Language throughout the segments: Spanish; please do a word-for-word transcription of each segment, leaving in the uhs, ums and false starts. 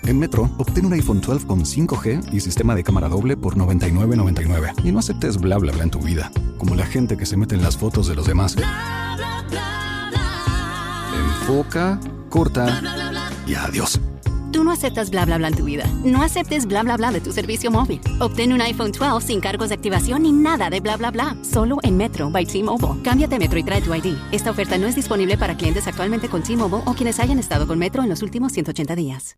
En Metro, obtén un iPhone doce con cinco G y sistema de cámara doble por noventa y nueve noventa y nueve. Y no aceptes bla bla bla en tu vida, como la gente que se mete en las fotos de los demás. Bla, bla, bla, bla. Enfoca, corta bla, bla, bla, bla. Y adiós. Tú no aceptas bla bla bla en tu vida. No aceptes bla bla bla de tu servicio móvil. Obtén un iPhone doce sin cargos de activación ni nada de bla bla bla. Solo en Metro by T-Mobile. Cámbiate a Metro y trae tu I D. Esta oferta no es disponible para clientes actualmente con T-Mobile o quienes hayan estado con Metro en los últimos ciento ochenta días.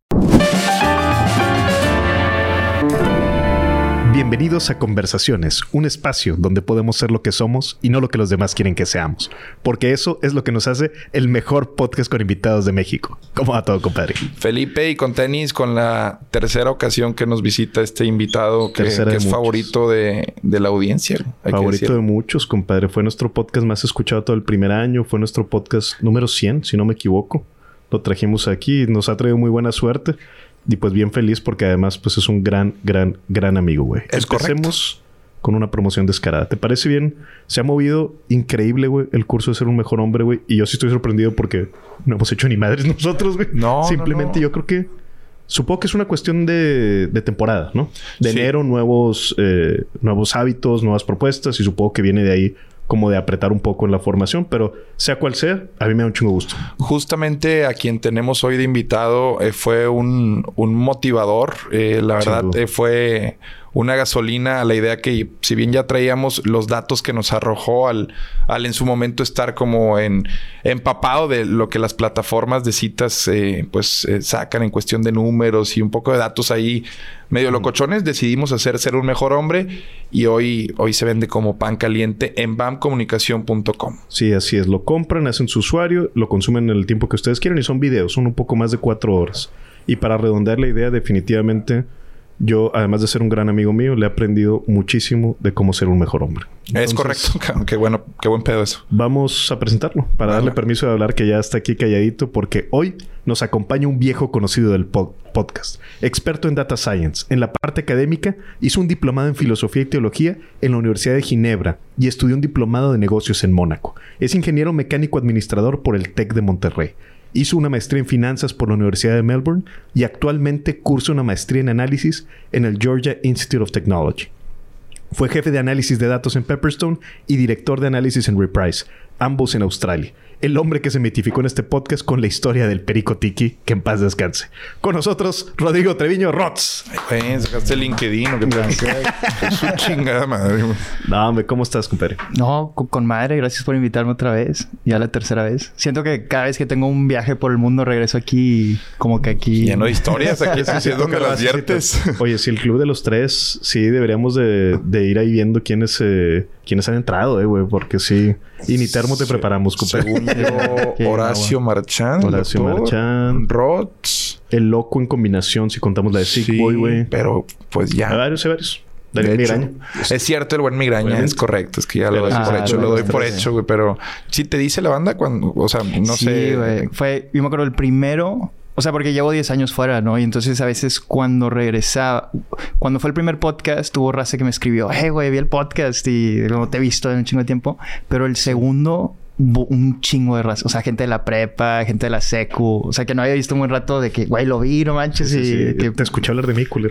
Bienvenidos a Conversaciones, un espacio donde podemos ser lo que somos y no lo que los demás quieren que seamos. Porque eso es lo que nos hace el mejor podcast con invitados de México. ¿Cómo va todo, compadre? Felipe, y con tenis, con la tercera ocasión que nos visita este invitado que, que es muchos. favorito de, de la audiencia. Favorito de muchos, compadre. Fue nuestro podcast más escuchado todo el primer año. Fue nuestro podcast número cien, si no me equivoco. Lo trajimos aquí y nos ha traído muy buena suerte. Y pues bien feliz porque además pues es un gran, gran, gran amigo, güey. Es Empecemos correcto. Con una promoción descarada. ¿Te parece bien? Se ha movido increíble, güey, el curso de ser un mejor hombre, güey. Y yo sí estoy sorprendido porque no hemos hecho ni madres nosotros, güey. No, Simplemente no, no. yo creo que... Supongo que es una cuestión de, de temporada, ¿no? De sí. enero, nuevos, eh, nuevos hábitos, nuevas propuestas. Y supongo que viene de ahí como de apretar un poco en la formación. Pero sea cual sea, a mí me da un chingo gusto. Justamente a quien tenemos hoy de invitado eh, fue un, un motivador. Eh, la verdad eh, fue una gasolina a la idea que, si bien ya traíamos los datos que nos arrojó al, al en su momento estar como en empapado de lo que las plataformas de citas eh, pues eh, sacan en cuestión de números y un poco de datos ahí medio locochones, decidimos hacer Ser un Mejor Hombre y hoy, hoy se vende como pan caliente en bam comunicación punto com. Sí, así es. Lo compran, hacen su usuario, lo consumen en el tiempo que ustedes quieran y son videos, son un poco más de cuatro horas. Y para redondear la idea, definitivamente... Yo, además de ser un gran amigo mío, le he aprendido muchísimo de cómo ser un mejor hombre. Entonces, es correcto. Qué bueno, qué buen pedo eso. Vamos a presentarlo para Vale. darle permiso de hablar, que ya está aquí calladito, porque hoy nos acompaña un viejo conocido del pod- podcast. Experto en Data Science. En la parte académica, hizo un diplomado en Filosofía y Teología en la Universidad de Ginebra y estudió un diplomado de negocios en Mónaco. Es ingeniero mecánico administrador por el TEC de Monterrey. Hizo una maestría en finanzas por la Universidad de Melbourne y actualmente cursa una maestría en análisis en el Georgia Institute of Technology. Fue jefe de análisis de datos en Pepperstone y director de análisis en Reprise, ambos en Australia. El hombre que se mitificó en este podcast con la historia del Perico Tiki, que en paz descanse. Con nosotros, Rodrigo Treviño Rots. Ay, güey, sacaste el LinkedIn o qué te Es su chingada madre, güey. No, hombre, ¿cómo estás, compadre? No, con, con madre. Gracias por invitarme otra vez. Ya la tercera vez. Siento que cada vez que tengo un viaje por el mundo regreso aquí, como que aquí... Lleno de historias. Aquí es donde las viertes. Oye, si el club de los tres, sí deberíamos de, de ir ahí viendo quiénes, eh, quiénes han entrado, eh, güey. Porque sí... Y ni termo te preparamos, compadre. Según yo, Horacio Marchán. Horacio Marchán. Rots. El Loco en combinación, si contamos la de Sick sí, Boy, güey. Pero pues ya. Hay varios, hay varios. Daniel Migraña. Es cierto, el buen Migraña. Obviamente. Es correcto. Es que ya lo doy ah, por hecho. Lo doy por sí. hecho, güey. Pero... ¿Sí te dice la banda cuando...? O sea, no sí, sé... güey. Fue... Yo me acuerdo el primero... O sea, porque llevo diez años fuera, ¿no? Y entonces a veces cuando regresaba... Cuando fue el primer podcast, hubo raza que me escribió... Hey, güey, vi el podcast y no te he visto en un chingo de tiempo. Pero el segundo... un chingo de raza. O sea, gente de la prepa, gente de la secu. O sea, que no había visto un buen rato de que... Güey, lo vi, no manches. Sí, y sí. que... Te escuché hablar de mí, culero.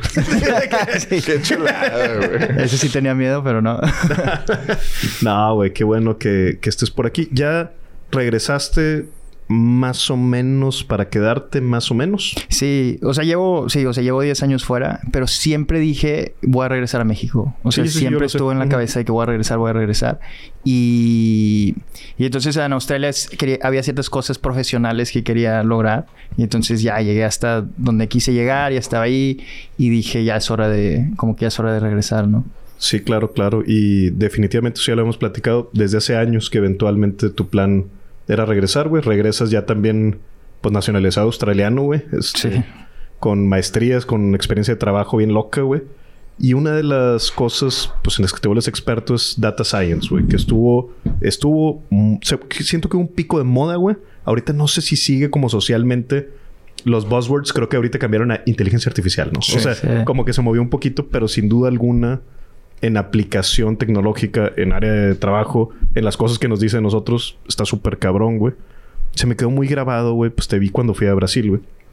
sí. Qué chulada, güey. Ese sí tenía miedo, pero no. No, güey. Qué bueno que, que estés por aquí. ¿Ya regresaste más o menos para quedarte más o menos? Sí. O sea, llevo... Sí, o sea, llevo diez años fuera. Pero siempre dije... Voy a regresar a México. O sea, sí, sí, siempre estuvo en la cabeza de que voy a regresar, voy a regresar. Y... Y entonces en Australia quería, había ciertas cosas profesionales que quería lograr. Y entonces ya llegué hasta donde quise llegar. Ya estaba ahí. Y dije, ya es hora de... Como que ya es hora de regresar, ¿no? Sí, claro, claro. Y definitivamente sí ya lo hemos platicado desde hace años que eventualmente tu plan era regresar, güey. Regresas ya también, pues, nacionalizado australiano, güey. Este, sí. Con maestrías, con experiencia de trabajo bien loca, güey. Y una de las cosas, pues, en las que te vuelves experto es Data Science, güey. Que estuvo... Estuvo... Mm, se, siento que un pico de moda, güey. Ahorita no sé si sigue como socialmente... Los buzzwords creo que ahorita cambiaron a inteligencia artificial, ¿no? Sí, o sea, sí. como que se movió un poquito, pero sin duda alguna... en aplicación tecnológica, en área de trabajo, en las cosas que nos dicen nosotros, está súper cabrón, güey. Se me quedó muy grabado, güey. Pues te vi cuando fui a Brasil, güey.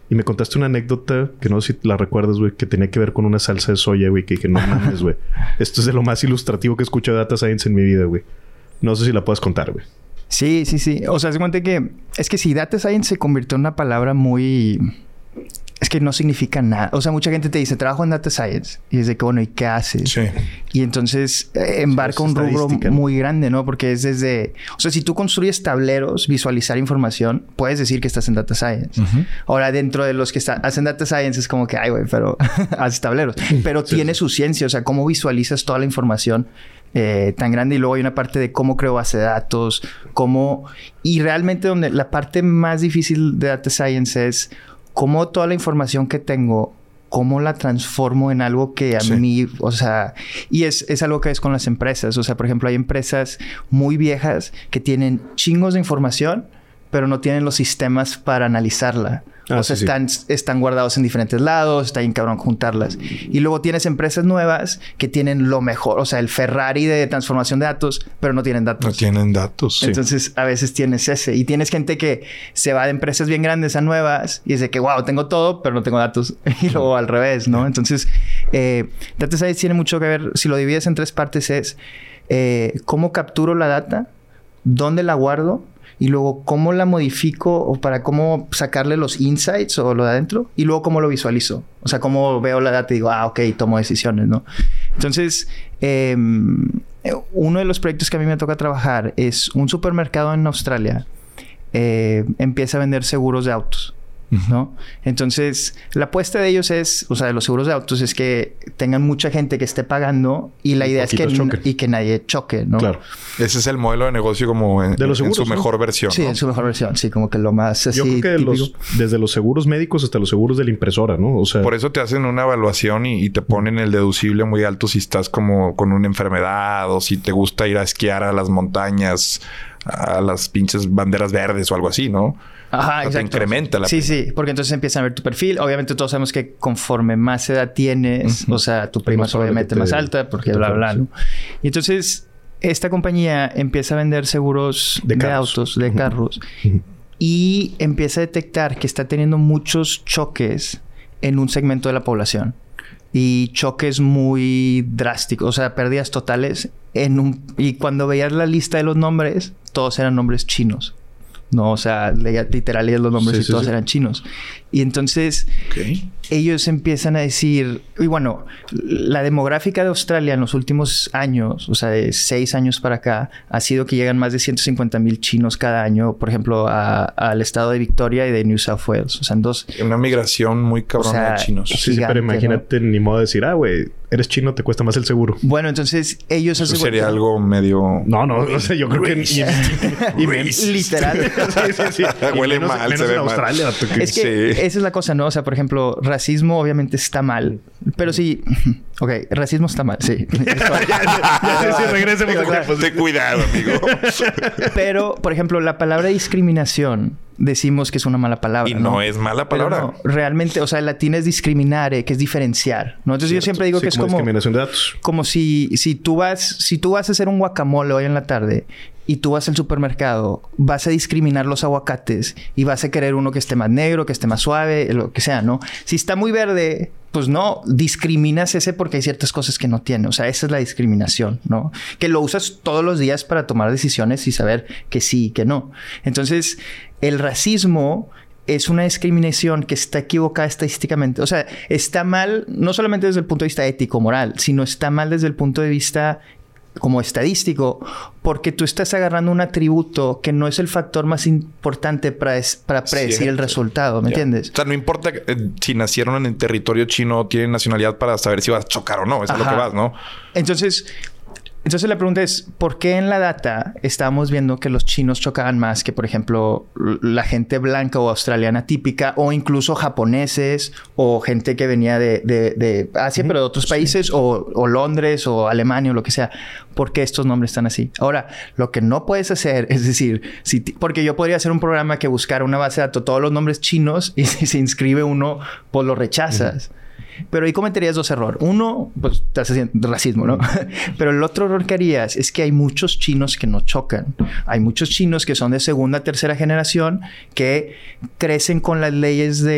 Y me contaste una anécdota que no sé si la recuerdas, güey, que tenía que ver con una salsa de soya, güey, que dije, no mames, güey. Esto es de lo más ilustrativo que he escuchado de Data Science en mi vida, güey. No sé si la puedes contar, güey. Sí, sí, sí. O sea, se cuenta que... Es que si Data Science se convirtió en una palabra muy... Es que no significa nada. O sea, mucha gente te dice, trabajo en Data Science. Y es de que, bueno, ¿y qué haces? Sí. Y entonces eh, embarca sí, un rubro muy grande, ¿no? Porque es desde... O sea, si tú construyes tableros, visualizar información, puedes decir que estás en Data Science. Uh-huh. Ahora, dentro de los que está, hacen Data Science es como que, ay, güey, pero haces tableros. Pero sí, tiene sí. su ciencia. O sea, cómo visualizas toda la información eh, tan grande. Y luego hay una parte de cómo creo base de datos, cómo... Y realmente donde la parte más difícil de Data Science es... cómo toda la información que tengo, cómo la transformo en algo que a sí. mí, o sea... Y es, es algo que es con las empresas. O sea, por ejemplo, hay empresas muy viejas que tienen chingos de información, pero no tienen los sistemas para analizarla. Ah, o sea, sí, están, sí. están guardados en diferentes lados, está bien cabrón juntarlas. Y luego tienes empresas nuevas que tienen lo mejor, o sea, el Ferrari de transformación de datos, pero no tienen datos. No tienen datos. Entonces, sí. a veces tienes ese. Y tienes gente que se va de empresas bien grandes a nuevas y dice que, wow, tengo todo, pero no tengo datos. Y luego al revés, ¿no? Entonces, eh, Data Science tiene mucho que ver. Si lo divides en tres partes es eh, cómo capturo la data, dónde la guardo, y luego cómo la modifico o para cómo sacarle los insights o lo de adentro. Y luego cómo lo visualizo. O sea, cómo veo la data y digo, ah, ok, tomo decisiones, ¿no? Entonces, eh, uno de los proyectos que a mí me toca trabajar es un supermercado en Australia. Eh, empieza a vender seguros de autos, ¿no? Entonces, la apuesta de ellos es, o sea, de los seguros de autos es que tengan mucha gente que esté pagando y la idea es que, y que nadie choque, ¿no? Claro. Ese es el modelo de negocio como en, de los seguros, en su mejor ¿no? versión, Sí, ¿no? en su mejor versión. Sí, como que lo más así... Yo creo que de los, desde los seguros médicos hasta los seguros de la impresora, ¿no? O sea... Por eso te hacen una evaluación y, y te ponen el deducible muy alto si estás como con una enfermedad o si te gusta ir a esquiar a las montañas, a las pinches banderas verdes o algo así, ¿no? Ajá, exacto. Te incrementa la Sí, prima. sí. Porque entonces empiezan a ver tu perfil. Obviamente todos sabemos que conforme más edad tienes, uh-huh. o sea, tu prima es obviamente más alta porque bla, bla, bla. Y entonces esta compañía empieza a vender seguros de, de autos, de uh-huh. carros. Uh-huh. Y empieza a detectar que está teniendo muchos choques en un segmento de la población. Y choques muy drásticos. O sea, pérdidas totales en un... Y cuando veías la lista de los nombres, todos eran nombres chinos. No, o sea, leía literal leías los nombres sí, y sí, todos sí. eran chinos. Y entonces okay. ellos empiezan a decir... Y bueno, la demográfica de Australia en los últimos años, o sea, de seis años para acá, ha sido que llegan más de ciento cincuenta mil chinos cada año, por ejemplo, a, al estado de Victoria y de New South Wales. O sea, en dos... Una migración muy cabrona o sea, de chinos. Sí, gigante, sí, pero imagínate, ¿no? Ni modo de decir, ah, güey, eres chino, te cuesta más el seguro. Bueno, entonces ellos... Eso sería cuenta... algo medio... No, no, o sea, yo creo que... y, y literal. sí, sí, sí. Huele menos, mal, menos se ve en Australia. mal. Es que sí. esa es la cosa, ¿no? O sea, por ejemplo, racismo obviamente está mal. Pero sí... Ok, racismo está mal, sí. ya, ya, ya, sí, regrese. Ten cuidado, amigo. Pero, por ejemplo, la palabra discriminación... decimos que es una mala palabra. Y no, no es mala palabra. No, realmente, o sea, el latín es discriminare, que es diferenciar, ¿no? Entonces Cierto. yo siempre digo sí, que es como... como... discriminación de datos. Como si, si tú vas... Si tú vas a hacer un guacamole hoy en la tarde y tú vas al supermercado, vas a discriminar los aguacates y vas a querer uno que esté más negro, que esté más suave, lo que sea, ¿no? Si está muy verde... Pues no, discriminas ese porque hay ciertas cosas que no tiene. O sea, esa es la discriminación, ¿no? Que lo usas todos los días para tomar decisiones y saber que sí y que no. Entonces, el racismo es una discriminación que está equivocada estadísticamente. O sea, está mal no solamente desde el punto de vista ético, moral, sino está mal desde el punto de vista como estadístico, porque tú estás agarrando un atributo que no es el factor más importante para, es, para predecir Cierto. el resultado, ¿me yeah. entiendes? O sea, no importa eh, si nacieron en el territorio chino o tienen nacionalidad para saber si vas a chocar o no. Eso Ajá. es lo que vas, ¿no? Entonces... Entonces la pregunta es, ¿por qué en la data estamos viendo que los chinos chocaban más que, por ejemplo, la gente blanca o australiana típica o incluso japoneses o gente que venía de, de, de Asia, sí, pero de otros países sí. o, o Londres o Alemania o lo que sea? ¿Por qué estos nombres están así? Ahora, lo que no puedes hacer es decir, si porque yo podría hacer un programa que buscara una base de datos todos los nombres chinos y si se inscribe uno, pues lo rechazas. Uh-huh. Pero ahí cometerías dos errores. Uno, pues estás haciendo racismo, ¿no? Pero el otro error que harías es que hay muchos chinos que no chocan. Hay muchos chinos que son de segunda, tercera generación que crecen con las leyes de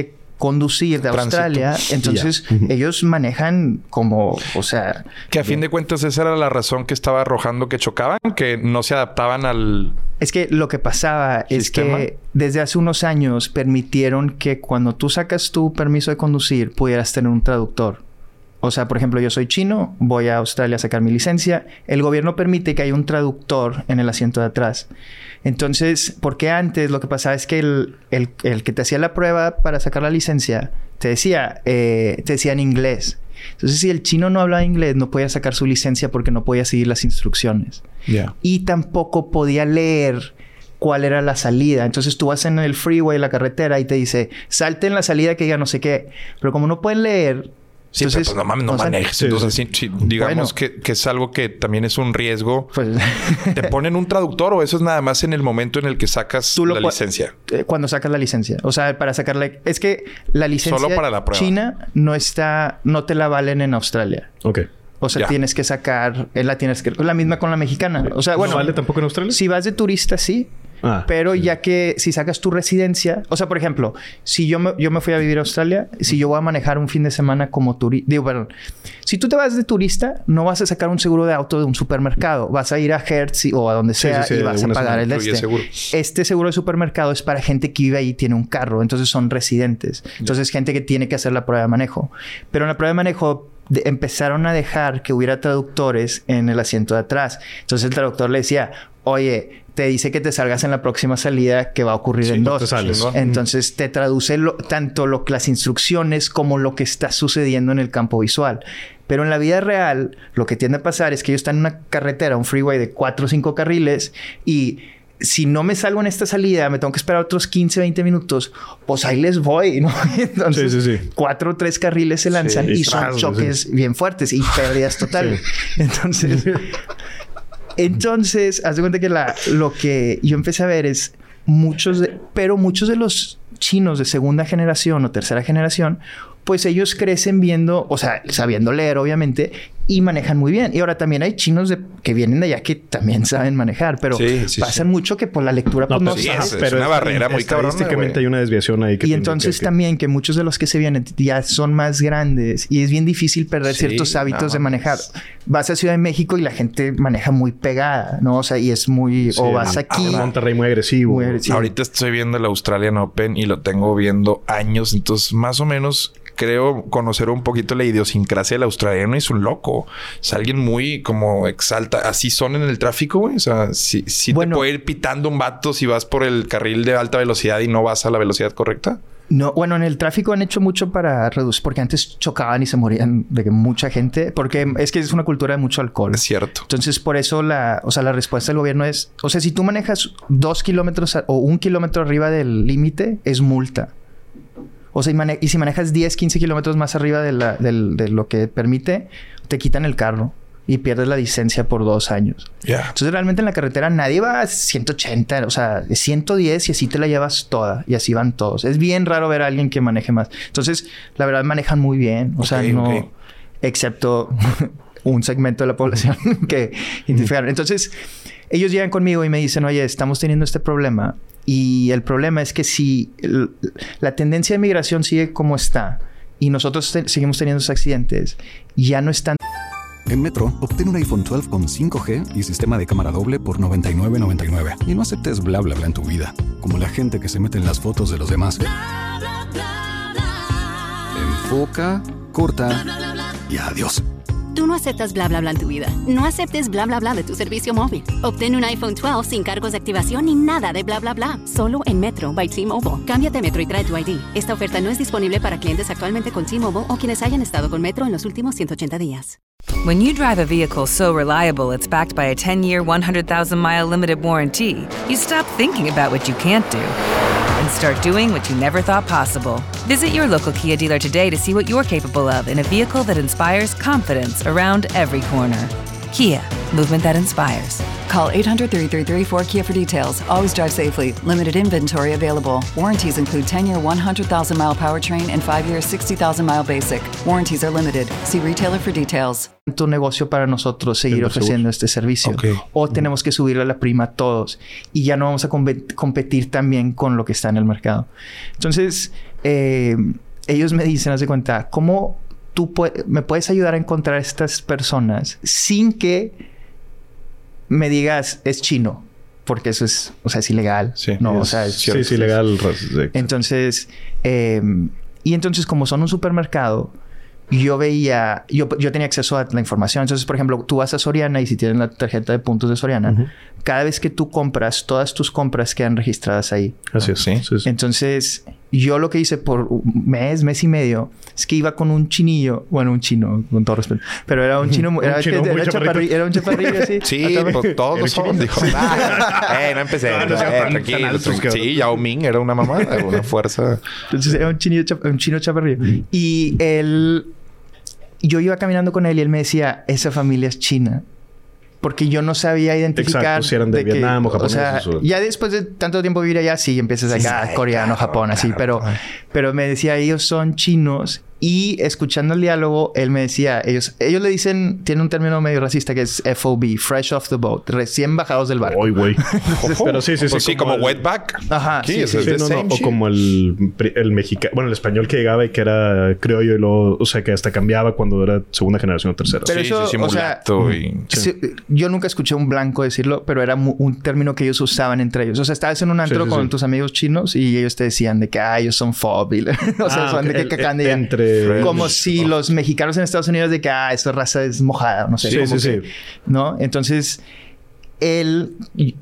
conducir de Tránsito. Australia. Entonces, Yeah. ellos manejan como, o sea... Que a fin de cuentas esa era la razón que estaba arrojando que chocaban, que no se adaptaban al... Es que lo que pasaba ¿Sistema? es que desde hace unos años permitieron que cuando tú sacas tu permiso de conducir pudieras tener un traductor. O sea, por ejemplo, yo soy chino, voy a Australia a sacar mi licencia. El gobierno permite que haya un traductor en el asiento de atrás. Entonces, porque antes lo que pasaba es que el, el, el que te hacía la prueba para sacar la licencia te decía, eh, te decía en inglés. Entonces, si el chino no hablaba inglés, no podía sacar su licencia porque no podía seguir las instrucciones. Yeah. Y tampoco podía leer cuál era la salida. Entonces, tú vas en el freeway, la carretera, y te dice, salte en la salida que diga no sé qué. Pero como no pueden leer... Sí, entonces, pero pues no mames, no o sea, manejes. sí, Entonces, sí. sí, sí, digamos Bueno. que, que es algo que también es un riesgo. pues, ¿Te ponen un traductor o eso es nada más en el momento en el que sacas Tú lo la pu- licencia? eh, cuando sacas la licencia. O sea, para sacarla... Es que la licencia Solo para la prueba. china no está... No te la valen en Australia. Ok. O sea, Ya. tienes que sacar... eh, La tienes que... La misma con la mexicana. O sea, bueno... ¿No vale tampoco en Australia? Si vas de turista, sí. Ah, Pero sí. ya que si sacas tu residencia... O sea, por ejemplo, si yo me, yo me fui a vivir a Australia, si yo voy a manejar un fin de semana como turista... Digo, perdón. Si tú te vas de turista, no vas a sacar un seguro de auto de un supermercado. Vas a ir a Hertz y- o a donde Sí, sea sí, sí, y de vas a una pagar semana el de incluye este. seguro. Este seguro de supermercado es para gente que vive ahí y tiene un carro. Entonces son residentes. Entonces gente que tiene que hacer la prueba de manejo. Pero en la prueba de manejo de- empezaron a dejar que hubiera traductores en el asiento de atrás. Entonces el traductor le decía, oye, te dice que te salgas en la próxima salida que va a ocurrir Sí, en no dos. te sales. Chingón. Entonces te traduce lo- tanto lo, las instrucciones como lo que está sucediendo en el campo visual. Pero en la vida real, lo que tiende a pasar es que ellos están en una carretera, un freeway de cuatro o cinco carriles y si no me salgo en esta salida, me tengo que esperar otros quince, veinte minutos, pues ahí les voy, ¿no? Entonces, Sí, sí, sí. cuatro o tres carriles se lanzan Sí, y son tras, choques bien fuertes y pérdidas totales. Entonces, entonces, haz de cuenta que la, lo que yo empecé a ver es muchos de, pero muchos de los chinos de segunda generación o tercera generación, pues ellos crecen viendo, o sea, sabiendo leer, obviamente, y manejan muy bien. Y ahora también hay chinos de, que vienen de allá que también saben manejar, pero Sí, sí, pasan sí. mucho que por la lectura pues, No, no, pues, sí, sabes. es- es una barrera muy cabrona, estadísticamente güey. hay una desviación ahí que Y tiene entonces que- que- también que muchos de los que se vienen ya son más grandes y es bien difícil perder Sí, ciertos hábitos no de mames. manejar. Vas a Ciudad de México y la gente maneja muy pegada, ¿no? O sea, y es muy... Sí, o vas ah, aquí... Monterrey muy agresivo. Muy agresivo. Ahorita estoy viendo el Australian Open y lo tengo viendo años. Entonces, más o menos, creo conocer un poquito la idiosincrasia del australiano. Y es un loco. Es alguien muy como exalta. Así son en el tráfico, güey. O sea, si, si Bueno. te puede ir pitando un vato si vas por el carril de alta velocidad y no vas a la velocidad correcta. No, bueno, en el tráfico han hecho mucho para reducir... Porque antes chocaban y se morían de que mucha gente... Porque es que es una cultura de mucho alcohol. Es cierto. Entonces, por eso la, o sea, la respuesta del gobierno es... O sea, si tú manejas dos kilómetros a- o un kilómetro arriba del límite, es multa. O sea, y, mane- y si manejas diez, quince kilómetros más arriba de, la, del- de lo que permite, te quitan el carro y pierdes la licencia por dos años. Ya. Entonces, realmente en la carretera nadie va a ciento ochenta, o sea, es ciento diez y así te la llevas toda y así van todos. Es bien raro ver a alguien que maneje más. Entonces, la verdad, manejan muy bien. O sea, Ok, no... ok. Excepto un segmento de la población que identificaron. Entonces, ellos llegan conmigo y me dicen, oye, estamos teniendo este problema. Y el problema es que si el- la tendencia de migración sigue como está y nosotros te- seguimos teniendo esos accidentes, ya no están... En Metro, obtén un iPhone doce con cinco G y sistema de cámara doble por noventa y nueve noventa y nueve. Y no aceptes bla bla bla en tu vida, como la gente que se mete en las fotos de los demás. Enfoca, corta y adiós. Tú no aceptas bla bla bla en tu vida. No aceptes bla bla bla de tu servicio móvil. Obtén un iPhone doce sin cargos de activación ni nada de bla bla bla. Solo en Metro by T-Mobile. Cámbiate a Metro y trae tu I D. Esta oferta no es disponible para clientes actualmente con T-Mobile o quienes hayan estado con Metro en los últimos ciento ochenta días. When you drive a vehicle so reliable it's backed by a ten-year, one hundred thousand mile limited warranty, you stop thinking about what you can't do and start doing what you never thought possible. Visit your local Kia dealer today to see what you're capable of in a vehicle that inspires confidence around every corner. Kia, movement that inspires. Call eight hundred, three three three, four K I A for details. Always drive safely. Limited inventory available. Warranties include ten-year, one hundred thousand mile powertrain and five-year, sixty thousand mile basic. Warranties are limited. See retailer for details. Tu negocio para nosotros seguir Siendo ofreciendo seguro. este servicio. Ok. O tenemos que subirle la prima a todos. Y ya no vamos a compe- competir también con lo que está en el mercado. Entonces, eh, ellos me dicen, haz de cuenta, ¿cómo tú pu- me puedes ayudar a encontrar a estas personas sin que me digas es chino? Porque eso es, o sea, es ilegal. Sí, no, es, o sea, es, Sí, es ilegal. entonces, eh, y entonces como son un supermercado, yo veía, yo, yo tenía acceso a la información. Entonces, por ejemplo, tú vas a Soriana y si tienes la tarjeta de puntos de Soriana, uh-huh. cada vez que tú compras, todas tus compras quedan registradas ahí. Así es. Sí. Sí, sí. Entonces, yo lo que hice por un mes, mes y medio, es que iba con un chinillo, bueno, un chino, con todo respeto, pero era un chino, un era, chino que, muy era, chaparrillo, era un chaparrillo así. Sí, pues todos lo somos, dijo. eh, no empecé. No, no, eh, tan- tranquilo, tan altos, tranquilo. Sí, Yao Ming era una mamá, una fuerza. Entonces, era un, chinillo, chap- un chino chaparrillo. Y él... Yo iba caminando con él y él me decía, esa familia es china. Porque yo no sabía identificar... Exacto, si eran de, de Vietnam que, o japoneses. O sea, o... ya después de tanto tiempo vivir allá, sí, empiezas acá, sí, coreano, claro, Japón, así. Pero, pero me decía, ellos son chinos. Y escuchando el diálogo, él me decía... Ellos ellos le dicen... Tiene un término medio racista que es F O B. Fresh off the boat. Recién bajados del barco. Uy, güey. Pero sí, sí, sí. Pues sí, como, como el... wetback. Ajá. Sí, sí, sí, sí, sí, no, no, no, o como el, el mexicano... Bueno, el español que llegaba y que era criollo y luego... O sea, que hasta cambiaba cuando era segunda generación o tercera. Pero sí, eso, sí, sí, o sea... Y... Sí. Yo nunca escuché un blanco decirlo, pero era un término que ellos usaban entre ellos. O sea, estabas en un antro sí, sí, con sí. tus amigos chinos y ellos te decían de que... Ah, ellos son fob. o sea, ah, son okay. de que cacan de... Entre... Como si oh. los mexicanos en Estados Unidos de que... Ah, esta raza es mojada. No sé. Sí, sí, que, sí. ¿no? Entonces, él...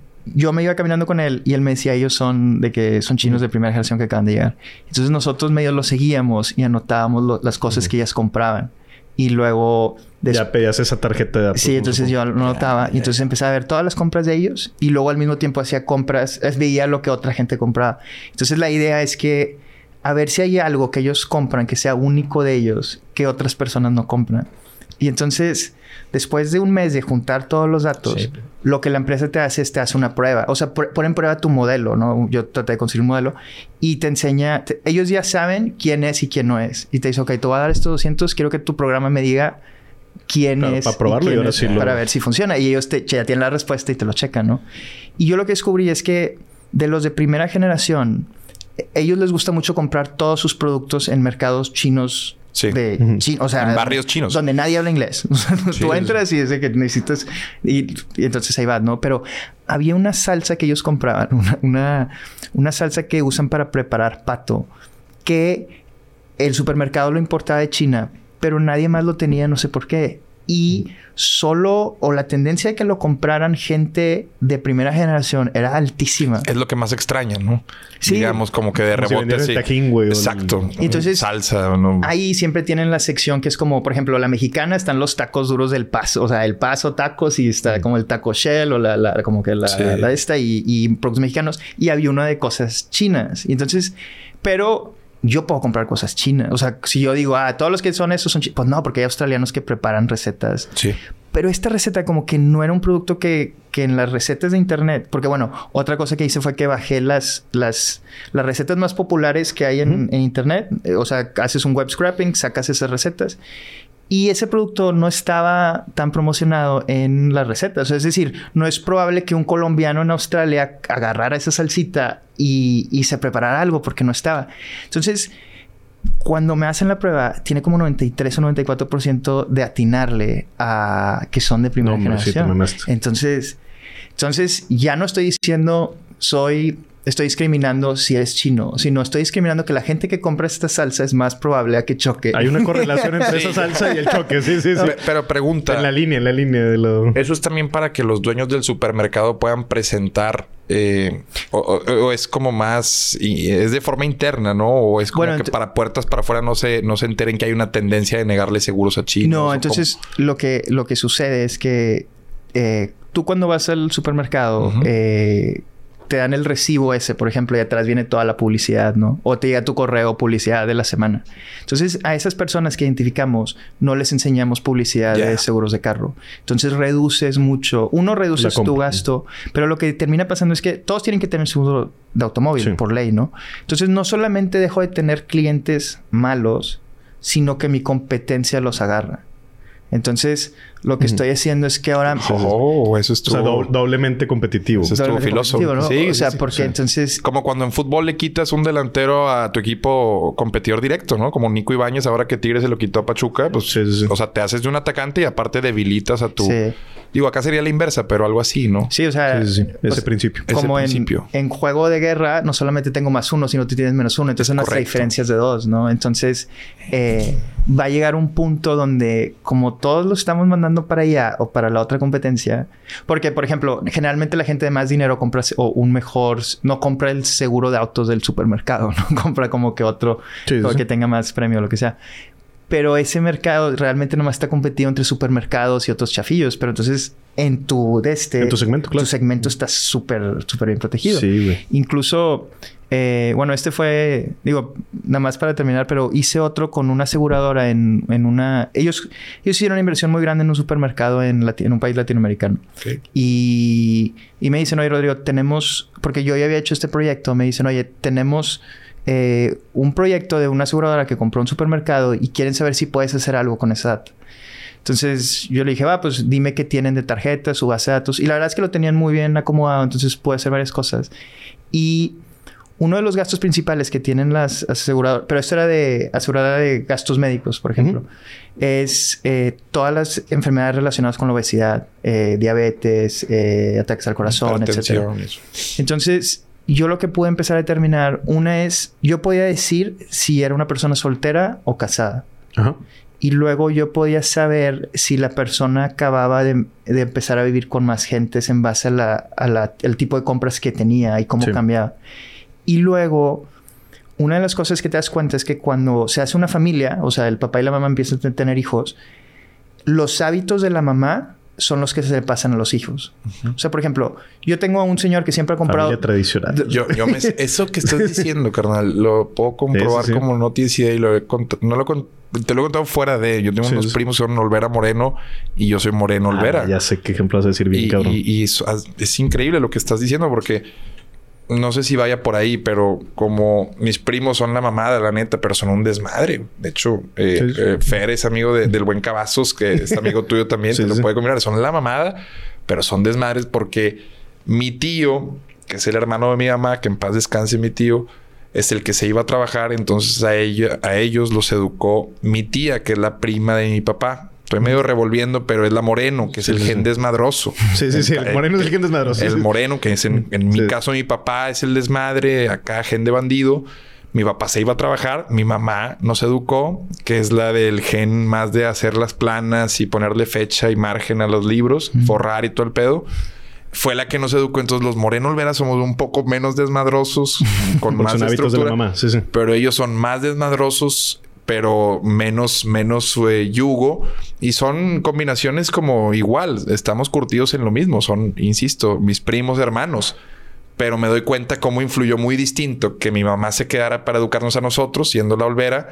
Yo me iba caminando con él y él me decía, ellos son de que son chinos de primera generación que acaban de llegar. Entonces nosotros medio los seguíamos y anotábamos lo, las cosas uh-huh. que ellas compraban. Y luego... Des... Ya pedías esa tarjeta de datos. Sí, entonces yo lo notaba. Y entonces empecé a ver todas las compras de ellos. Y luego al mismo tiempo hacía compras. Veía lo que otra gente compraba. Entonces la idea es que... A ver si hay algo que ellos compran que sea único de ellos. Que otras personas no compran. Y entonces... Después de un mes de juntar todos los datos... Sí. Lo que la empresa te hace es te hace una prueba. O sea, pone en prueba tu modelo, ¿no? Yo traté de conseguir un modelo. Y te enseña... Te, ellos ya saben quién es y quién no es. Y te dice, ok, te voy a dar estos doscientos. Quiero que tu programa me diga quién claro, es. Para probarlo y, y ahora sí lo... Para ver si funciona. Y ellos te, ya tienen la respuesta y te lo checan, ¿no? Y yo lo que descubrí es que de los de primera generación... Ellos les gusta mucho comprar todos sus productos en mercados chinos... Sí. De uh-huh. chi- o sea, en barrios chinos. Donde nadie habla inglés. Sí, tú entras y es de que necesitas... Y, y entonces ahí vas, ¿no? Pero había una salsa que ellos compraban. Una, una, una salsa que usan para preparar pato. Que el supermercado lo importaba de China. Pero nadie más lo tenía, no sé por qué. Y solo... O la tendencia de que lo compraran gente de primera generación era altísima. Es lo que más extraña, ¿no? Sí. Digamos como que de como rebote si así. Tajín, güey, exacto. Y entonces... Salsa, ¿no? Ahí siempre tienen la sección que es como... Por ejemplo, la mexicana están los tacos duros del Paso. O sea, el Paso tacos y está como el taco shell o la... la como que la, sí. la esta y, y productos mexicanos. Y había una de cosas chinas. Y entonces... Pero... Yo puedo comprar cosas chinas. O sea, si yo digo, ah, todos los que son esos son chinos. Pues no, porque hay australianos que preparan recetas. Sí. Pero esta receta como que no era un producto que, que en las recetas de internet... Porque bueno, otra cosa que hice fue que bajé las, las, las recetas más populares que hay en, uh-huh. en internet. O sea, haces un web scraping, sacas esas recetas. Y ese producto no estaba tan promocionado en las recetas. O sea, es decir, no es probable que un colombiano en Australia agarrara esa salsita y, y se preparara algo porque no estaba. Entonces, cuando me hacen la prueba, tiene como noventa y tres o noventa y cuatro por ciento de atinarle a que son de primera no, generación. Sí, entonces, entonces, ya no estoy diciendo soy... Estoy discriminando si eres chino, sino estoy discriminando que la gente que compra esta salsa es más probable a que choque. Hay una correlación entre sí. esa salsa y el choque. Sí, sí, sí. Pero, pero pregunta... En la línea, en la línea de lo... ¿Eso es también para que los dueños del supermercado puedan presentar... Eh, o, o, o es como más... Y es de forma interna, ¿no? O es como bueno, que ent- para puertas para afuera no se, no se enteren que hay una tendencia de negarle seguros a chinos. No, entonces lo que, lo que sucede es que... Eh, tú cuando vas al supermercado... Uh-huh. Eh, te dan el recibo ese, por ejemplo, y atrás viene toda la publicidad, ¿no? O te llega tu correo publicidad de la semana. Entonces, a esas personas que identificamos, no les enseñamos publicidad yeah. de seguros de carro. Entonces, reduces mucho. Uno, reduces tu gasto. Pero lo que termina pasando es que todos tienen que tener seguro de automóvil, sí. por ley, ¿no? Entonces, no solamente dejo de tener clientes malos, sino que mi competencia los agarra. Entonces, lo que uh-huh. estoy haciendo es que ahora... Oh, eso estuvo... O sea, do- doblemente competitivo. Eso estuvo filoso. ¿No? Sí, o sea, sí, porque sí. entonces... Como cuando en fútbol le quitas un delantero a tu equipo competidor directo, ¿no? Como Nico Ibáñez, ahora que Tigres se lo quitó a Pachuca. Pues, sí, sí, sí. O sea, te haces de un atacante y aparte debilitas a tu... Sí. Digo, acá sería la inversa, pero algo así, ¿no? Sí, o sea... Sí, sí, sí. Ese pues, principio. Como Ese en, principio. en juego de guerra, no solamente tengo más uno, sino tú tienes menos uno. Entonces, son las diferencias de dos, ¿no? Entonces, eh, va a llegar un punto donde, como todos lo estamos mandando para allá o para la otra competencia... Porque, por ejemplo, generalmente la gente de más dinero compra o un mejor... No compra el seguro de autos del supermercado, ¿no? Compra como que otro... Sí, sí. Que tenga más premio o lo que sea. Pero ese mercado realmente nomás está competido entre supermercados y otros chafillos. Pero entonces, en tu... De este, en tu segmento, claro. Tu segmento está súper, súper bien protegido. Sí, güey. Incluso... Eh, bueno, este fue... Digo, nada más para terminar, pero hice otro con una aseguradora en, en una... Ellos, ellos hicieron una inversión muy grande en un supermercado en, Lati- en un país latinoamericano. Okay. Y, y me dicen, oye, Rodrigo, tenemos... Porque yo ya había hecho este proyecto. Me dicen, oye, tenemos... Eh, un proyecto de una aseguradora que compró un supermercado y quieren saber si puedes hacer algo con esa data. Entonces yo le dije, va, pues dime qué tienen de tarjetas, su base de datos. Y la verdad es que lo tenían muy bien acomodado, entonces pude hacer varias cosas. Y uno de los gastos principales que tienen las aseguradoras, pero esto era de aseguradora de gastos médicos, por ejemplo, uh-huh. es eh, todas las enfermedades relacionadas con la obesidad, eh, diabetes, eh, ataques al corazón, etcétera. Entonces... Yo lo que pude empezar a determinar, una es, yo podía decir si era una persona soltera o casada. Ajá. Y luego yo podía saber si la persona acababa de, de empezar a vivir con más gentes en base a la, a la, el tipo de compras que tenía y cómo sí. cambiaba. Y luego, una de las cosas que te das cuenta es que cuando se hace una familia, o sea, el papá y la mamá empiezan a tener hijos, los hábitos de la mamá son los que se le pasan a los hijos. Uh-huh. O sea, por ejemplo, yo tengo a un señor que siempre ha comprado... Familia tradicional. Yo, yo me... Eso que estás diciendo, carnal, lo puedo comprobar sí, sí. como no tienes idea y lo he cont... no lo cont... te lo he contado fuera de... Yo tengo sí, unos sí. primos que son Olvera Moreno y yo soy Moreno Olvera. Ah, ya sé qué ejemplo vas a decir bien, y, cabrón. Y, y es, es increíble lo que estás diciendo porque... No sé si vaya por ahí, pero como mis primos son la mamada, la neta, pero son un desmadre. De hecho, eh, sí, sí. Eh, Fer es amigo de, del buen Cavazos, que es amigo tuyo también, sí, te lo sí. puede combinar. Son la mamada, pero son desmadres porque mi tío, que es el hermano de mi mamá, que en paz descanse mi tío, es el que se iba a trabajar. Entonces a, ella, a ellos los educó mi tía, que es la prima de mi papá. Estoy medio revolviendo, pero es la Moreno, que es sí, el sí, gen sí. desmadroso. Sí, sí, sí. El, el Moreno es el gen desmadroso. El sí. Moreno, que es en, en sí. mi caso, mi papá es el desmadre. Acá, gen de bandido. Mi papá se iba a trabajar. Mi mamá nos educó, que es la del gen más de hacer las planas y ponerle fecha y margen a los libros. Mm. Forrar y todo el pedo. Fue la que nos educó. Entonces, los Moreno Olvera somos un poco menos desmadrosos. Con más son hábitos de la mamá. Sí, sí. Pero ellos son más desmadrosos... pero menos, menos eh, yugo. Y son combinaciones como igual. Estamos curtidos en lo mismo. Son, insisto, mis primos hermanos. Pero me doy cuenta cómo influyó muy distinto que mi mamá se quedara para educarnos a nosotros, siendo la Olvera.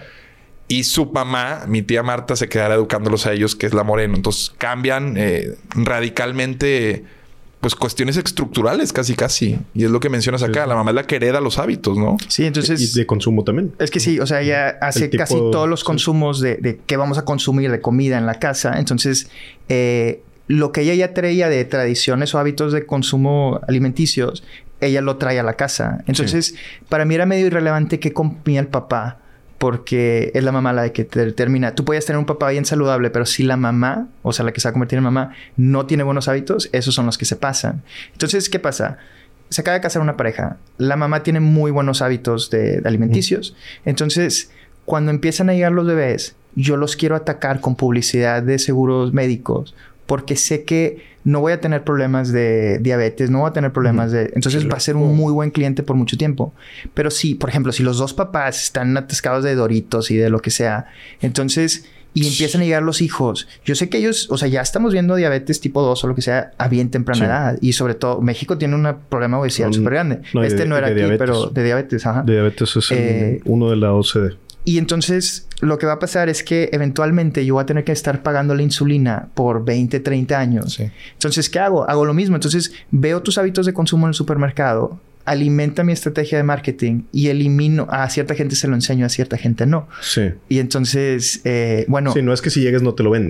Y su mamá, mi tía Marta, se quedara educándolos a ellos, que es la Moreno. Entonces cambian eh, radicalmente... pues cuestiones estructurales casi casi. Y es lo que mencionas acá. Sí. La mamá es la que hereda los hábitos, ¿no? Sí, entonces... Y de consumo también. Es que sí. O sea, ella hace tipo, casi todos los consumos sí. de, de qué vamos a consumir de comida en la casa. Entonces, eh, lo que ella ya traía de tradiciones o hábitos de consumo alimenticios, ella lo trae a la casa. Entonces, sí. para mí era medio irrelevante qué comía el papá. Porque es la mamá la que te determina. Tú podías tener un papá bien saludable, pero si la mamá, o sea, la que se va a convertir en mamá, no tiene buenos hábitos, esos son los que se pasan. Entonces, ¿qué pasa? Se acaba de casar una pareja. La mamá tiene muy buenos hábitos de, de alimenticios. Mm. Entonces, cuando empiezan a llegar los bebés, yo los quiero atacar con publicidad de seguros médicos. Porque sé que no voy a tener problemas de diabetes, no voy a tener problemas de... Entonces va a ser un muy buen cliente por mucho tiempo. Pero si, por ejemplo, si los dos papás están atascados de Doritos y de lo que sea, entonces... Y empiezan a llegar los hijos. Yo sé que ellos... O sea, ya estamos viendo diabetes tipo dos o lo que sea a bien temprana sí. edad. Y sobre todo, México tiene un problema de obesidad súper grande. No, este de, no era aquí, diabetes. Pero de diabetes. Ajá. De diabetes es eh, uno de la O C D. Y entonces, lo que va a pasar es que eventualmente yo voy a tener que estar pagando la insulina por veinte, treinta años. Sí. Entonces, ¿qué hago? Hago lo mismo. Entonces, veo tus hábitos de consumo en el supermercado, alimenta mi estrategia de marketing y elimino... A cierta gente se lo enseño, a cierta gente no. Sí. Y entonces, eh, bueno... Sí, no es que si llegues no te lo vendo.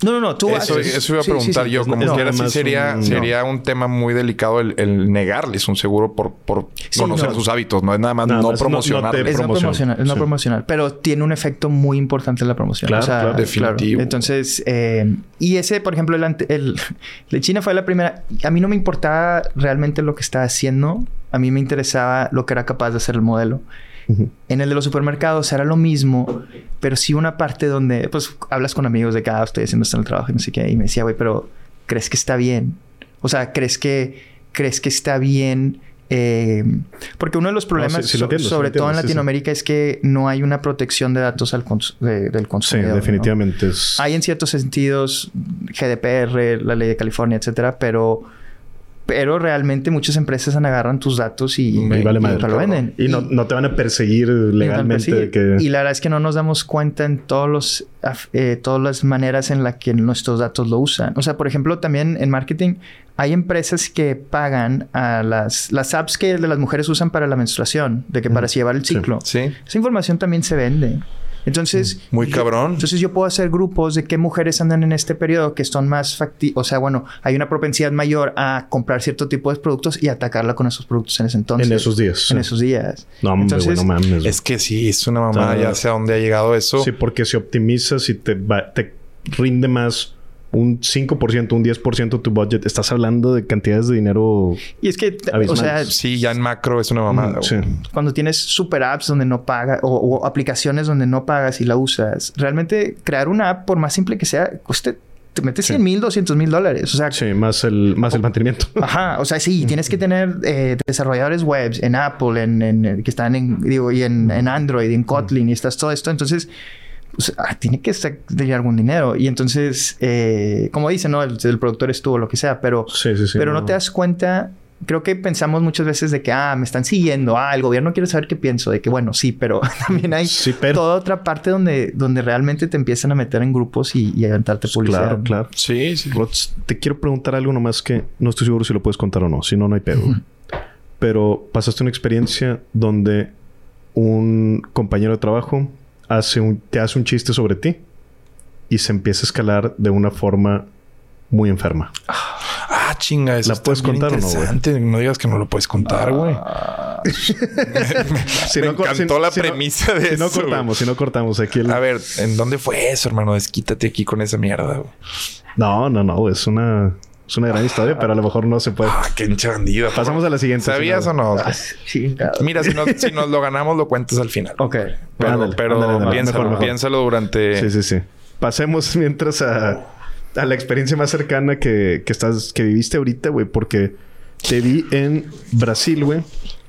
No, no, no. Tú eso, haces... eso iba a preguntar sí, sí, sí. yo. Como no, quiera, sí sería, un, sería no. un tema muy delicado el, el negarles un seguro por, por sí, conocer no. sus hábitos. No es nada más nada no más promocionar. No, no es no promocionar. Es no sí. promocionar. Pero tiene un efecto muy importante en la promoción. Claro, o sea, claro. Definitivo. Claro. Entonces, eh, y ese, por ejemplo, el, el, el China fue la primera... A mí no me importaba realmente lo que estaba haciendo. A mí me interesaba lo que era capaz de hacer el modelo. Uh-huh. En el de los supermercados era lo mismo, pero sí una parte donde pues hablas con amigos de que ah, estoy haciendo esto en el trabajo y no sé qué, y me decía, güey, pero ¿crees que está bien? O sea, ¿crees que crees que está bien? Eh, porque uno de los problemas, no, sí, sí so, entiendo, sobre sí todo entiendo, en Latinoamérica, sí, sí. es que no hay una protección de datos al cons- de, del consumidor. Sí, definitivamente. ¿no? Es... Hay en ciertos sentidos G D P R, la ley de California, etcétera, pero... Pero realmente muchas empresas agarran tus datos y, y, vale y, madre, y lo venden. Y, y no, no te van a perseguir legalmente. Perseguir. Que... Y la verdad es que no nos damos cuenta en todos los, eh, todas las maneras en las que nuestros datos lo usan. O sea, por ejemplo, también en marketing hay empresas que pagan a las, las apps que las mujeres usan para la menstruación, de que para así llevar el ciclo. Sí. Sí. Esa información también se vende. Entonces... Muy cabrón. Yo, entonces yo puedo hacer grupos de qué mujeres andan en este periodo que son más factibles. O sea, bueno, hay una propensidad mayor a comprar cierto tipo de productos y atacarla con esos productos en ese entonces. En esos días. En sí. esos días. No, hombre, entonces, bueno, mames. Es que sí, es una mamada. O sea, ya sé a dónde ha llegado eso. Sí, porque si optimizas y te, va, te rinde más un cinco por ciento, un diez por ciento de tu budget, estás hablando de cantidades de dinero. Y es que, abismales. O sea, sí, ya en macro es una mamada. Mm, sí. Cuando tienes super apps donde no pagas o, o aplicaciones donde no pagas y la usas, realmente crear una app, por más simple que sea, usted te metes cien mil, doscientos mil dólares. O sea, sí, más el, más o, el mantenimiento. Ajá. O sea, sí, tienes que tener eh, desarrolladores webs en Apple, en, en, que están en, digo, y en, en Android, en Kotlin, y estás todo esto. Entonces, pues, ah, tiene que tener algún dinero. Y entonces, eh, como dicen, ¿no? El, el productor estuvo, lo que sea. Pero, sí, sí, sí, pero no. no te das cuenta... Creo que pensamos muchas veces de que, ah, me están siguiendo. Ah, el gobierno quiere saber qué pienso. De que, bueno, sí, pero también hay sí, pero... toda otra parte donde, donde realmente te empiezan a meter en grupos y, y a aventarte publicidad. Claro, claro. Sí, sí. Rods, te quiero preguntar algo nomás que no estoy seguro si lo puedes contar o no. Si no, no hay pedo. Uh-huh. Pero pasaste una experiencia donde un compañero de trabajo hace un, te hace un chiste sobre ti y se empieza a escalar de una forma muy enferma. Ah, chinga. Eso ¿la puedes contar o no, güey? No digas que no lo puedes contar, güey. Ah. me si me no, encantó si, la si premisa no, de si eso. Si no cortamos, si no cortamos aquí. El... A ver, ¿en dónde fue eso, hermano? Desquítate aquí con esa mierda, güey. No, no, no. Es una... Es una gran historia, pero a lo mejor no se puede. Ah, qué enchandida. Pasamos a la siguiente. ¿Sabías o no? Ah, sí, claro. Mira, si, no, si nos lo ganamos, lo cuentas al final. Ok. Pero, ándale, pero ándale, ándale. Piénsalo, Mejor, mejor. piénsalo durante... Sí, sí, sí. Pasemos mientras a, a la experiencia más cercana que, que estás... Que viviste ahorita, güey. Porque te vi en Brasil, güey.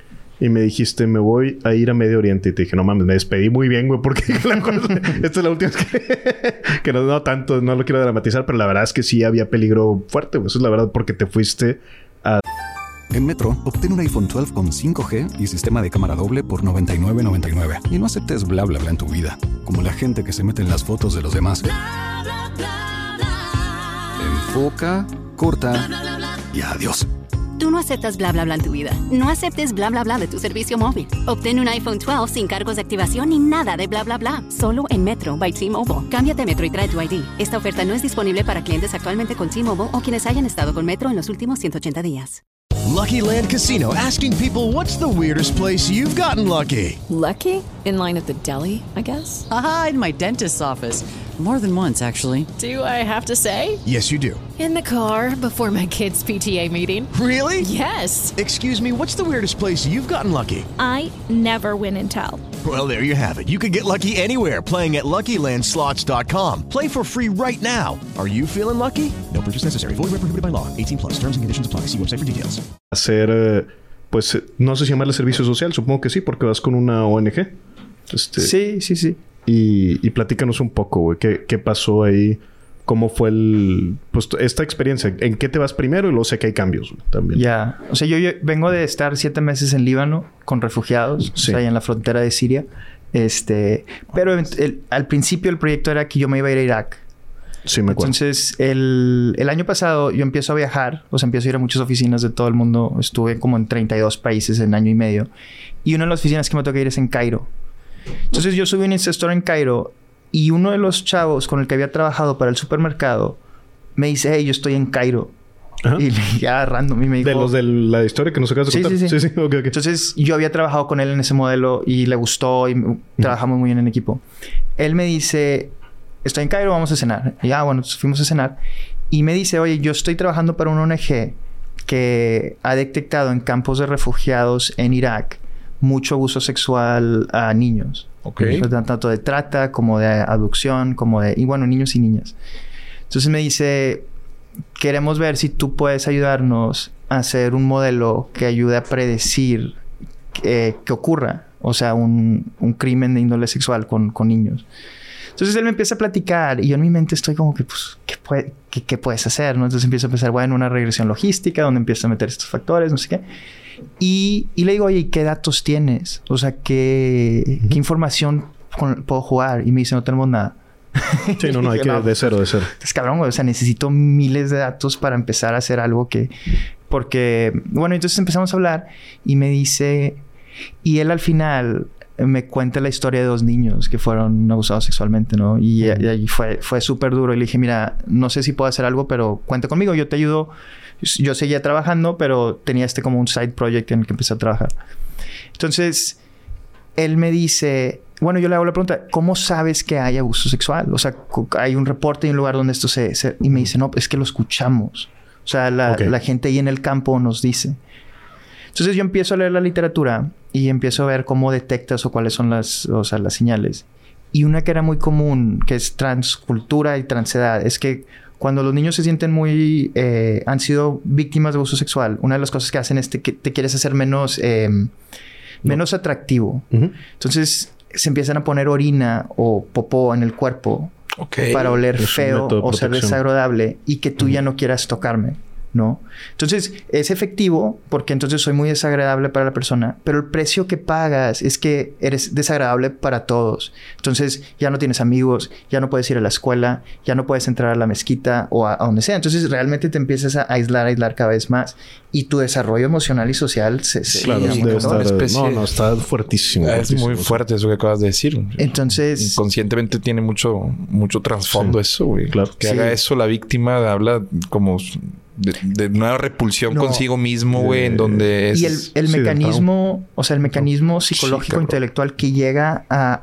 Y me dijiste, me voy a ir a Medio Oriente. Y te dije, no mames, me despedí muy bien, güey. Porque la cosa, esta es la última vez que... que no, no tanto, no lo quiero dramatizar. Pero la verdad es que sí había peligro fuerte, güey. Eso es la verdad porque te fuiste a... En Metro, obtén un iPhone doce con cinco G y sistema de cámara doble por noventa y nueve noventa y nueve. Y no aceptes bla bla bla en tu vida. Como la gente que se mete en las fotos de los demás. Bla, bla, bla, bla. Enfoca, corta y adiós. Tú no aceptas bla bla bla en tu vida. No aceptes bla bla bla de tu servicio móvil. Obtén un iPhone doce sin cargos de activación ni nada de bla bla bla. Solo en Metro by T-Mobile. Cámbiate a Metro y trae tu I D. Esta oferta no es disponible para clientes actualmente con T-Mobile o quienes hayan estado con Metro en los últimos ciento ochenta días. Lucky Land Casino, asking people, what's the weirdest place you've gotten lucky? Lucky? In line at the deli, I guess? Aha, in my dentist's office. More than once, actually. Do I have to say? Yes, you do. In the car before my kids' P T A meeting. Really? Yes. Excuse me, what's the weirdest place you've gotten lucky? I never win and tell. Well, there you have it. You can get lucky anywhere, playing at Lucky Land Slots dot com. Play for free right now. Are you feeling lucky? No purchase necessary. Void where prohibited by law. eighteen plus. Terms and conditions apply. See website for details. Hacer, eh, pues, no sé si llamarle servicio social. Supongo que sí, porque vas con una O N G. Este, sí, sí, sí. Y, y platícanos un poco, güey. ¿Qué, ¿Qué pasó ahí? ¿Cómo fue el... Pues esta experiencia? ¿En qué te vas primero? Y luego sé que hay cambios, güey, también. Ya. O sea, yo, yo vengo de estar siete meses en Líbano con refugiados. Sí. O sea, ahí en la frontera de Siria. Este... Pero el, el, al principio el proyecto era que yo me iba a ir a Irak. Sí, me acuerdo. Entonces, el, el año pasado yo empiezo a viajar. O sea, empiezo a ir a muchas oficinas de todo el mundo. Estuve como en treinta y dos países en año y medio. Y una de las oficinas que me toca ir es en Cairo. Entonces, yo subí un Insta Story en Cairo Y uno de los chavos con el que había trabajado para el supermercado me dice, hey, yo estoy en Cairo. Ajá. Y ya random y me dijo... De los de la historia que nos acabas de sí, contar. Sí, sí, sí. sí. Okay, okay. Entonces, yo había trabajado con él en ese modelo y le gustó y uh-huh. trabajamos muy bien en equipo. Él me dice, estoy en Cairo, vamos a cenar. Y ya, bueno, fuimos a cenar. Y me dice, oye, yo estoy trabajando para una O N G que ha detectado en campos de refugiados en Irak mucho abuso sexual a niños. Okay. O sea, tanto de trata como de abducción, como de... Y bueno, niños y niñas. Entonces me dice, queremos ver si tú puedes ayudarnos a hacer un modelo que ayude a predecir eh, que ocurra. O sea, un, un crimen de índole sexual con, con niños. Entonces él me empieza a platicar y yo en mi mente estoy como que, pues, ¿qué, puede, qué, qué puedes hacer? ¿No? Entonces empiezo a pensar, bueno, una regresión logística donde empiezo a meter estos factores, no sé qué. Y, y le digo, oye, ¿qué datos tienes? O sea, ¿qué, uh-huh. ¿qué información con, puedo jugar? Y me dice, no tenemos nada. Sí, no, no, hay que no, de cero, de cero. Es cabrón, güey. O sea, necesito miles de datos para empezar a hacer algo que... Porque, bueno, entonces empezamos a hablar y me dice... Y él al final me cuenta la historia de dos niños que fueron abusados sexualmente, ¿no? Y, uh-huh. y ahí fue, fue súper duro. Y le dije, mira, no sé si puedo hacer algo, pero cuenta conmigo. Yo te ayudo. Yo seguía trabajando, pero tenía este como un side project en el que empecé a trabajar. Entonces, él me dice... Bueno, yo le hago la pregunta, ¿cómo sabes que hay abuso sexual? O sea, hay un reporte en un lugar donde esto se... se... Y me dice, no, es que lo escuchamos. O sea, la, okay. la gente ahí en el campo nos dice. Entonces yo empiezo a leer la literatura y empiezo a ver cómo detectas o cuáles son las, o sea, las señales. Y una que era muy común, que es transcultura y transedad, es que cuando los niños se sienten muy... Eh, han sido víctimas de abuso sexual, una de las cosas que hacen es te, que te quieres hacer menos... Eh, no. menos atractivo. Uh-huh. Entonces... se empiezan a poner orina o popó en el cuerpo okay. para oler es feo o ser desagradable y que tú uh-huh. ya no quieras tocarme, ¿no? Entonces, es efectivo porque entonces soy muy desagradable para la persona, pero el precio que pagas es que eres desagradable para todos. Entonces, ya no tienes amigos, ya no puedes ir a la escuela, ya no puedes entrar a la mezquita o a, a donde sea. Entonces, realmente te empiezas a aislar, a aislar cada vez más y tu desarrollo emocional y social se... se claro, sí, debe estar, especie... no, no, está fuertísimo. Es fuertísimo, muy fuerte eso que acabas de decir. Entonces... Inconscientemente tiene mucho, mucho trasfondo sí, eso, güey. Claro. Que sí. haga eso la víctima habla como... De, de una repulsión no. consigo mismo, güey, en donde es... Y el, el sí, mecanismo, o sea, el mecanismo psicológico, sí, intelectual que llega a...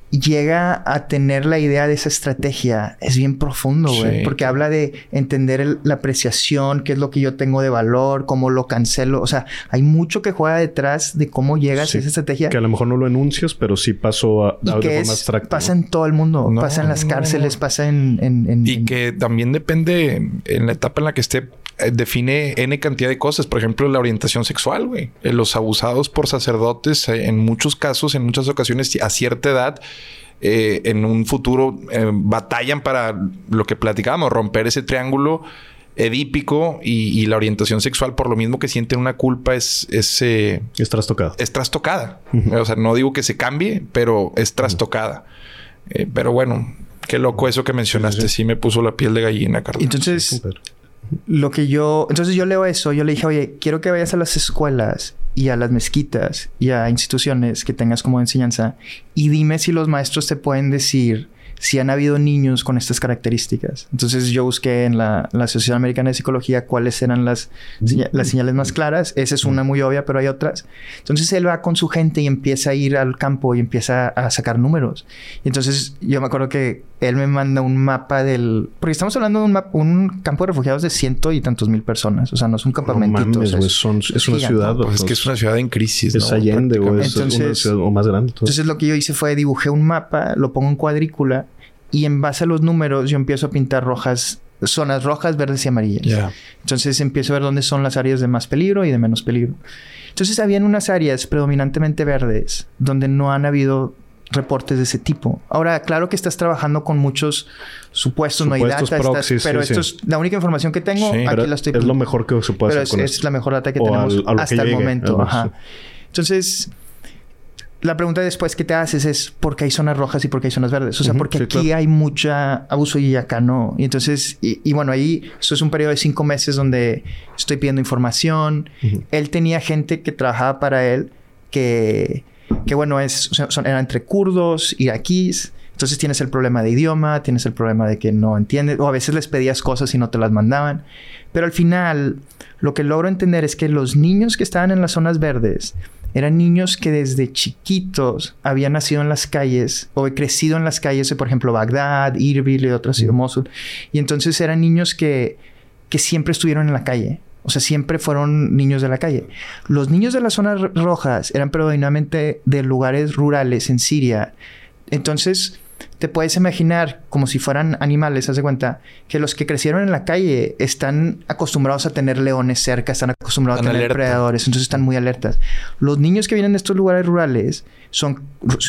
llega a tener la idea de esa estrategia es bien profundo, güey. Sí. Porque habla de entender el, la apreciación, qué es lo que yo tengo de valor, cómo lo cancelo. O sea, hay mucho que juega detrás de cómo llegas sí. a esa estrategia. Que a lo mejor no lo enuncias, pero sí pasó a, a de forma abstracta. Pasa ¿no? en todo el mundo. No, pasa en las no, cárceles, no. pasa en... en, en y en... que también depende en la etapa en la que esté... define N cantidad de cosas. Por ejemplo, la orientación sexual, güey. Los abusados por sacerdotes, eh, en muchos casos, en muchas ocasiones, a cierta edad, eh, en un futuro, eh, batallan para lo que platicábamos, romper ese triángulo edípico y, y la orientación sexual, por lo mismo que sienten una culpa, es... Es, eh, es trastocada. Es trastocada. Uh-huh. O sea, no digo que se cambie, pero es trastocada. Uh-huh. Eh, pero bueno, qué loco eso que mencionaste. Sí, sí. sí me puso la piel de gallina, Carlos. Entonces... Sí, lo que yo... Entonces yo leo eso. Yo le dije, oye, quiero que vayas a las escuelas y a las mezquitas y a instituciones que tengas como enseñanza y dime si los maestros te pueden decir si han habido niños con estas características. Entonces yo busqué en la, la Asociación Americana de Psicología cuáles eran las, señal, las señales más claras. Esa es una muy obvia, pero hay otras. Entonces él va con su gente y empieza a ir al campo y empieza a sacar números. Y entonces yo me acuerdo que él me manda un mapa del... Porque estamos hablando de un, mapa, un campo de refugiados de ciento y tantos mil personas. O sea, no es un campamentito. No mames, o sea, es, son, es, es una gigante. Ciudad. Pues es que es una ciudad en crisis, es ¿no? Allende, o es entonces, una ciudad o más grande. Todo. Entonces lo que yo hice fue dibujé un mapa, lo pongo en cuadrícula y en base a los números yo empiezo a pintar rojas, zonas rojas, verdes y amarillas. Yeah. Entonces empiezo a ver dónde son las áreas de más peligro y de menos peligro. Entonces habían unas áreas predominantemente verdes donde no han habido reportes de ese tipo. Ahora, claro que estás trabajando con muchos supuestos, supuestos no hay data, proxies, estás, pero sí, esto sí. es la única información que tengo. Sí, aquí la estoy... Es lo mejor que se puede pero hacer es, con es esto. la mejor data que o tenemos al, hasta que el llegue, momento. Además, Ajá. Sí. Entonces... La pregunta después que te haces es ¿por qué hay zonas rojas y por qué hay zonas verdes? O sea, uh-huh, porque sí, aquí claro. hay mucha abuso y acá no. Y entonces, y, y bueno, ahí eso es un periodo de cinco meses donde estoy pidiendo información. Uh-huh. Él tenía gente que trabajaba para él que, que bueno, es, son, eran entre kurdos, iraquíes. Entonces tienes el problema de idioma, tienes el problema de que no entiendes, o a veces les pedías cosas y no te las mandaban. Pero al final, lo que logro entender es que los niños que estaban en las zonas verdes eran niños que desde chiquitos habían nacido en las calles o crecido en las calles de, por ejemplo, Bagdad, Irbil y otras, y Mosul. Y entonces eran niños que, que siempre estuvieron en la calle. O sea, siempre fueron niños de la calle. Los niños de las zonas rojas eran predominantemente de lugares rurales en Siria. Entonces, te puedes imaginar como si fueran animales, haz de cuenta, que los que crecieron en la calle están acostumbrados a tener leones cerca, están acostumbrados están a tener alerta. predadores, entonces están muy alertas. Los niños que vienen de estos lugares rurales son,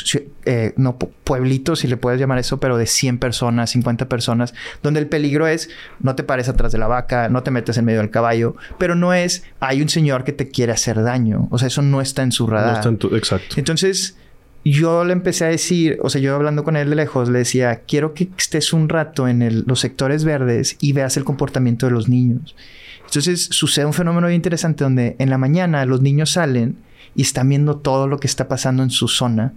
eh, no pueblitos, si le puedes llamar eso, pero de cien personas, cincuenta personas, donde el peligro es no te pares atrás de la vaca, no te metes en medio del caballo, pero no es hay un señor que te quiere hacer daño. O sea, eso no está en su radar. No está en tu... Exacto. Entonces... yo le empecé a decir, o sea, yo hablando con él de lejos, le decía, quiero que estés un rato en el, los sectores verdes y veas el comportamiento de los niños. Entonces, sucede un fenómeno bien interesante donde en la mañana los niños salen y están viendo todo lo que está pasando en su zona.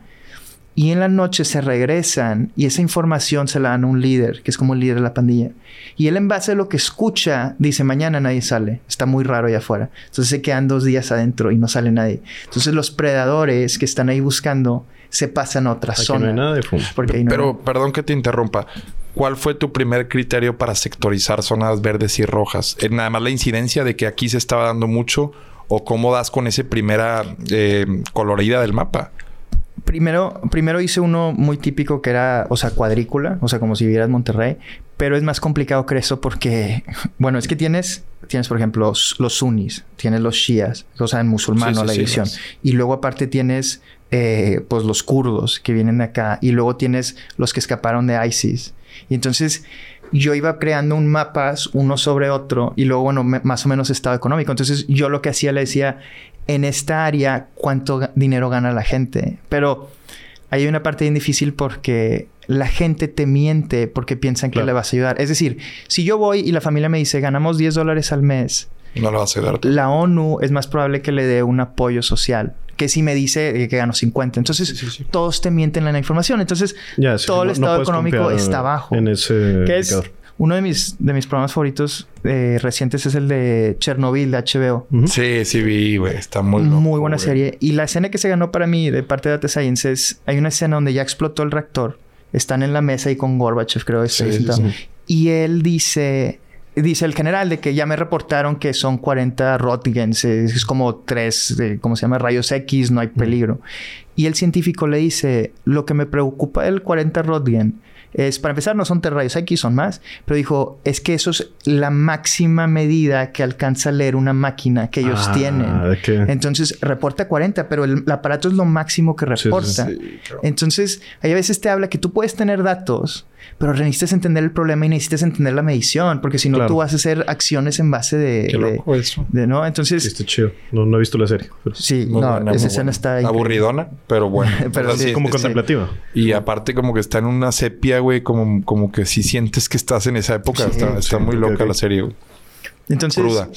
Y en la noche se regresan y esa información se la dan a un líder, que es como el líder de la pandilla. Y él en base a lo que escucha, dice, mañana nadie sale. Está muy raro allá afuera. Entonces se quedan dos días adentro y no sale nadie. Entonces los predadores que están ahí buscando se pasan a otra Aquí zona. No hay nada de fumo. Porque no Pero, hay... perdón que te interrumpa. ¿Cuál fue tu primer criterio para sectorizar zonas verdes y rojas? ¿Nada más la incidencia de que aquí se estaba dando mucho? ¿O cómo das con esa primera eh, colorida del mapa? Primero, primero hice uno muy típico que era, o sea, cuadrícula. O sea, como si vieras Monterrey. Pero es más complicado que eso porque... bueno, es que tienes... Tienes, por ejemplo, los, los sunnis. Tienes los shias. O sea, en musulmán, sí, sí, la división. Sí, y luego aparte tienes... Eh, pues los kurdos que vienen de acá. Y luego tienes los que escaparon de ISIS. Y entonces... yo iba creando un mapas uno sobre otro. Y luego, bueno, me, más o menos estado económico. Entonces, yo lo que hacía le decía... en esta área, ¿cuánto ga- dinero gana la gente? Pero hay una parte bien difícil porque la gente te miente porque piensan que claro. le vas a ayudar. Es decir, si yo voy y la familia me dice, ganamos diez dólares al mes. No le vas a ayudar. La ONU es más probable que le dé un apoyo social que si me dice que gano cincuenta. Entonces, sí, sí, sí. todos te mienten en la información. Entonces, yeah, sí, todo el no, estado no económico está bajo. En ese que es uno de mis, de mis programas favoritos eh, recientes es el de Chernobyl de H B O. Uh-huh. Sí, sí vi, güey. Está muy loco, Muy buena güey. serie. Y la escena que se ganó para mí de parte de Data Science es... hay una escena donde ya explotó el reactor. Están en la mesa ahí con Gorbachev, creo que está sí, sentado. Sí, sí. Y él dice... dice el general de que ya me reportaron que son cuarenta Roentgens. Es como tres... de, ¿cómo se llama? Rayos X. No hay peligro. Uh-huh. Y el científico le dice... lo que me preocupa del cuarenta Roentgen... es, para empezar, no son tres rayos X, son más. Pero dijo, es que eso es la máxima medida que alcanza a leer una máquina que ellos ah, tienen. ¿de qué? Entonces, reporta cuarenta, pero el, el aparato es lo máximo que reporta. Sí, sí, sí, claro. Entonces, hay a veces te habla que tú puedes tener datos, pero necesitas entender el problema y necesitas entender la medición. Porque si no, claro. tú vas a hacer acciones en base de... Qué loco de, eso. De, ¿no? Entonces... Sí, está chido. No, no he visto la serie. Pero... sí, muy no, buena, esa escena está... aburridona, pero bueno. pero sí, como sí. contemplativa. Y aparte como que está en una sepia, güey. Como, como que si sientes que estás en esa época. Sí, está, sí, está muy loca okay. la serie, güey. Entonces... cruda.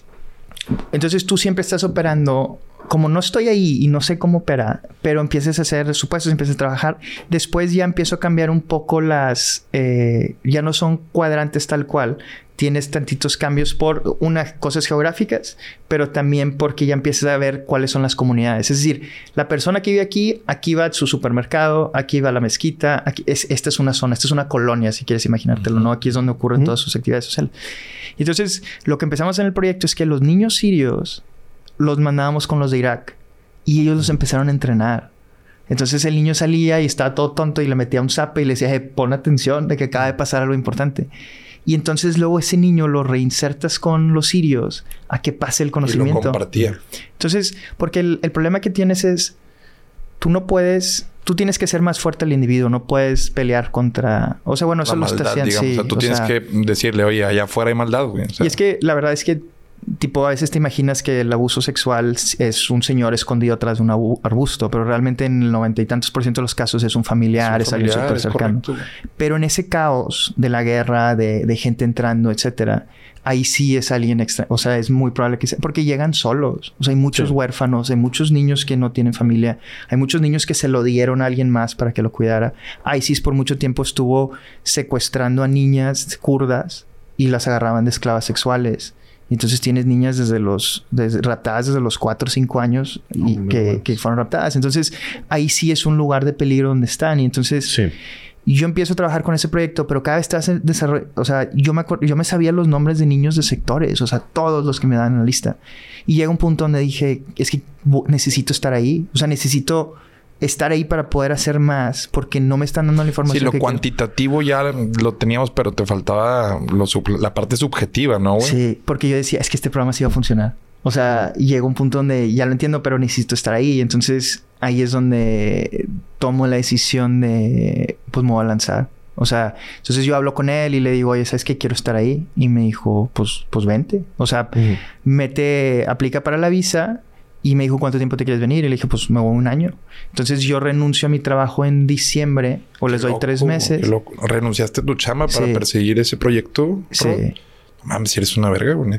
Entonces tú siempre estás operando... como no estoy ahí y no sé cómo operar, pero empiezas a hacer supuestos, empiezas a trabajar. Después ya empiezo a cambiar un poco las... Eh, ya no son cuadrantes tal cual. Tienes tantitos cambios por unas cosas geográficas, pero también porque ya empiezas a ver cuáles son las comunidades. Es decir, la persona que vive aquí, aquí va a su supermercado, aquí va a la mezquita. Aquí es, esta es una zona, esta es una colonia, si quieres imaginártelo, ¿no? Aquí es donde ocurren uh-huh. todas sus actividades sociales. Y entonces, lo que empezamos en el proyecto es que los niños sirios... los mandábamos con los de Irak y ellos los empezaron a entrenar. Entonces el niño salía y estaba todo tonto y le metía un zape y le decía, hey, pon atención de que acaba de pasar algo importante. Y entonces luego ese niño lo reinsertas con los sirios a que pase el conocimiento. Y lo compartía. Entonces, porque el, el problema que tienes es, tú no puedes... tú tienes que ser más fuerte el individuo. No puedes pelear contra... o sea, bueno, eso la lo maldad, está haciendo. Sí, o sea, tú o tienes sea... que decirle, oye, allá afuera hay maldad, güey. O sea... y es que la verdad es que tipo, a veces te imaginas que el abuso sexual es un señor escondido atrás de un abu- arbusto, pero realmente en el noventa y tantos por ciento de los casos es un familiar, es, un familiar, es alguien súper cercano. Correcto. Pero en ese caos de la guerra, de, de gente entrando, etcétera, ahí sí es alguien extra, o sea, es muy probable que sea, porque llegan solos. O sea, hay muchos sí. huérfanos, hay muchos niños que no tienen familia, hay muchos niños que se lo dieron a alguien más para que lo cuidara. ISIS por mucho tiempo estuvo secuestrando a niñas kurdas y las agarraban de esclavas sexuales. Y entonces tienes niñas desde los desde, raptadas desde los cuatro o cinco años y oh, que, que fueron raptadas. Entonces ahí sí es un lugar de peligro donde están. Y entonces sí. yo empiezo a trabajar con ese proyecto, pero cada vez estás en desarrollo. O sea, yo me acuerdo, yo me sabía los nombres de niños de sectores, o sea, todos los que me dan en la lista. Y llega un punto donde dije, es que necesito estar ahí. O sea, necesito estar ahí para poder hacer más, porque no me están dando la información. Sí, lo que cuantitativo quiero. Ya lo teníamos, pero te faltaba lo, la parte subjetiva, ¿no, güey? Sí, porque yo decía, es que este programa sí va a funcionar. O sea, llega un punto donde ya lo entiendo, pero necesito estar ahí. Entonces, ahí es donde tomo la decisión de, pues, me voy a lanzar. O sea, entonces yo hablo con él y le digo, oye, ¿sabes qué? Quiero estar ahí. Y me dijo, pues, pues vente. O sea, uh-huh. mete, aplica para la visa. Y me dijo, ¿cuánto tiempo te quieres venir? Y le dije, pues me voy un año. Entonces yo renuncio a mi trabajo en diciembre o les doy loco, tres meses. ¿Renunciaste a tu chamba para sí. perseguir ese proyecto? Sí. No mames, si eres una verga, güey.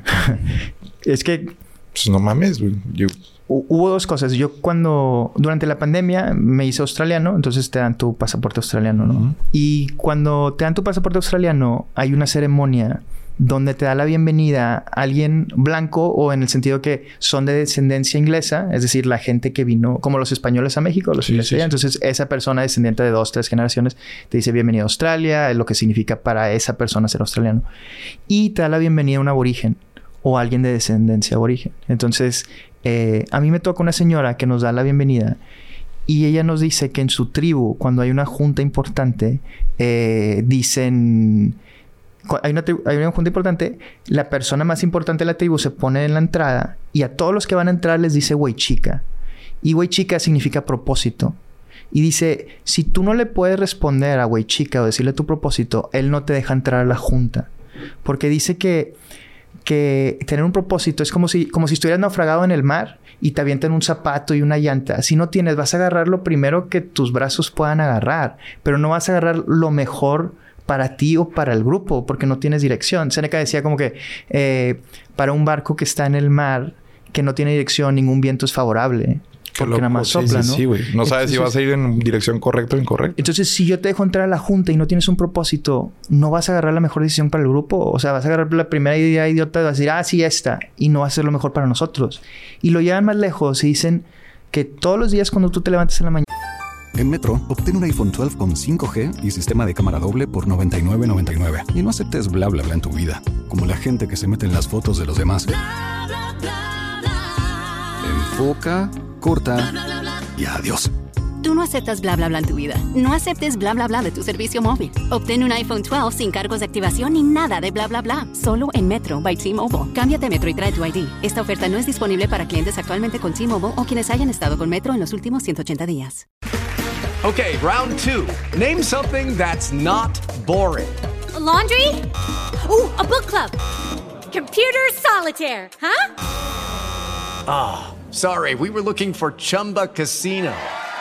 Es que... Pues no mames, güey. Yo... Hubo dos cosas. Yo cuando... Durante la pandemia me hice australiano. Entonces te dan tu pasaporte australiano, ¿no? Uh-huh. Y cuando te dan tu pasaporte australiano hay una ceremonia donde te da la bienvenida a alguien blanco o en el sentido que son de descendencia inglesa, es decir, la gente que vino, como los españoles a México, los sí, ingleses. Sí, sí. Entonces, esa persona descendiente de dos, tres generaciones te dice bienvenido a Australia, es lo que significa para esa persona ser australiano. Y te da la bienvenida a un aborigen o alguien de descendencia aborigen. Entonces, eh, a mí me toca una señora que nos da la bienvenida y ella nos dice que en su tribu, cuando hay una junta importante, eh, dicen... Hay una, tribu, hay una junta importante, la persona más importante de la tribu se pone en la entrada y a todos los que van a entrar les dice güey chica. Y güey chica significa propósito. Y dice, si tú no le puedes responder a güey chica o decirle tu propósito, él no te deja entrar a la junta. Porque dice que, que tener un propósito es como si, como si estuvieras naufragado en el mar y te avientan un zapato y una llanta. Si no tienes, vas a agarrar lo primero que tus brazos puedan agarrar, pero no vas a agarrar lo mejor para ti o para el grupo, porque no tienes dirección. Séneca decía como que eh, para un barco que está en el mar, que no tiene dirección, ningún viento es favorable. Qué porque loco. Nada más sopla, sí, sí, ¿no? Sí, güey. No entonces, sabes si vas a ir en dirección correcta o incorrecta. Entonces, si yo te dejo entrar a la junta y no tienes un propósito, no vas a agarrar la mejor decisión para el grupo. O sea, vas a agarrar la primera idea idiota y vas a decir, ah, sí, esta. Y no va a ser lo mejor para nosotros. Y lo llevan más lejos y dicen que todos los días cuando tú te levantes en la mañana... En Metro, obtén un iPhone doce con cinco G y sistema de cámara doble por noventa y nueve noventa y nueve. Y no aceptes bla bla bla en tu vida, como la gente que se mete en las fotos de los demás. Bla, bla, bla, bla. Enfoca, corta bla, bla, bla, bla. Y adiós. Tú no aceptas bla bla bla en tu vida. No aceptes bla bla bla de tu servicio móvil. Obtén un iPhone doce sin cargos de activación ni nada de bla bla bla. Solo en Metro by T-Mobile. Cámbiate a Metro y trae tu I D. Esta oferta no es disponible para clientes actualmente con T-Mobile o quienes hayan estado con Metro en los últimos ciento ochenta días. Okay, round two. Name something that's not boring. A laundry? Ooh, a book club. Computer solitaire, huh? Ah, oh, sorry. We were looking for Chumba Casino.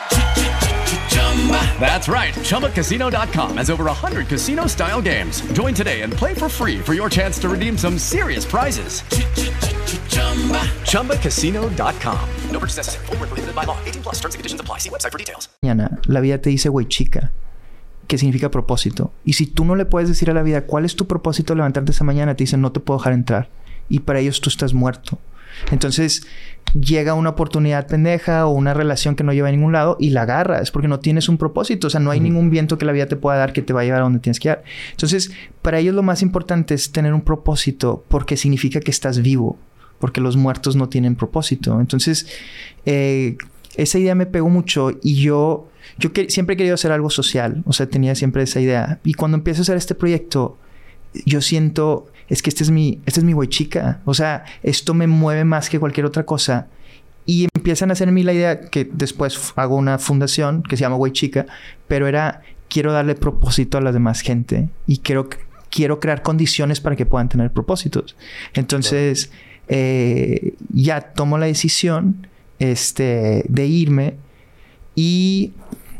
That's right. Chumba Casino dot com has over one hundred casino-style games. Join today and play for free for your chance to redeem some serious prizes. Chumba Casino dot com. No purchase necessary. Void where prohibited by law. eighteen plus terms and conditions apply. See website for details. Mañana, la vida te dice güey chica, que significa propósito. Y si tú no le puedes decir a la vida cuál es tu propósito de levantarte esa mañana, te dicen no te puedo dejar entrar. Y para ellos tú estás muerto. Entonces llega una oportunidad pendeja o una relación que no lleva a ningún lado y la agarras porque no tienes un propósito. O sea, no hay uh-huh. ningún viento que la vida te pueda dar que te va a llevar a donde tienes que ir. Entonces, para ellos lo más importante es tener un propósito porque significa que estás vivo. Porque los muertos no tienen propósito. Entonces, eh, esa idea me pegó mucho y yo, yo que, siempre he querido hacer algo social. O sea, tenía siempre esa idea. Y cuando empiezo a hacer este proyecto, yo siento... Es que este es mi, este es mi güey chica. O sea, esto me mueve más que cualquier otra cosa. Y empiezan a hacer en mí la idea que después hago una fundación que se llama Güey Chica, pero era, quiero darle propósito a la demás gente y quiero, quiero crear condiciones para que puedan tener propósitos. Entonces, eh, ya tomo la decisión este, de irme. Y,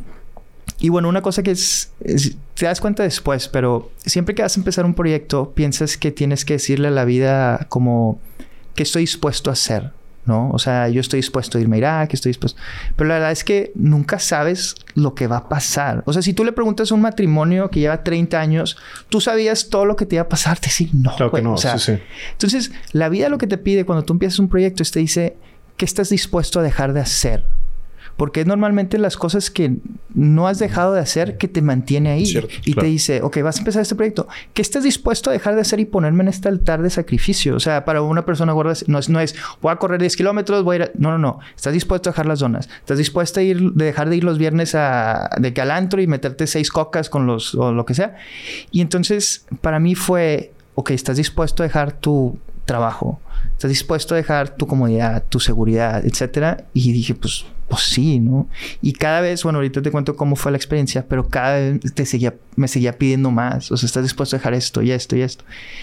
y bueno, una cosa que es, es... Te das cuenta después, pero siempre que vas a empezar un proyecto, piensas que tienes que decirle a la vida como... ¿Qué estoy dispuesto a hacer? ¿No? O sea, yo estoy dispuesto a irme a Irak, estoy dispuesto... Pero la verdad es que nunca sabes lo que va a pasar. O sea, si tú le preguntas a un matrimonio que lleva treinta años, tú sabías todo lo que te iba a pasar. Te dice, no, claro güey. que no, o sea, sí, sí. Entonces, la vida lo que te pide cuando tú empiezas un proyecto es te dice, ¿qué estás dispuesto a dejar de hacer? Porque es normalmente las cosas que no has dejado de hacer que te mantiene ahí. Cierto, y claro. te dice, ok, vas a empezar este proyecto. ¿Qué estás dispuesto a dejar de hacer y ponerme en este altar de sacrificio? O sea, para una persona gorda no es, no es voy a correr diez kilómetros, voy a ir a... No, no, no. Estás dispuesto a dejar las donas. Estás dispuesto a ir, de dejar de ir los viernes a, de calantro y meterte seis cocas con los... o lo que sea. Y entonces, para mí fue, ok, estás dispuesto a dejar tu trabajo. Estás dispuesto a dejar tu comodidad, tu seguridad, etcétera. Y dije, pues... Pues sí, ¿no? Y cada vez, bueno, ahorita te cuento cómo fue la experiencia, pero cada vez te seguía, me seguía pidiendo más. O sea, estás dispuesto a dejar esto y esto y esto.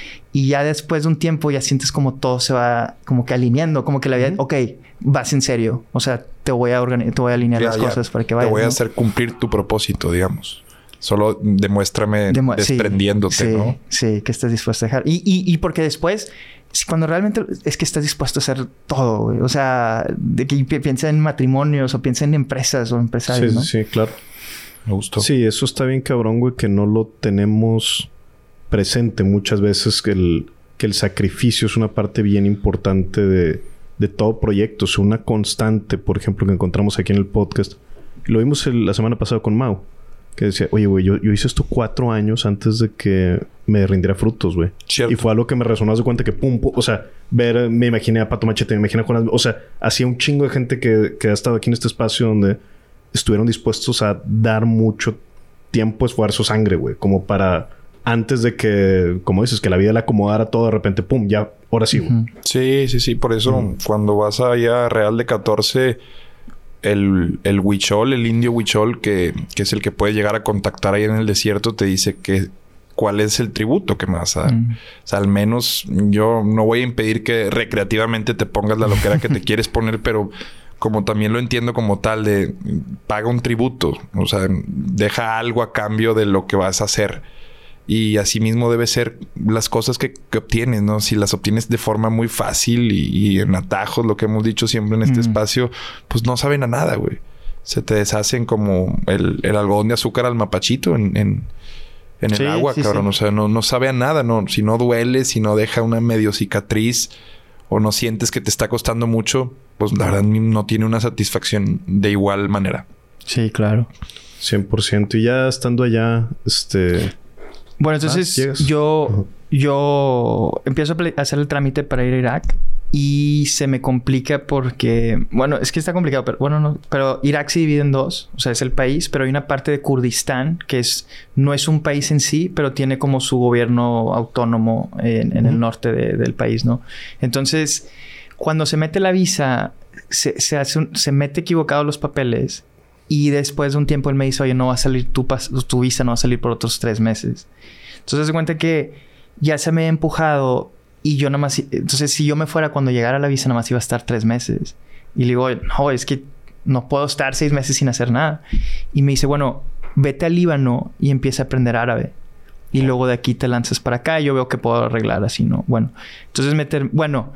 Y ya después de un tiempo ya sientes como todo se va como que alineando, como que la vida, uh-huh. ok, vas en serio. O sea, te voy a organizar, te voy a alinear ya, las ya. cosas para que vayas. Te voy a ¿no? hacer cumplir tu propósito, digamos. Solo demuéstrame Demu- desprendiéndote, sí, ¿no? Sí, que estás dispuesto a dejar. Y, y, y porque después... Cuando realmente es que estás dispuesto a hacer todo, güey. O sea, de que piensa en matrimonios o piensa en empresas o empresarios, sí, ¿no? Sí, sí, claro. Me gustó. Sí, eso está bien cabrón, güey, que no lo tenemos presente muchas veces, que el, que el sacrificio es una parte bien importante de, de todo proyecto. O sea, una constante, por ejemplo, que encontramos aquí en el podcast. Lo vimos el, la semana pasada con Mau. Que decía, oye, güey, yo, yo hice esto cuatro años antes de que me rindiera frutos, güey. Y fue algo que me resonó de cuenta que pum, pum. O sea, ver, me imaginé a Pato Machete, me imaginé a Juan... O sea, hacía un chingo de gente que, que ha estado aquí en este espacio donde estuvieron dispuestos a dar mucho tiempo, esfuerzo, sangre, güey. Como para... Antes de que, como dices, que la vida le acomodara todo, de repente, pum, ya, ahora sí, güey. Uh-huh. Sí, sí, sí. Por eso, uh-huh. cuando vas allá a Real de catorce... El, el huichol, el indio huichol, que, que es el que puede llegar a contactar ahí en el desierto, te dice que cuál es el tributo que me vas a dar. Mm. O sea, al menos yo no voy a impedir que recreativamente te pongas la loquera que te quieres poner, pero como también lo entiendo como tal de paga un tributo. O sea, deja algo a cambio de lo que vas a hacer. Y así mismo debe ser las cosas que, que obtienes, ¿no? Si las obtienes de forma muy fácil y, y en atajos, lo que hemos dicho siempre en este mm. espacio, pues no saben a nada, güey. Se te deshacen como el, el algodón de azúcar al mapachito en, en, en el sí, agua, sí, cabrón. Sí. O sea, no, no sabe a nada, ¿no? Si no duele, si no deja una medio cicatriz o no sientes que te está costando mucho, pues la verdad no tiene una satisfacción de igual manera. Sí, claro. cien por ciento. Y ya estando allá, este... Bueno, entonces ah, yo, uh-huh. yo empiezo a hacer el trámite para ir a Irak y se me complica porque, bueno, es que está complicado, pero bueno, no, pero Irak se divide en dos, o sea, es el país, pero hay una parte de Kurdistán que es, no es un país en sí, pero tiene como su gobierno autónomo en, en uh-huh. el norte de, del país, ¿no? Entonces, cuando se mete la visa, se, se, hace un, se mete equivocado los papeles. Y después de un tiempo él me dice, oye, no va a salir tu, pas- tu visa, no va a salir por otros tres meses. Entonces se cuenta que ya se me ha empujado y yo nada más... Entonces si yo me fuera cuando llegara la visa, nada más iba a estar tres meses. Y le digo, no, es que no puedo estar seis meses sin hacer nada. Y me dice, bueno, vete al Líbano y empieza a aprender árabe. Y luego de aquí te lanzas para acá y yo veo que puedo arreglar así, ¿no? Bueno, entonces meter... Bueno,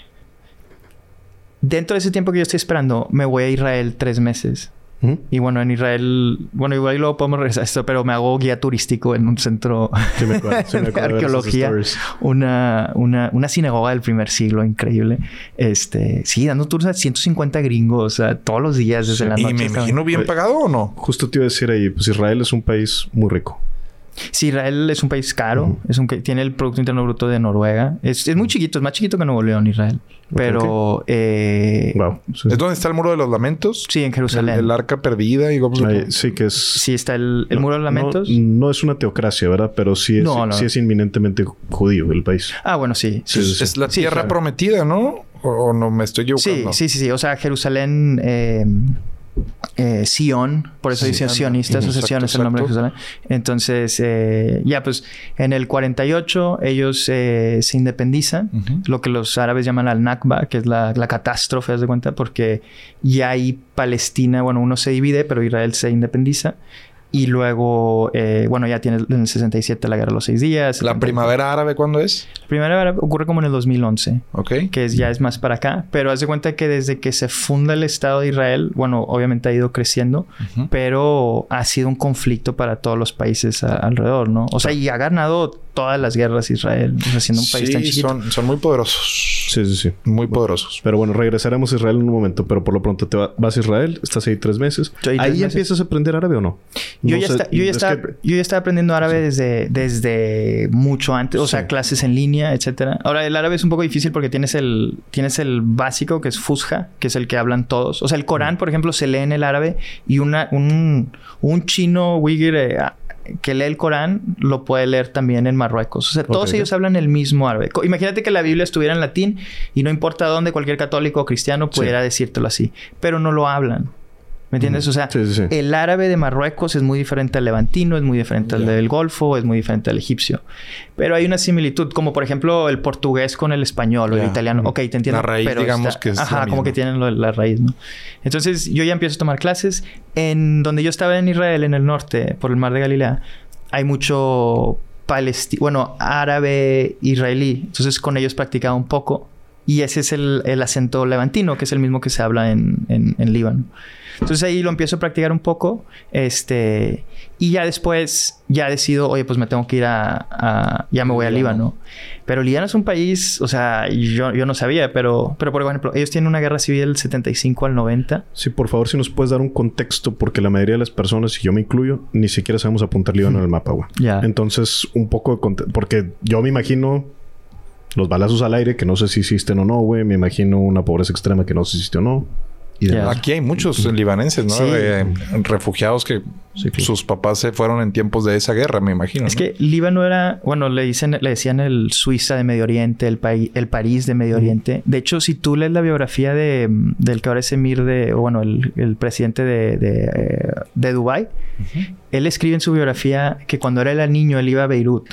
dentro de ese tiempo que yo estoy esperando, me voy a Israel tres meses. ¿Mm? Y bueno, en Israel... Bueno, igual luego podemos regresar a esto, pero me hago guía turístico en un centro sí me acuerdo, sí me de arqueología. Una, una, una sinagoga del primer siglo, increíble. Este... Sí, dando tours a ciento cincuenta gringos, o sea, todos los días desde sí. la noche. ¿Y me imagino bien pagado o no? Justo te iba a decir ahí, pues Israel es un país muy rico. Sí, Israel es un país caro. Uh-huh. Es un que tiene el Producto Interno Bruto de Noruega. Es, es muy chiquito. Es más chiquito que Nuevo León, Israel. Pero... Okay. Eh, wow. Sí. ¿Es donde está el Muro de los Lamentos? Sí, en Jerusalén. El, el Arca Perdida y... Ay, sí, que es... Sí, está el, el no, Muro de los Lamentos. No, no es una teocracia, ¿verdad? Pero sí es, no, no. Sí es inminentemente judío el país. Ah, bueno, sí. sí, es, sí, sí. es la sí, tierra claro. prometida, ¿no? ¿O, ¿O no me estoy equivocando? Sí, sí, sí, sí. O sea, Jerusalén... Eh, eh, Sion, por eso sí, dicen sionistas, asociación es el nombre de Jerusalén. Entonces, eh, ya pues, en el cuarenta y ocho ellos eh, se independizan, uh-huh. lo que los árabes llaman al Nakba, que es la, la catástrofe, haz de cuenta, porque ya hay Palestina, bueno, uno se divide, pero Israel se independiza. Y luego, eh, bueno, ya tienes en el sesenta y siete la Guerra de los Seis Días. ¿La Primavera Árabe cuándo es? La Primavera Árabe ocurre como en el dos mil once. Ok. Que es, ya es más para acá. Pero haz de cuenta que desde que se funda el Estado de Israel, bueno, obviamente ha ido creciendo, uh-huh. pero ha sido un conflicto para todos los países a, alrededor, ¿no? O sea, y ha ganado todas las guerras Israel, o sea, siendo un país sí, tan chiquito. Son, son muy poderosos. Sí, sí, sí. Muy poderosos. Pero bueno, regresaremos a Israel en un momento. Pero por lo pronto te va, vas a Israel, estás ahí tres meses. ¿Ahí tres meses. ¿Empiezas a aprender árabe o no? Yo, no ya, sé, está, yo, ya, estaba, que... yo ya estaba aprendiendo árabe sí. desde, desde mucho antes. O sí. sea, clases en línea, etcétera. Ahora, el árabe es un poco difícil porque tienes el, tienes el básico, que es Fusha, que es el que hablan todos. O sea, el Corán, por ejemplo, se lee en el árabe y una, un, un chino uigur eh, que lee el Corán lo puede leer también en Marruecos. O sea, todos okay. ellos hablan el mismo árabe. Imagínate que la Biblia estuviera en latín y no importa dónde cualquier católico o cristiano pudiera sí. decírtelo así. Pero no lo hablan. ¿Me entiendes? Mm. O sea, sí, sí, sí. el árabe de Marruecos es muy diferente al levantino, es muy diferente yeah. al del Golfo, es muy diferente al egipcio. Pero hay una similitud, como por ejemplo el portugués con el español yeah. o el italiano. Ok, te entiendo. La raíz, pero digamos está... que es Ajá, como que tienen lo, la raíz, ¿no? Entonces, yo ya empiezo a tomar clases. En donde yo estaba en Israel, en el norte, por el mar de Galilea, hay mucho palestino, bueno, árabe israelí. Entonces, con ellos practicaba un poco. Y ese es el, el acento levantino, que es el mismo que se habla en, en, en Líbano. Entonces ahí lo empiezo a practicar un poco. Este... Y ya después ya decido, oye, pues me tengo que ir a... a ya me voy a Líbano. Pero Líbano es un país... O sea, yo, yo no sabía, pero... Pero por ejemplo, ellos tienen una guerra civil del setenta y cinco al noventa. Sí, por favor, si nos puedes dar un contexto. Porque la mayoría de las personas, y yo me incluyo, ni siquiera sabemos apuntar Líbano en el mapa, güey. Ya. Entonces, un poco de contexto. Porque yo me imagino... Los balazos al aire, que no sé si existen o no, güey. Me imagino una pobreza extrema que no sé si existe o no. Y yeah. Aquí hay muchos libaneses, ¿no? Sí. Eh, refugiados que sí, claro. sus papás se fueron en tiempos de esa guerra, me imagino. Es ¿no? que Líbano era... Bueno, le, dicen, le decían el Suiza de Medio Oriente, el, país, el París de Medio mm. Oriente. De hecho, si tú lees la biografía de, del que ahora es emir de... O bueno, el, el presidente de, de, de Dubái. Uh-huh. Él escribe en su biografía que cuando era niño él iba a Beirut.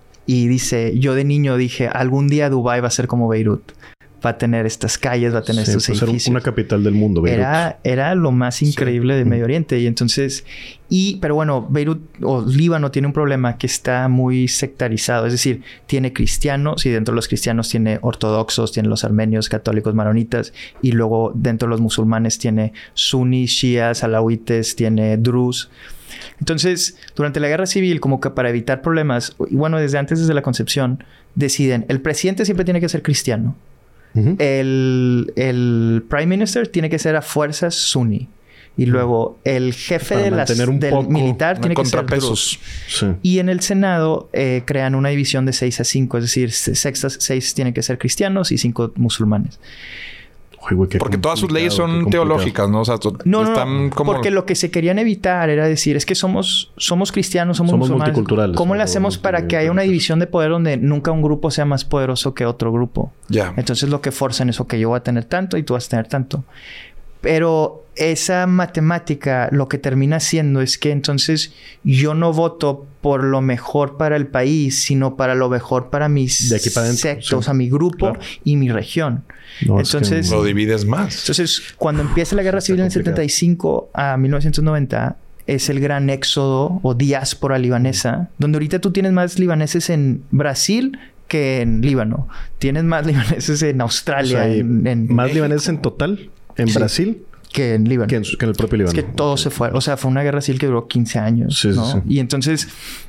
Y dice, yo de niño dije, algún día Dubái va a ser como Beirut. Va a tener estas calles, va a tener sí, estos pues edificios. Era una capital del mundo, Beirut. Era, era lo más increíble sí. de Medio Oriente. Y entonces... Y... Pero bueno, Beirut o Líbano tiene un problema que está muy sectarizado. Es decir, tiene cristianos y dentro de los cristianos tiene ortodoxos, tiene los armenios, católicos, maronitas. Y luego dentro de los musulmanes tiene sunis, shias, alawites, tiene drus. Entonces, durante la guerra civil, como que para evitar problemas, y bueno, desde antes, desde la concepción, deciden, el presidente siempre tiene que ser cristiano. Uh-huh. El, el prime minister tiene que ser a fuerzas suní. Y luego el jefe de las, del militar tiene que ser druso. Sí. Y en el Senado eh, crean una división de seis a cinco. Es decir, sextas, seis tienen que ser cristianos y cinco musulmanes. Uy, güey, porque todas sus leyes son teológicas, ¿no? O sea, no, están no, como... porque lo que se querían evitar era decir, es que somos, somos cristianos, somos, somos musulmanes. Multiculturales. ¿Cómo le hacemos para que haya una división de poder donde nunca un grupo sea más poderoso que otro grupo? Ya. Yeah. Entonces lo que forzan es, ok, yo voy a tener tanto y tú vas a tener tanto. Pero esa matemática lo que termina haciendo es que entonces yo no voto por lo mejor para el país, sino para lo mejor para mis de aquí para adentro, sectos, sí. o sea, mi grupo claro. y mi región. No, entonces, es que lo divides más. Entonces, cuando empieza la guerra civil en el setenta y cinco a mil novecientos noventa, es el gran éxodo o diáspora libanesa, donde ahorita tú tienes más libaneses en Brasil que en Líbano. Tienes más libaneses en Australia. O sea, en, en ¿más México. libaneses en total en sí. Brasil? Que en Líbano. Que en, que en el propio Líbano. Es que todo se fue. O sea, fue una guerra civil que duró quince años. Sí, ¿no? sí, sí. Y entonces...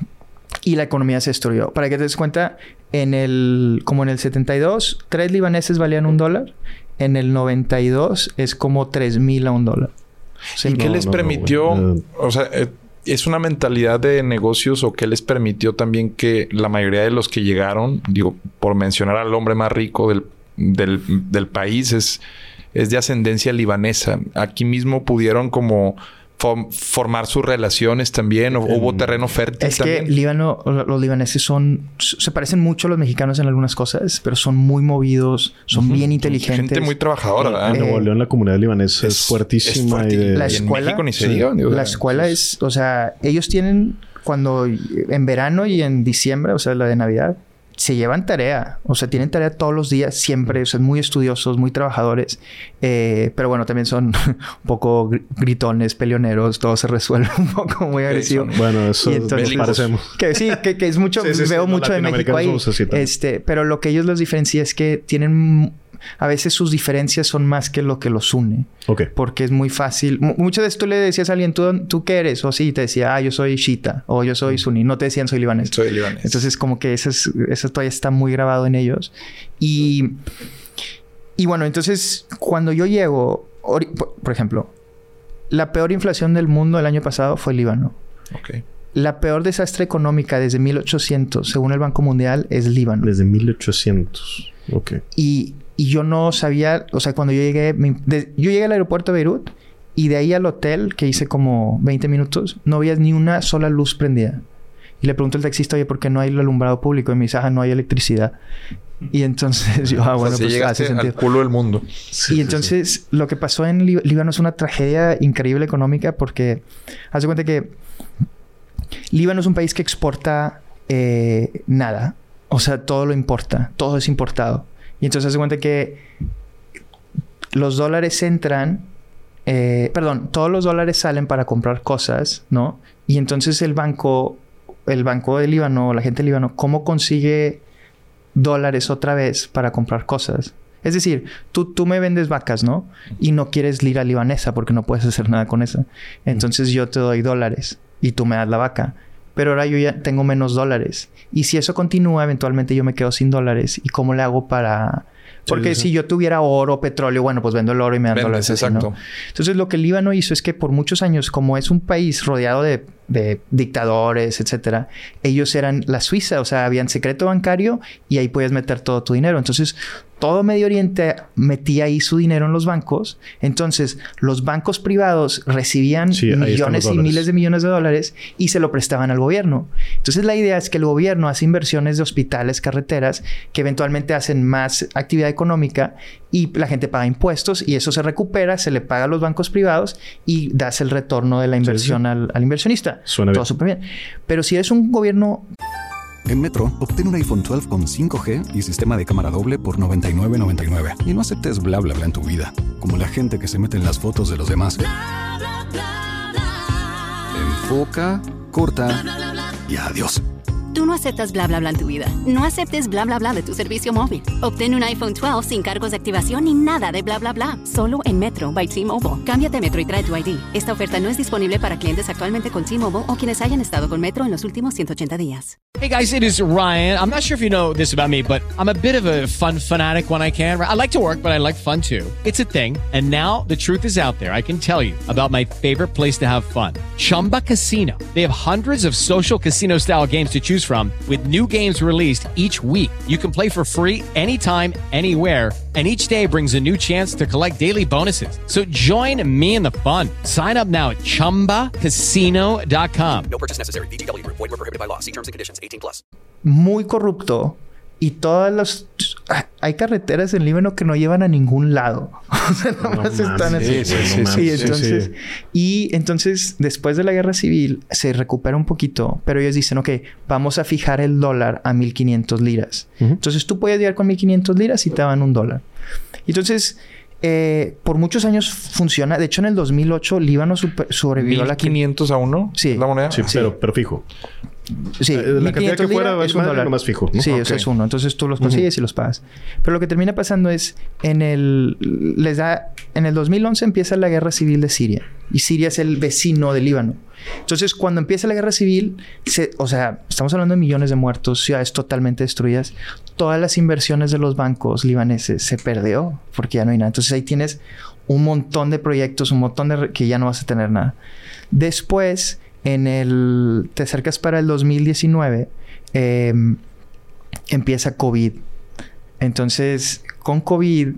Y la economía se destruyó. Para que te des cuenta, en el... Como en el setenta y dos, tres libaneses valían un dólar. En el noventa y dos es como tres mil a un dólar. O sea, ¿Y no, qué les no, permitió? No, o sea... Eh, ¿es una mentalidad de negocios o qué les permitió también que la mayoría de los que llegaron, digo, por mencionar al hombre más rico del, del, del país, es, es de ascendencia libanesa? Aquí mismo pudieron como fo- formar sus relaciones también. O, hubo terreno fértil es también. que Líbano, los libaneses son... Se parecen mucho a los mexicanos en algunas cosas, pero son muy movidos, son uh-huh. bien inteligentes. Gente muy trabajadora, ¿verdad? En Nuevo León la comunidad libanesa es, es fuertísima. Es fuertísima. Y de... La y escuela... En México ni se sí. diga. Digo, la escuela es... O sea, ellos tienen... Cuando... En verano y en diciembre, o sea, la de Navidad... Se llevan tarea. O sea, tienen tarea todos los días, siempre. O sea, muy estudiosos, muy trabajadores. Eh, pero bueno, también son un poco gritones, peleoneros. Todo se resuelve un poco muy agresivo. Bueno, eso y entonces, parecemos. Que sí, que, que es mucho... sí, sí, veo sí, mucho de México ahí. Este, pero lo que ellos los diferencia es que tienen... A veces sus diferencias son más que lo que los une. Ok. Porque es muy fácil. M- muchas veces tú le decías a alguien, ¿tú, ¿tú qué eres? O sí, te decía, ah, yo soy Shita. O yo soy Sunni. No te decían, soy libanés. Soy libanés. Entonces, como que eso, es, eso todavía está muy grabado en ellos. Y... Y bueno, entonces, cuando yo llego... Por, por ejemplo, la peor inflación del mundo el año pasado fue el Líbano. Ok. La peor desastre económica desde mil ochocientos, según el Banco Mundial, es Líbano. Desde mil ochocientos. Ok. Y... Y yo no sabía... O sea, cuando yo llegué... Me, de, yo llegué al aeropuerto de Beirut... Y de ahí al hotel... Que hice como veinte minutos... No veías ni una sola luz prendida. Y le pregunto al taxista... Oye, ¿por qué no hay el alumbrado público? Y me dice... Ah, no hay electricidad. Y entonces yo... Ah, bueno, o sea, pues hace sentido. Al culo del mundo. Sí, y entonces... Sí, sí. Lo que pasó en Lí- Líbano... Es una tragedia increíble económica... Porque... Haz de cuenta que... Líbano es un país que exporta... Eh, nada. O sea, todo lo importa. Todo es importado. Y entonces se cuenta que los dólares entran... Eh, perdón, todos los dólares salen para comprar cosas, ¿no? Y entonces el banco... El banco de Líbano, la gente de Líbano... ¿Cómo consigue dólares otra vez para comprar cosas? Es decir, tú, tú me vendes vacas, ¿no? Y no quieres lira libanesa porque no puedes hacer nada con eso. Entonces yo te doy dólares y tú me das la vaca. Pero ahora yo ya tengo menos dólares. Y si eso continúa, eventualmente yo me quedo sin dólares. ¿Y cómo le hago para...? Porque sí, sí, sí. Si yo tuviera oro, petróleo, bueno, pues vendo el oro y me dan dólares. Exacto. Así, ¿no? Entonces, lo que el Líbano hizo es que por muchos años, como es un país rodeado de, de dictadores, etcétera, ellos eran la Suiza. O sea, habían secreto bancario y ahí podías meter todo tu dinero. Entonces, todo Medio Oriente metía ahí su dinero en los bancos. Entonces, los bancos privados recibían sí, millones y miles de millones de dólares y se lo prestaban al gobierno. Entonces, la idea es que el gobierno hace inversiones de hospitales, carreteras, que eventualmente hacen más actividad económica y la gente paga impuestos y eso se recupera, se le paga a los bancos privados y das el retorno de la inversión sí, sí. Al, al inversionista. Suena todo bien. súper bien. Pero si eres un gobierno... En Metro, obtén un iPhone doce con cinco G y sistema de cámara doble por noventa y nueve noventa y nueve. Y no aceptes bla bla bla en tu vida, como la gente que se mete en las fotos de los demás. Bla, bla, bla, bla. Enfoca, corta y adiós. Tú no aceptas bla bla bla en tu vida. No aceptes bla bla bla de tu servicio móvil. Obtén un iPhone doce sin cargos de activación ni nada de bla bla bla. Solo en Metro by T-Mobile. Cámbiate a Metro y trae tu I D. Esta oferta no es disponible para clientes actualmente con T-Mobile o quienes hayan estado con Metro en los últimos ciento ochenta días. Hey guys, it is Ryan. I'm not sure if you know this about me, but I'm a bit of a fun fanatic when I can. I like to work, but I like fun too. It's a thing. And now the truth is out there. I can tell you about my favorite place to have fun. Chumba Casino. They have hundreds of social casino style games to choose from with new games released each week. You can play for free anytime, anywhere, and each day brings a new chance to collect daily bonuses. So join me in the fun. Sign up now at chumba casino dot com. No purchase necessary. V G W. Void where prohibited by law. See terms and conditions. eighteen plus. Muy corrupto. Y todas las... Hay carreteras en Líbano que no llevan a ningún lado. O sea, nomás no están así. Sí, sí, sí, sí, sí, entonces, sí. Y entonces, después de la guerra civil, se recupera un poquito. Pero ellos dicen, ok, vamos a fijar el dólar a mil quinientas liras. Uh-huh. Entonces, tú puedes llegar con mil quinientas liras y te dan un dólar. Entonces... Eh, por muchos años funciona. De hecho, en el dos mil ocho, Líbano super, sobrevivió a la... ¿mil quinientos a uno? Sí. ¿La moneda? Sí, sí. Pero, pero fijo. Sí. Eh, la cantidad que fuera es un dólar. Más fijo, ¿no? Sí, okay. Eso es uno. Entonces, tú los consigues uh-huh. y los pagas. Pero lo que termina pasando es... En el... Les da... En el dos mil once empieza la guerra civil de Siria. Y Siria es el vecino de Líbano. Entonces, cuando empieza la guerra civil... Se, o sea, estamos hablando de millones de muertos. Ciudades totalmente destruidas. Todas las inversiones de los bancos libaneses se perdió. Porque ya no hay nada. Entonces, ahí tienes un montón de proyectos. Un montón de... que ya no vas a tener nada. Después... En el... Te acercas para el dos mil diecinueve. Eh, empieza COVID. Entonces, con COVID...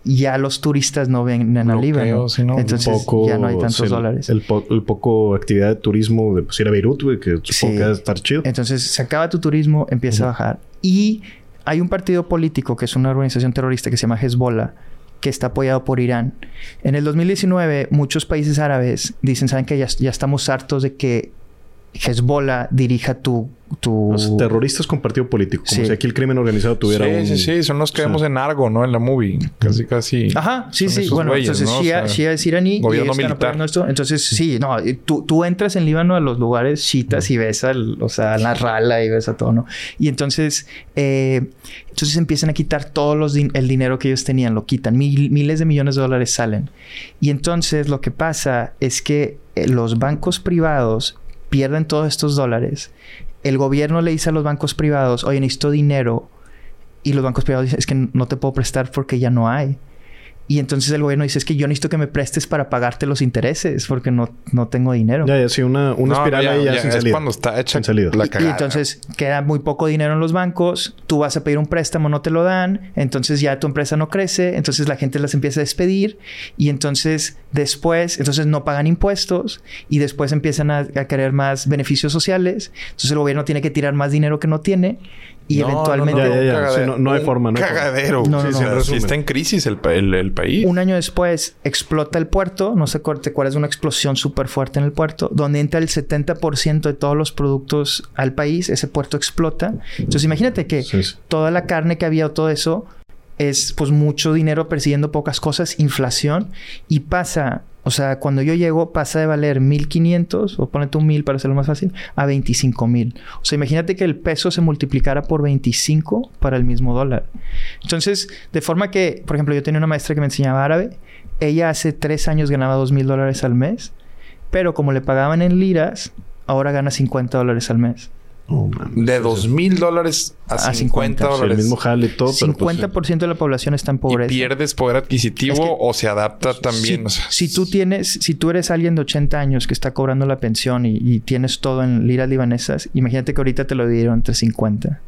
ya los turistas no vienen al Líbano. Sí, no, Entonces poco, ya no hay tantos el, dólares. El, po el poco actividad de turismo de pues, ir a Beirut, güey, que supongo Sí. que va a estar chido. Entonces se acaba tu turismo, empieza uh-huh. a bajar. Y hay un partido político que es una organización terrorista que se llama Hezbollah, que está apoyado por Irán. En el dos mil diecinueve, muchos países árabes dicen, ¿saben qué? Ya, ya estamos hartos de que Hezbollah dirija tu... tu... Los terroristas con partido político. Como Sí. si aquí el crimen organizado tuviera sí, un... Sí, sí, Son los que vemos en Argo, ¿no? En la movie. Casi, casi... Ajá, sí, son sí. Bueno, güeyes, entonces ¿no? Shia, O sea, Shia es iraní. gobierno y ellos están militar. apoyando esto. Entonces, sí, no. Tú, tú entras en Líbano a los lugares chiitas y ves al... O sea, a la rala y ves a todo, ¿no? Y entonces... Eh, entonces empiezan a quitar todos los din el dinero que ellos tenían. Lo quitan. Mil, miles de millones de dólares salen. Y entonces lo que pasa es que eh, los bancos privados pierden todos estos dólares. El gobierno le dice a los bancos privados, oye, necesito dinero. Y los bancos privados dicen, es que no te puedo prestar porque ya no hay. Y entonces el gobierno dice, es que yo necesito que me prestes para pagarte los intereses porque no, no tengo dinero. Ya, ya, sí, una, una No, espiral ya, ahí ya, ya sin es salida. cuando está hecha Sin salida. la Y cagada. entonces queda muy poco dinero en los bancos. Tú vas a pedir un préstamo, no te lo dan. Entonces ya tu empresa no crece. Entonces la gente las empieza a despedir. Y entonces después... Entonces no pagan impuestos. Y después empiezan a, a querer más beneficios sociales. Entonces el gobierno tiene que tirar más dinero que no tiene. Y No, eventualmente... no, no, Ya, ya, ya. cagadero. Sí, no- no hay Un forma, no hay forma. cagadero. No, no, Sí, no. sí, En sí, resumen. está en crisis el, pa- el, el país. Un año después explota el puerto. No sé cuál- cuál es una explosión súper fuerte en el puerto. Donde entra el setenta por ciento de todos los productos al país. Ese puerto explota. Entonces imagínate que Sí, sí. toda la carne que había o todo eso es pues mucho dinero persiguiendo pocas cosas, inflación, y pasa, o sea, cuando yo llego pasa de valer mil quinientos o ponete un mil para hacerlo más fácil a veinticinco mil. O sea, imagínate que el peso se multiplicara por veinticinco para el mismo dólar. Entonces, de forma que, por ejemplo, yo tenía una maestra que me enseñaba árabe. Ella hace tres años ganaba dos mil dólares al mes, pero como le pagaban en liras, ahora gana cincuenta dólares al mes. Oh, man. De dos mil dólares a, A cincuenta Sí, el dólares. mismo jale y todo, pero pues, cincuenta por ciento de la población está en pobreza. ¿Y pierdes poder adquisitivo Es que- o se adapta también? Si, O sea, si tú tienes, si tú eres alguien de ochenta años que está cobrando la pensión y, y tienes todo en liras libanesas, imagínate que ahorita te lo dieron entre cincuenta.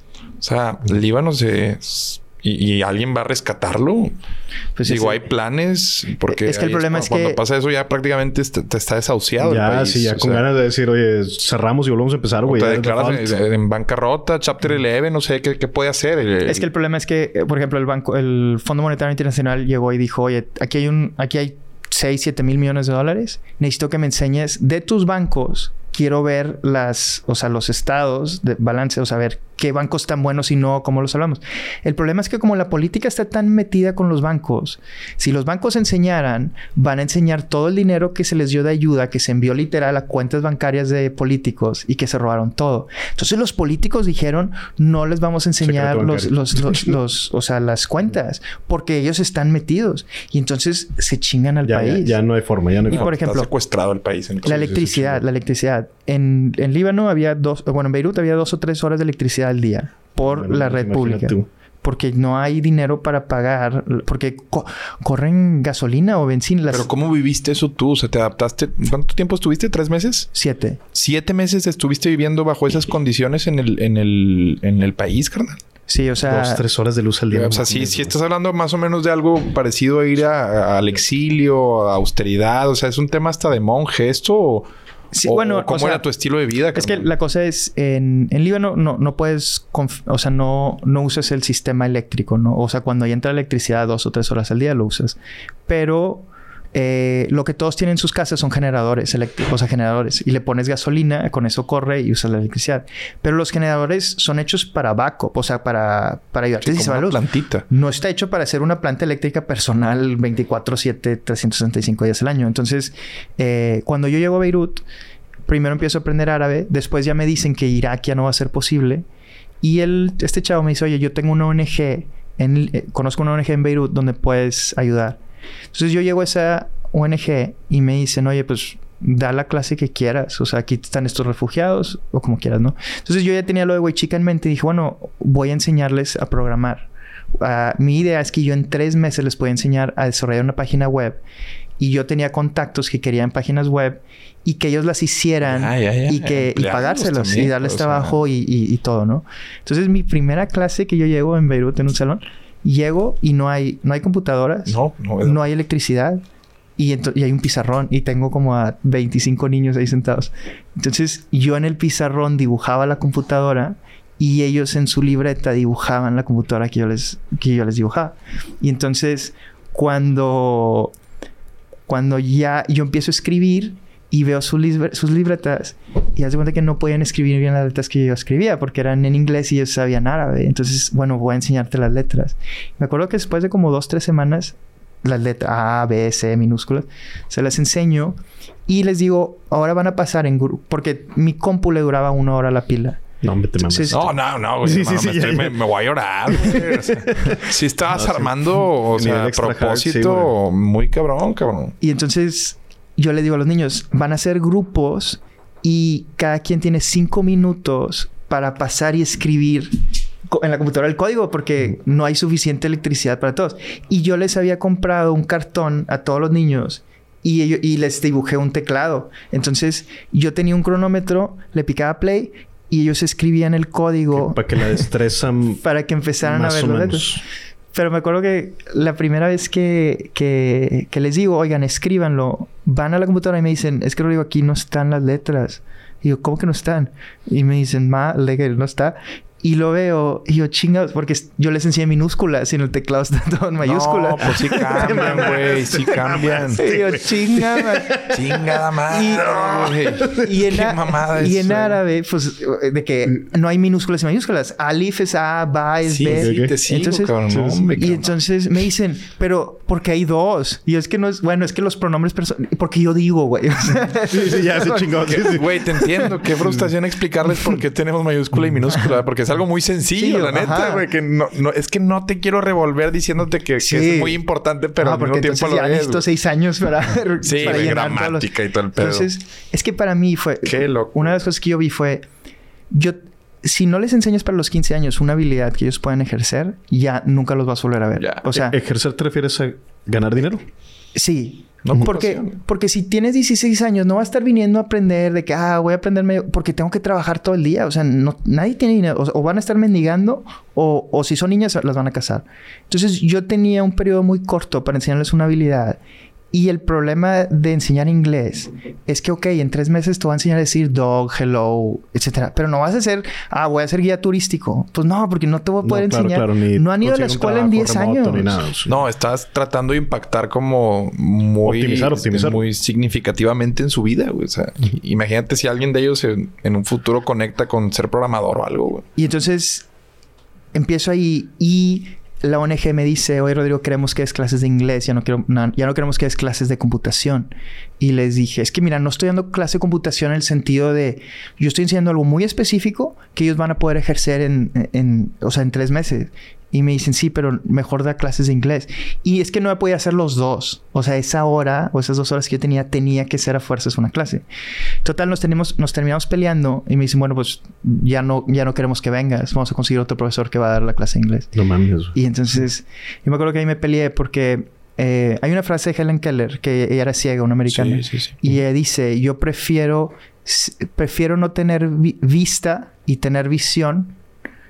o sea, Líbano se... ¿Y, y alguien va a rescatarlo? Pues Digo, es- hay planes porque es que el ahí problema cu- es cuando que- pasa eso ya prácticamente est- te está desahuciado ya, el país. sí, ya O con sea, ganas de decir, oye, cerramos y volvemos a empezar, o güey. te ya, declaras default. en, en bancarrota, Chapter once, no sé qué, qué puede hacer. El- Es que el problema es que, eh, por ejemplo, el banco, el Fondo Monetario Internacional llegó y dijo, oye, aquí hay un, aquí hay seis, siete mil millones de dólares. Necesito que me enseñes de tus bancos. Quiero ver las, o sea, los estados de balance, o sea, ver qué bancos están buenos y no, cómo los hablamos. El problema es que como la política está tan metida con los bancos, si los bancos enseñaran, van a enseñar todo el dinero que se les dio de ayuda, que se envió literal a cuentas bancarias de políticos y que se robaron todo. Entonces los políticos dijeron, no les vamos a enseñar Secreto los, bancario. los, los, los, o sea, las cuentas, porque ellos están metidos y entonces se chingan al Ya, ya, país. ya no hay forma, ya no hay Y forma. por ejemplo, está secuestrado el país. entonces. la electricidad, la electricidad. En, en Líbano había dos, bueno, en Beirut había dos o tres horas de electricidad al día por Bueno, la red imagínate pública. tú. Porque no hay dinero para pagar, porque co- corren gasolina o benzina. Las Pero ¿cómo viviste eso tú? O sea, ¿te adaptaste? ¿Cuánto tiempo estuviste? ¿Tres meses? siete. ¿Siete meses estuviste viviendo bajo esas condiciones en el, en el, en el país, carnal? Sí, o sea, Dos, tres horas de luz al día. O sea, si, si estás hablando más o menos de algo parecido a ir a- a- al exilio, a austeridad, o sea, ¿es un tema hasta de monje esto? O, Sí, o- bueno, o ¿cómo o sea, era tu estilo de vida? es que carnal? la cosa es, en, en Líbano no, no puedes, conf- o sea, no, no usas el sistema eléctrico, ¿no? O sea, cuando ya entra electricidad dos o tres horas al día lo usas. Pero eh, lo que todos tienen en sus casas son generadores eléctricos, o sea, generadores. Y le pones gasolina, con eso corre y usas la electricidad. Pero los generadores son hechos para backup, o sea, para, para ayudarte. Sí, si se como va la una luz. plantita. No está hecho para ser una planta eléctrica personal veinticuatro siete, trescientos sesenta y cinco días al año. Entonces, eh, cuando yo llego a Beirut, primero empiezo a aprender árabe. Después ya me dicen que Irak ya no va a ser posible. Y él, este chavo me dice, oye, yo tengo una O N G. En, eh, conozco una O N G en Beirut donde puedes ayudar. Entonces yo llego a esa O N G y me dicen, oye, pues da la clase que quieras. O sea, aquí están estos refugiados o como quieras, ¿no? Entonces yo ya tenía lo de Huaychica en mente y dije, bueno, voy a enseñarles a programar. Uh, mi idea es que yo en tres meses les puedo enseñar a desarrollar una página web. Y yo tenía contactos que querían páginas web y que ellos las hicieran Ya, ya, ya. y que y Emplearlos pagárselos también, y darles o sea. trabajo y, y, y todo, ¿no? Entonces mi primera clase que yo llego en Beirut en un salón Llego y no hay, no hay computadoras. No, no. No hay electricidad. Y, ento- y hay un pizarrón. Y tengo como a veinticinco niños ahí sentados. Entonces, yo en el pizarrón dibujaba la computadora. Y ellos en su libreta dibujaban la computadora que yo les, que yo les dibujaba. Y entonces, cuando... Cuando ya yo empiezo a escribir... Y veo sus, libre- sus libretas. Y hace cuenta que no podían escribir bien las letras que yo escribía. Porque eran en inglés y ellos sabían árabe. Entonces, bueno, voy a enseñarte las letras. Me acuerdo que después de como dos, tres semanas... Las letras A, B, C, minúsculas. Se las enseño. Y les digo... Ahora van a pasar en grupo. Porque mi compu le duraba una hora la pila. No, me te mames. No, no, no, güey. Sí, Hermano, sí, me, sí, estoy- ya, me, ya. me voy a llorar, güey. O sea, sí estabas No, sí. armando, o Nivel sea, a extra hard, propósito sí, muy cabrón, cabrón. Y entonces yo le digo a los niños, van a ser grupos y cada quien tiene cinco minutos para pasar y escribir co- en la computadora el código porque no hay suficiente electricidad para todos. Y yo les había comprado un cartón a todos los niños y, ellos, y les dibujé un teclado. Entonces yo tenía un cronómetro, le picaba play y ellos escribían el código Para que la destreza... para que empezaran a más ver o los menos. letras. Pero me acuerdo que la primera vez que, que, que les digo, oigan, escríbanlo, van a la computadora y me dicen, es que Rodrigo, aquí no están las letras. Y yo, ¿cómo que no están? Y me dicen, ma, lee, no está. Y lo veo y yo, chingados, porque yo les enseñé minúsculas y en el teclado está todo en mayúsculas. No, pues sí cambian, güey. Sí cambian. Y yo, chinga, man. Chingada madre, güey. Y en, Qué a- mamada y es, en güey. árabe, pues, de que no hay minúsculas y mayúsculas. Alif es A, Ba es Sí, B. sí, te sigo, entonces, cabrón. No, hombre, y cabrón. entonces me dicen, pero porque hay dos. Y es que no es, bueno, es que los pronombres personales, porque yo digo, güey. O sea, Sí, sí, ya se chingó. Sí, sí. Güey, te entiendo. Qué frustración explicarles por qué tenemos mayúscula y minúscula. Porque es algo muy sencillo, Sí, la neta, ajá. güey. Que no, no... Es que no te quiero revolver diciéndote que, que Sí. es muy importante, pero Ah, al porque mismo tiempo entonces lo ya es. necesito güey. seis años para, Sí, para de llenar todos los- gramática y todo el pedo. Entonces, es que para mí fue... Qué loco. Una de las cosas que yo vi fue... Yo... Si no les enseñas para los quince años una habilidad que ellos puedan ejercer, ya nunca los vas a volver a ver. Ya. O sea... E- ¿Ejercer te refieres a ganar dinero? Sí. No, porque, ocupación. porque si tienes dieciséis años, no vas a estar viniendo a aprender de que, ah, voy a aprenderme porque tengo que trabajar todo el día. O sea, no, nadie tiene dinero. O, o van a estar mendigando o, o si son niñas, las van a casar. Entonces, yo tenía un periodo muy corto para enseñarles una habilidad. Y el problema de enseñar inglés es que, ok, en tres meses te voy a enseñar a decir dog, hello, etcétera. Pero no vas a ser, ah, voy a ser guía turístico. Pues no, porque no te voy a poder No, claro, enseñar. claro, ni no han ido a la conseguir un escuela en diez trabajo remoto años. ni nada. Sí. No, estás tratando de impactar como muy... Optimizar, optimizar. Muy significativamente en su vida, güey. O sea, imagínate si alguien de ellos en, en un futuro conecta con ser programador o algo, güey. Y entonces empiezo ahí y la O N G me dice, oye Rodrigo, queremos que des clases de inglés, ya no, quiero, no, ya no queremos que des clases de computación. Y les dije, es que mira, no estoy dando clase de computación en el sentido de, yo estoy enseñando algo muy específico que ellos van a poder ejercer en, en o sea, en tres meses. Y me dicen, sí, pero mejor da clases de inglés. Y es que no me podía hacer los dos. O sea, esa hora o esas dos horas que yo tenía, tenía que ser a fuerzas una clase. Total, nos, tenemos, nos terminamos peleando y me dicen, bueno, pues ya no, ya no queremos que vengas. Vamos a conseguir otro profesor que va a dar la clase de inglés. No mames. Y entonces, yo me acuerdo que ahí me peleé porque eh, hay una frase de Helen Keller, que ella era ciega, una americana. Sí, sí, sí. Y ella dice, yo prefiero, prefiero no tener vi- vista y tener visión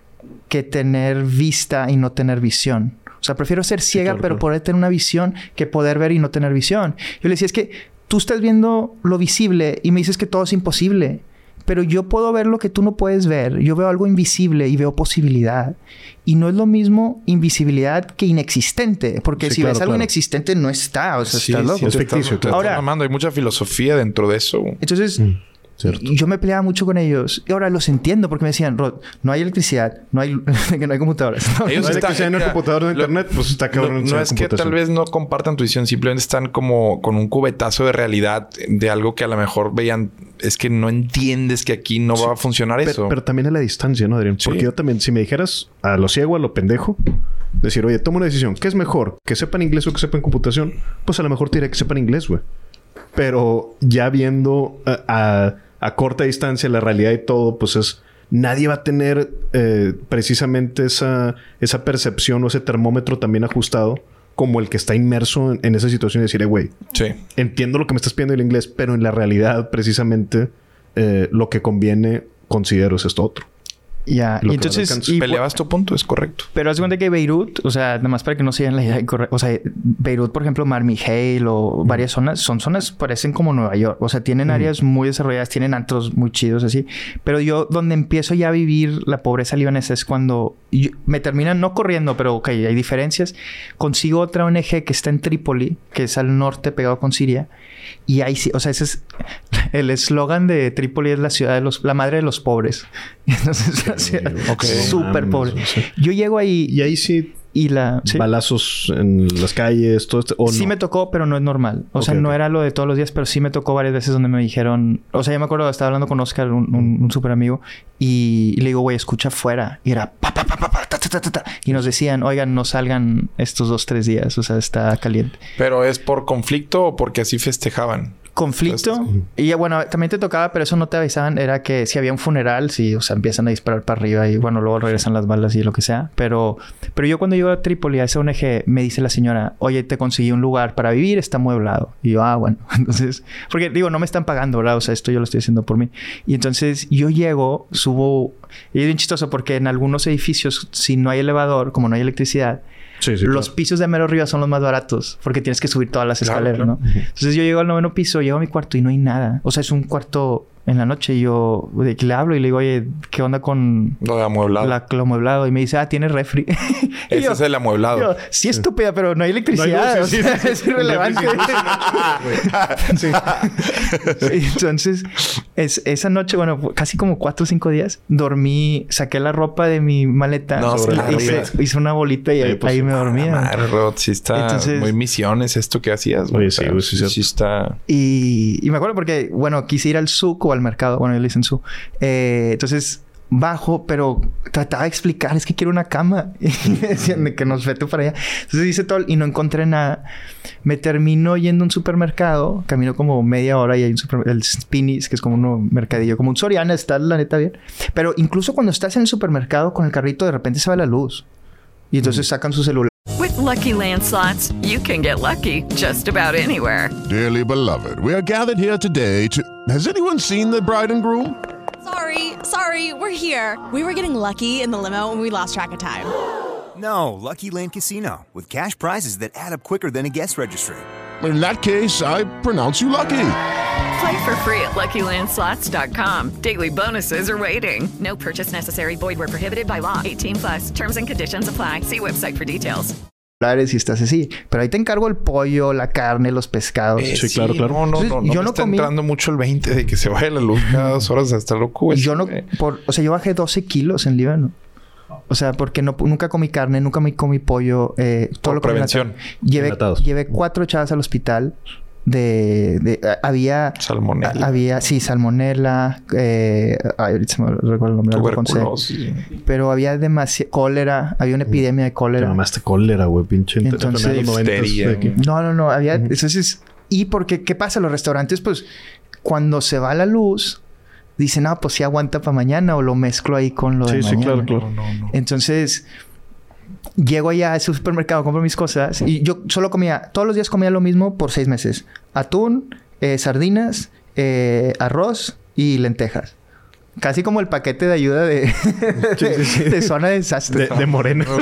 que tener vista y no tener visión. O sea, prefiero ser ciega, claro, pero claro. poder tener una visión que poder ver y no tener visión. Yo le decía, es que tú estás viendo lo visible y me dices que todo es imposible. Pero yo puedo ver lo que tú no puedes ver. Yo veo algo invisible y veo posibilidad. Y no es lo mismo invisibilidad que inexistente. Porque Sí, si claro, ves algo claro. inexistente, no está. O sea, estás loco. Es te ficticio, estás- te claro. estás Ahora- mamando. Hay mucha filosofía dentro de eso, güey. Entonces... Mm, cierto. yo me peleaba mucho con ellos. Y ahora los entiendo porque me decían, Rod, no hay electricidad, no hay, que no hay computadoras. No, Ellos No hay están- que sea en el mira, computador de lo- internet, pues está cabrón. No, no enseñar es que tal computación. vez no compartan tu visión, simplemente están como con un cubetazo de realidad de algo que a lo mejor veían. Es que no entiendes que aquí no va a funcionar Pero, eso. pero también a la distancia, ¿no, Adrián? Sí. Porque yo también, si me dijeras a lo ciego, a lo pendejo, decir, oye, toma una decisión. ¿Qué es mejor? ¿Que sepan inglés o que sepan computación? Pues a lo mejor te diré que sepan inglés, güey. Pero ya viendo a, a, a corta distancia la realidad y todo, pues es... Nadie va a tener eh, precisamente esa, esa percepción o ese termómetro también ajustado como el que está inmerso en, en esa situación y decir, eh, güey, Sí. entiendo lo que me estás pidiendo en inglés, pero en la realidad, precisamente, eh, lo que conviene, considero, es esto otro. Ya, y entonces... Y, peleabas tu punto, es correcto. Pero haz de cuenta que Beirut, o sea, nada más para que no sigan la idea correcta. O sea, Beirut, por ejemplo, Marmihail o mm. varias zonas, son zonas, parecen como Nueva York. O sea, tienen mm. áreas muy desarrolladas, tienen antros muy chidos así. Pero yo, donde empiezo ya a vivir la pobreza libanesa es cuando yo, me terminan no corriendo, pero ok, hay diferencias. Consigo otra O N G que está en Trípoli, que es al norte pegado con Siria. Y ahí sí, o sea, ese es el eslogan de Trípoli, es la ciudad de los, la madre de los pobres. Entonces, okay, la ciudad okay. súper ah, pobre. Sí. Yo llego ahí. Y ahí sí. Y la... ¿sí? Balazos en las calles, todo esto. ¿O sí no? me tocó, pero no es normal. O okay, sea, no okay. era lo de todos los días, pero sí me tocó varias veces donde me dijeron... O sea, yo me acuerdo, estaba hablando con Oscar, un, un, un súper amigo, y, y le digo, güey, escucha afuera. Y era... Pa, pa, pa, pa, pa, ta, ta, ta, ta. Y nos decían, oigan, no salgan estos dos, tres días. O sea, está caliente. ¿Pero es por conflicto o porque así festejaban? Conflicto. Entonces, y bueno, también te tocaba, pero eso no te avisaban. Era que si había un funeral, sí, o sea, empiezan a disparar para arriba y bueno, luego regresan las balas y lo que sea. Pero, pero yo cuando llego a Trípoli, a esa O N G, me dice la señora, oye, te conseguí un lugar para vivir, está amueblado. Y yo, ah, bueno. Entonces, porque digo, no me están pagando, ¿verdad? O sea, esto yo lo estoy haciendo por mí. Y entonces yo llego, subo... Y es bien chistoso porque en algunos edificios, si no hay elevador, como no hay electricidad, sí, sí, los claro. pisos de mero arriba son los más baratos porque tienes que subir todas las claro, escaleras, claro. ¿no? Uh-huh. Entonces yo llego al noveno piso, llego a mi cuarto y no hay nada. O sea, es un cuarto en la noche y yo de que le hablo y le digo, oye, ¿qué onda con lo de amueblado? La, lo amueblado. Y me dice, ah, tiene refri. Ese yo, es el amueblado. Yo, sí, estúpida, pero no hay electricidad. No hay luz, sí, o sea, sí, es irrelevante. Sí. Entonces, es, esa noche, bueno, casi como cuatro o cinco días, dormí, saqué la ropa de mi maleta. No, la hice, hice una bolita y sí, ahí, pues, ahí me dormía. Madre, Rod, sí está Entonces, muy misiones esto que hacías. Oye, sí, sí, sí, sí está... Y, y me acuerdo porque, bueno, quise ir al Zouk o al mercado. Bueno, yo le dicen Zouk. Eh, entonces... bajo, pero trataba de explicar, es que quiero una cama. Y decían que nos vete para allá. Entonces hice todo y no encontré nada. Me termino yendo a un supermercado. Camino como media hora y hay un super, el Spinneys, que es como un mercadillo, como un Soriana, está la neta bien. Pero incluso cuando estás en el supermercado con el carrito, de repente se va la luz. Y entonces mm. sacan su celular. With Lucky Land Slots, you can get lucky just about anywhere. Dearly beloved, we are gathered here today to... Has anyone seen the bride and groom? Sorry, sorry, we're here. We were getting lucky in the limo and we lost track of time. No, Lucky Land Casino, with cash prizes that add up quicker than a guest registry. In that case, I pronounce you lucky. Play for free at Lucky Land Slots dot com. Daily bonuses are waiting. No purchase necessary. Void where prohibited by law. eighteen plus. Terms and conditions apply. See website for details. Y estás así. Pero ahí te encargo el pollo, la carne, los pescados. Eh, sí, claro, claro. No, no, no. no yo no está comí... entrando mucho el veinte de que se vaya la luz cada dos horas hasta loco. Yo no... Por, o sea, yo bajé doce kilos en Líbano. O sea, porque no, nunca comí carne, nunca me comí pollo. Eh, todo por lo prevención. Llevé, llevé cuatro echadas al hospital. De, de uh, había salmonela uh, había sí salmonela eh, ay, ahorita se me recuerdo el nombre tuberculosis pero había demasiada cólera, había una epidemia de cólera. Te mamaste cólera, güey, pinche entonces no no no había uh-huh. entonces y porque qué pasa los restaurantes, pues cuando se va la luz dicen, ah, pues sí aguanta para mañana o lo mezclo ahí con lo sí, de sí, mañana. Sí, claro, claro. No, no. Entonces llego allá a ese supermercado, compro mis cosas y yo solo comía, todos los días comía lo mismo por seis meses. Atún, eh, sardinas, eh, arroz y lentejas. Casi como el paquete de ayuda de, sí, sí, sí. de, de zona de desastre. De, de Morena. No,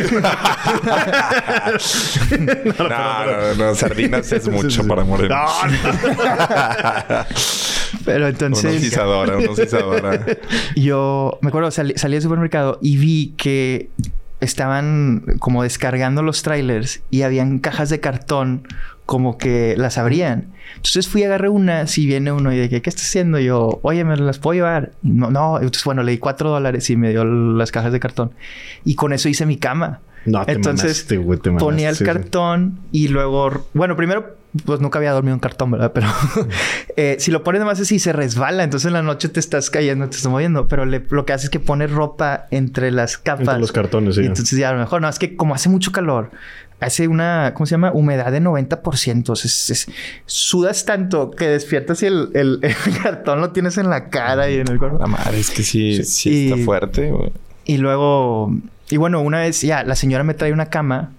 no, no, no, sardinas es mucho sí, sí. para Morena. No, no. Pero entonces... Uno sí se adora, uno sí se adora. Yo me acuerdo, salí, salí del supermercado y vi que estaban como descargando los trailers y habían cajas de cartón como que las abrían. Entonces fui, agarré una, si viene uno y de que, ¿qué estás haciendo? Yo, oye, ¿me las puedo llevar? No, no. Entonces, bueno, le di cuatro dólares y me dio las cajas de cartón. Y con eso hice mi cama. No, te Entonces, mamaste, güey, te mamaste, ponía el sí, cartón sí. y luego... Bueno, primero, pues nunca había dormido en cartón, ¿verdad? Pero eh, si lo pones nomás así, se resbala. Entonces en la noche te estás cayendo, te estás moviendo. Pero le, lo que hace es que pones ropa entre las capas. Entre los cartones, sí. Y entonces ya a lo mejor... No, es que como hace mucho calor... Hace una... ¿Cómo se llama? Humedad de noventa por ciento. Es, es, sudas tanto que despiertas y el, el, el cartón lo tienes en la cara y en el cuerpo. La madre, es que sí, sí, sí y, está fuerte, güey. Y luego... Y bueno, una vez ya la señora me trae una cama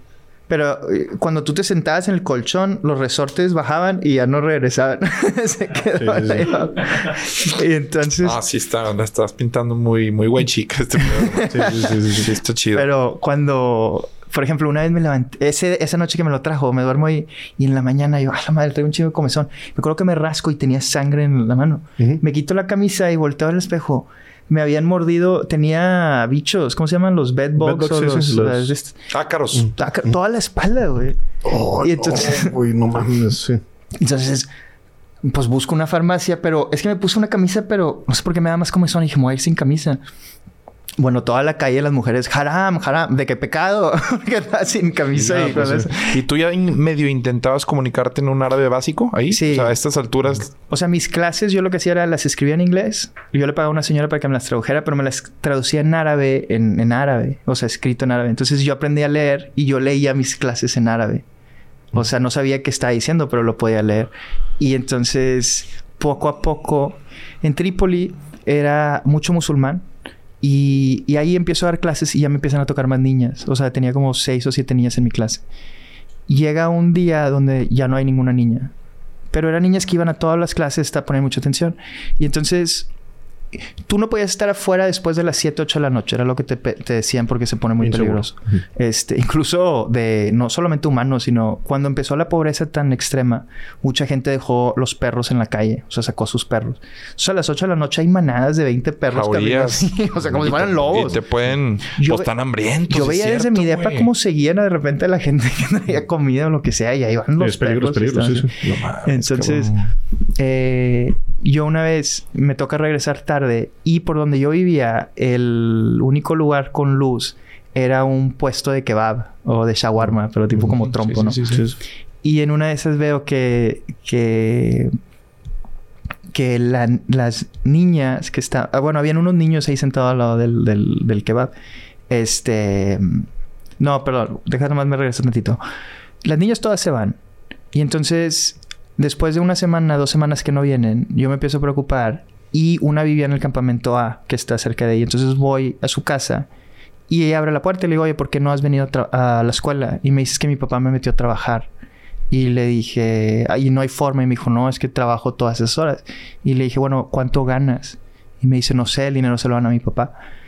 Pero eh, cuando tú te sentabas en el colchón, los resortes bajaban y ya no regresaban. Se quedaban Sí, sí, ahí. Y entonces... Ah, sí está. La estás pintando muy, muy güey chica este pedo. Sí, sí, sí, sí, sí, está chido. Pero cuando... Por ejemplo, una vez me levanté... Ese, esa noche que me lo trajo, me duermo y, y en la mañana yo... ¡Ah, la madre! Traigo un chingo de comezón. Me acuerdo que me rasco y tenía sangre en la mano. Uh-huh. Me quito la camisa y volteo al espejo. Me habían mordido... Tenía bichos. ¿Cómo se llaman? Los bedbugs. Bed o sí, los, sí, los... los... Ácaros. Ácaros. Toda la espalda, güey. Oh, y entonces... No, güey, no mames. Sí. Entonces... Pues busco una farmacia. Pero es que me puse una camisa, pero... No sé por qué me da más comezón. Y dije, me voy a ir sin camisa. Bueno, toda la calle de las mujeres, haram, haram, de qué pecado, que estás sin camisa no, y pues, eso. ¿Y tú ya in, medio intentabas comunicarte en un árabe básico ahí? Sí. O sea, a estas alturas. O sea, mis clases yo lo que hacía era las escribía en inglés. Y yo le pagaba a una señora para que me las tradujera, pero me las traducía en árabe, en, en árabe. O sea, escrito en árabe. Entonces yo aprendí a leer y yo leía mis clases en árabe. O sea, no sabía qué estaba diciendo, pero lo podía leer. Y entonces, poco a poco, en Trípoli era mucho musulmán. Y, y ahí empiezo a dar clases y ya me empiezan a tocar más niñas. O sea, tenía como seis o siete niñas en mi clase. Llega un día donde ya no hay ninguna niña. Pero eran niñas que iban a todas las clases a poner mucha atención. Y entonces... Tú no podías estar afuera después de las siete, ocho de la noche. Era lo que te, te decían porque se pone muy Inseguro. peligroso. Uh-huh. Este, incluso de... No solamente humanos, sino... Cuando empezó la pobreza tan extrema... Mucha gente dejó los perros en la calle. O sea, sacó sus perros. O sea, a las ocho de la noche hay manadas de veinte perros. Jaurías. O sea, como si fueran lobos. Y te pueden... Yo, pues están hambrientos. Yo veía cierto, desde mi depa wey. Cómo seguían de repente a la gente que traía comida o lo que sea. Y ahí van los es peligros, perros. Peligros, sí, sí. No, mames, Entonces... Eh, yo una vez me toca regresar tarde y por donde yo vivía, el único lugar con luz era un puesto de kebab o de shawarma, pero tipo como trompo, sí, ¿no? Sí, sí, sí. Y en una de esas veo que... que que la, las niñas que estaban... Ah, bueno, habían unos niños ahí sentados al lado del, del, del kebab. Este... No, perdón. Deja nomás me regreso un tantito. Las niñas todas se van. Y entonces... Después de una semana, dos semanas que no vienen, yo me empiezo a preocupar. Y una vivía en el campamento A, que está cerca de ahí. Entonces voy a su casa y ella abre la puerta y le digo, oye, ¿por qué no has venido a, a la escuela? Y me dice que mi papá me metió a trabajar. Y le dije, y no hay forma. Y me dijo, no, es que trabajo todas esas horas. Y le dije, bueno, ¿cuánto ganas? Y me dice, no sé, el dinero se lo dan a mi papá.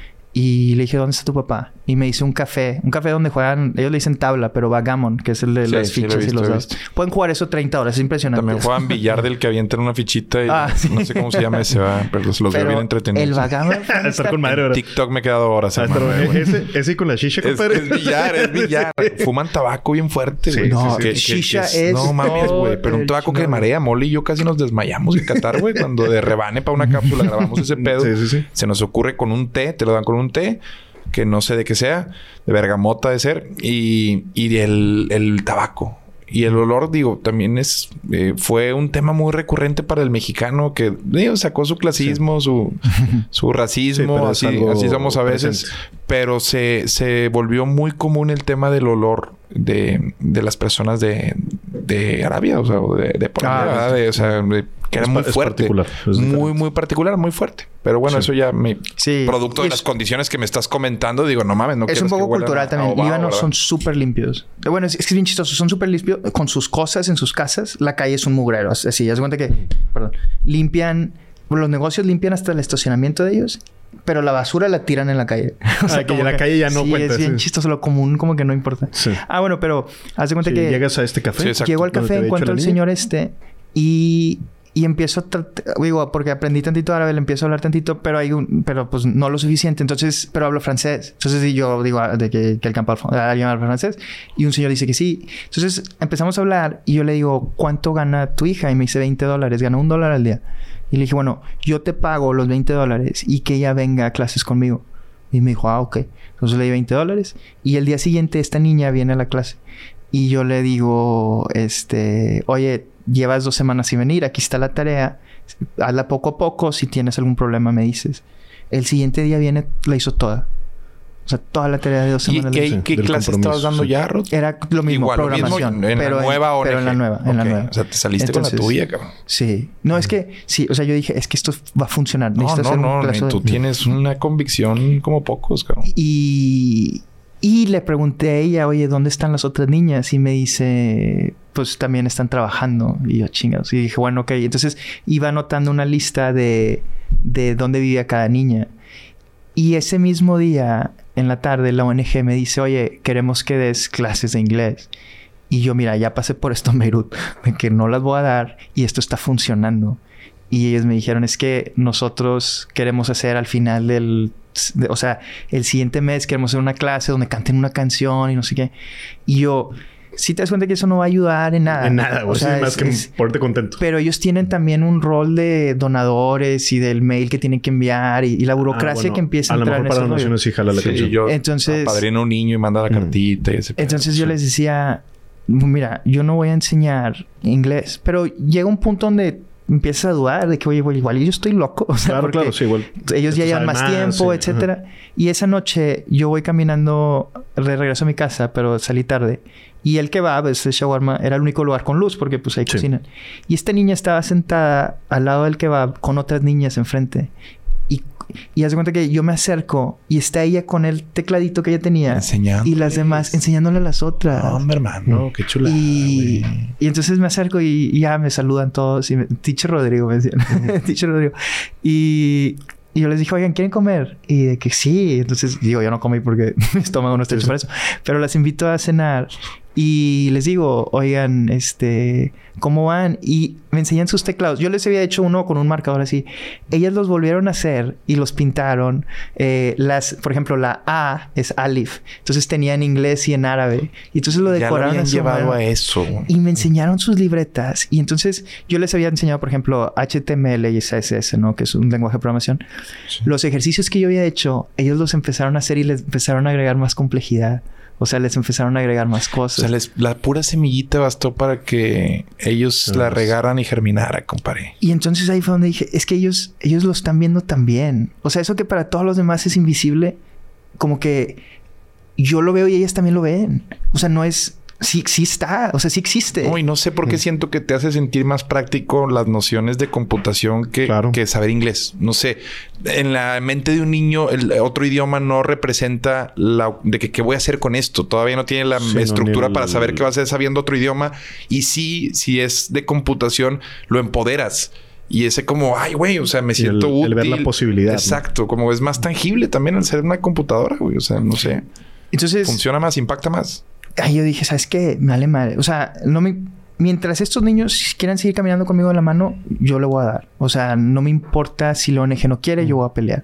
Y le dije, ¿dónde está tu papá? Y me dice un café. Un café donde juegan... Ellos le dicen tabla, pero backgammon, que es el de sí, las fichas sí, visto, y los dados. Pueden jugar eso treinta horas. Es impresionante. También juegan billar del que avientan una fichita y... Ah, sí. No sé cómo se llama ese, ¿verdad? Pero los pero veo bien entretenidos. El backgammon... Estar con madre, ¿verdad? TikTok me he quedado horas. Ah, madre, ese, ese con la shisha, compadre. Es, es billar, es billar. Fuman tabaco bien fuerte, güey. Sí, no, que, que, shisha que, que es... No mames, güey. Pero un tabaco que marea. Molly y yo casi nos desmayamos en Qatar, güey. Cuando de rebane para una cápsula grabamos ese pedo. Sí, sí, sí. Se nos ocurre con un té. Te lo dan con un té. Que no sé de qué sea, de bergamota de ser, y, y el, el tabaco. Y el olor, digo, también es... Eh, fue un tema muy recurrente para el mexicano que digo, sacó su clasismo, sí. su, su racismo, sí, así, así somos a veces. Presente. Pero se, se volvió muy común el tema del olor de, de las personas de, de Arabia, o sea, de, de por ah, de, o sea, de, que era es, muy fuerte. Particular, muy, muy particular, muy fuerte. Pero bueno, sí. eso ya me... Sí. Producto de las condiciones que me estás comentando, digo, no mames, no es un poco cultural también. Obao, Líbanos ¿verdad? Son súper limpios. Bueno, es, es que es bien chistoso. Son súper limpios con sus cosas en sus casas. La calle es un mugrero. Así, haz cuenta que... Perdón. Limpian... Los negocios limpian hasta el estacionamiento de ellos. Pero la basura la tiran en la calle. O sea, ah, que en la que, calle ya no sí, cuenta. Es bien sí. chistoso. Lo común como que no importa. Sí. Ah, bueno, pero... Haz de cuenta sí, que... Llegas a este café. Sí, llego al café, encuentro al señor este. Y... Y empiezo a... Tra- digo, porque aprendí tantito árabe, le empiezo a hablar tantito, pero hay un... Pero pues no lo suficiente. Entonces... Pero hablo francés. Entonces sí, yo digo de que, que el campo alguien habla francés. Y un señor dice que sí. Entonces empezamos a hablar y yo le digo, ¿cuánto gana tu hija? Y me dice veinte dólares. Gana un dólar al día. Y le dije, bueno, yo te pago los veinte dólares y que ella venga a clases conmigo. Y me dijo, ah, ok. Entonces le di veinte dólares. Y el día siguiente esta niña viene a la clase. Y yo le digo, este... Oye... Llevas dos semanas sin venir. Aquí está la tarea. Hazla poco a poco. Si tienes algún problema, me dices. El siguiente día viene... La hizo toda. O sea, toda la tarea de dos semanas. ¿Y qué, qué clase estabas dando sí. ya, Rod? Era lo mismo. Igual, programación. Lo mismo en pero la nueva en, O N G. Pero en la nueva. Okay. En la nueva. O sea, te saliste Entonces, con la tuya, cabrón. Sí. No, mm. es que... Sí. O sea, yo dije... Es que esto va a funcionar. No, no, no. no tú de... tienes una convicción como pocos, cabrón. Y... Y Y le pregunté a ella, oye, ¿dónde están las otras niñas? Y me dice, pues también están trabajando. Y yo, chingados. Y dije, bueno, ok. Entonces iba anotando una lista de, de dónde vivía cada niña. Y ese mismo día, en la tarde, la O N G me dice, oye, queremos que des clases de inglés. Y yo, mira, ya pasé por esto en Beirut, de que no las voy a dar y esto está funcionando. Y ellos me dijeron, es que nosotros queremos hacer al final del... De, o sea, el siguiente mes queremos hacer una clase donde canten una canción y no sé qué. Y yo... Sí te das cuenta que eso no va a ayudar en nada. En nada, o sea, es más que es, ponerte contento. Pero ellos tienen también un rol de donadores y del mail que tienen que enviar y, y la burocracia ah, bueno, que empieza a, a entrar en eso. A lo mejor para donaciones sí jala la atención. Sí, yo entonces, apadrino a un niño y manda la cartita y ese Entonces pedo. yo les decía, mira, yo no voy a enseñar inglés. Pero llega un punto donde empiezas a dudar de que, oye, igual yo estoy loco. O sea, claro, claro, sí, igual. Ellos ya llevan más, más tiempo, sí, etcétera. Ajá. Y esa noche yo voy caminando de regreso a mi casa, pero salí tarde. Y el kebab, ese shawarma, era el único lugar con luz porque pues ahí sí. cocinan. Y esta niña estaba sentada al lado del kebab con otras niñas enfrente. Y, y haz de cuenta que yo me acerco y está ella con el tecladito que ella tenía. Enseñando. Y las demás enseñándole a las otras. No, hombre, hermano. Qué chulada, y, y entonces me acerco y, y ya me saludan todos. Y me, Teacher Rodrigo me decían. Uh-huh. Teacher Rodrigo. Y... Y yo les dije, oigan, ¿quieren comer? Y de que sí. Entonces, digo, yo no comí porque mi estómago no está hecho para eso. Pero las invito a cenar. Y les digo, oigan, este... ¿cómo van? Y me enseñan sus teclados. Yo les había hecho uno con un marcador así. Ellas los volvieron a hacer y los pintaron. Eh, las... Por ejemplo, la A es Alif. Entonces, tenía en inglés y en árabe. Y entonces lo decoraron. Ya lo habían llevado a eso. Y me enseñaron sus libretas. Y entonces, yo les había enseñado, por ejemplo, H T M L y C S S, ¿no? Que es un lenguaje de programación. Sí. Los ejercicios que yo había hecho, ellos los empezaron a hacer y les empezaron a agregar más complejidad. O sea, les empezaron a agregar más cosas. O sea, les, la pura semillita bastó para que ellos no, la regaran y germinara, compadre. Y entonces ahí fue donde dije, es que ellos, ellos lo están viendo también. O sea, eso que para todos los demás es invisible, como que yo lo veo y ellas también lo ven. O sea, no es... Sí, sí está. O sea, sí existe. No, y no sé por qué mm. siento que te hace sentir más práctico las nociones de computación que, claro. que saber inglés. No sé. En la mente de un niño, el otro idioma no representa la... De que, ¿qué voy a hacer con esto? Todavía no tiene la sí, estructura no, el... para saber qué va a hacer sabiendo otro idioma. Y sí, si es de computación, lo empoderas. Y ese como... Ay, güey. O sea, me siento el, útil. El ver la posibilidad. Exacto. ¿No? Como es más tangible también al ser una computadora, güey. O sea, no sé. Entonces... Funciona más, impacta más. Ahí yo dije, ¿sabes qué? Me vale madre. O sea, no me... Mientras estos niños quieran seguir caminando conmigo de la mano, yo le voy a dar. O sea, no me importa si la O N G no quiere, mm. yo voy a pelear.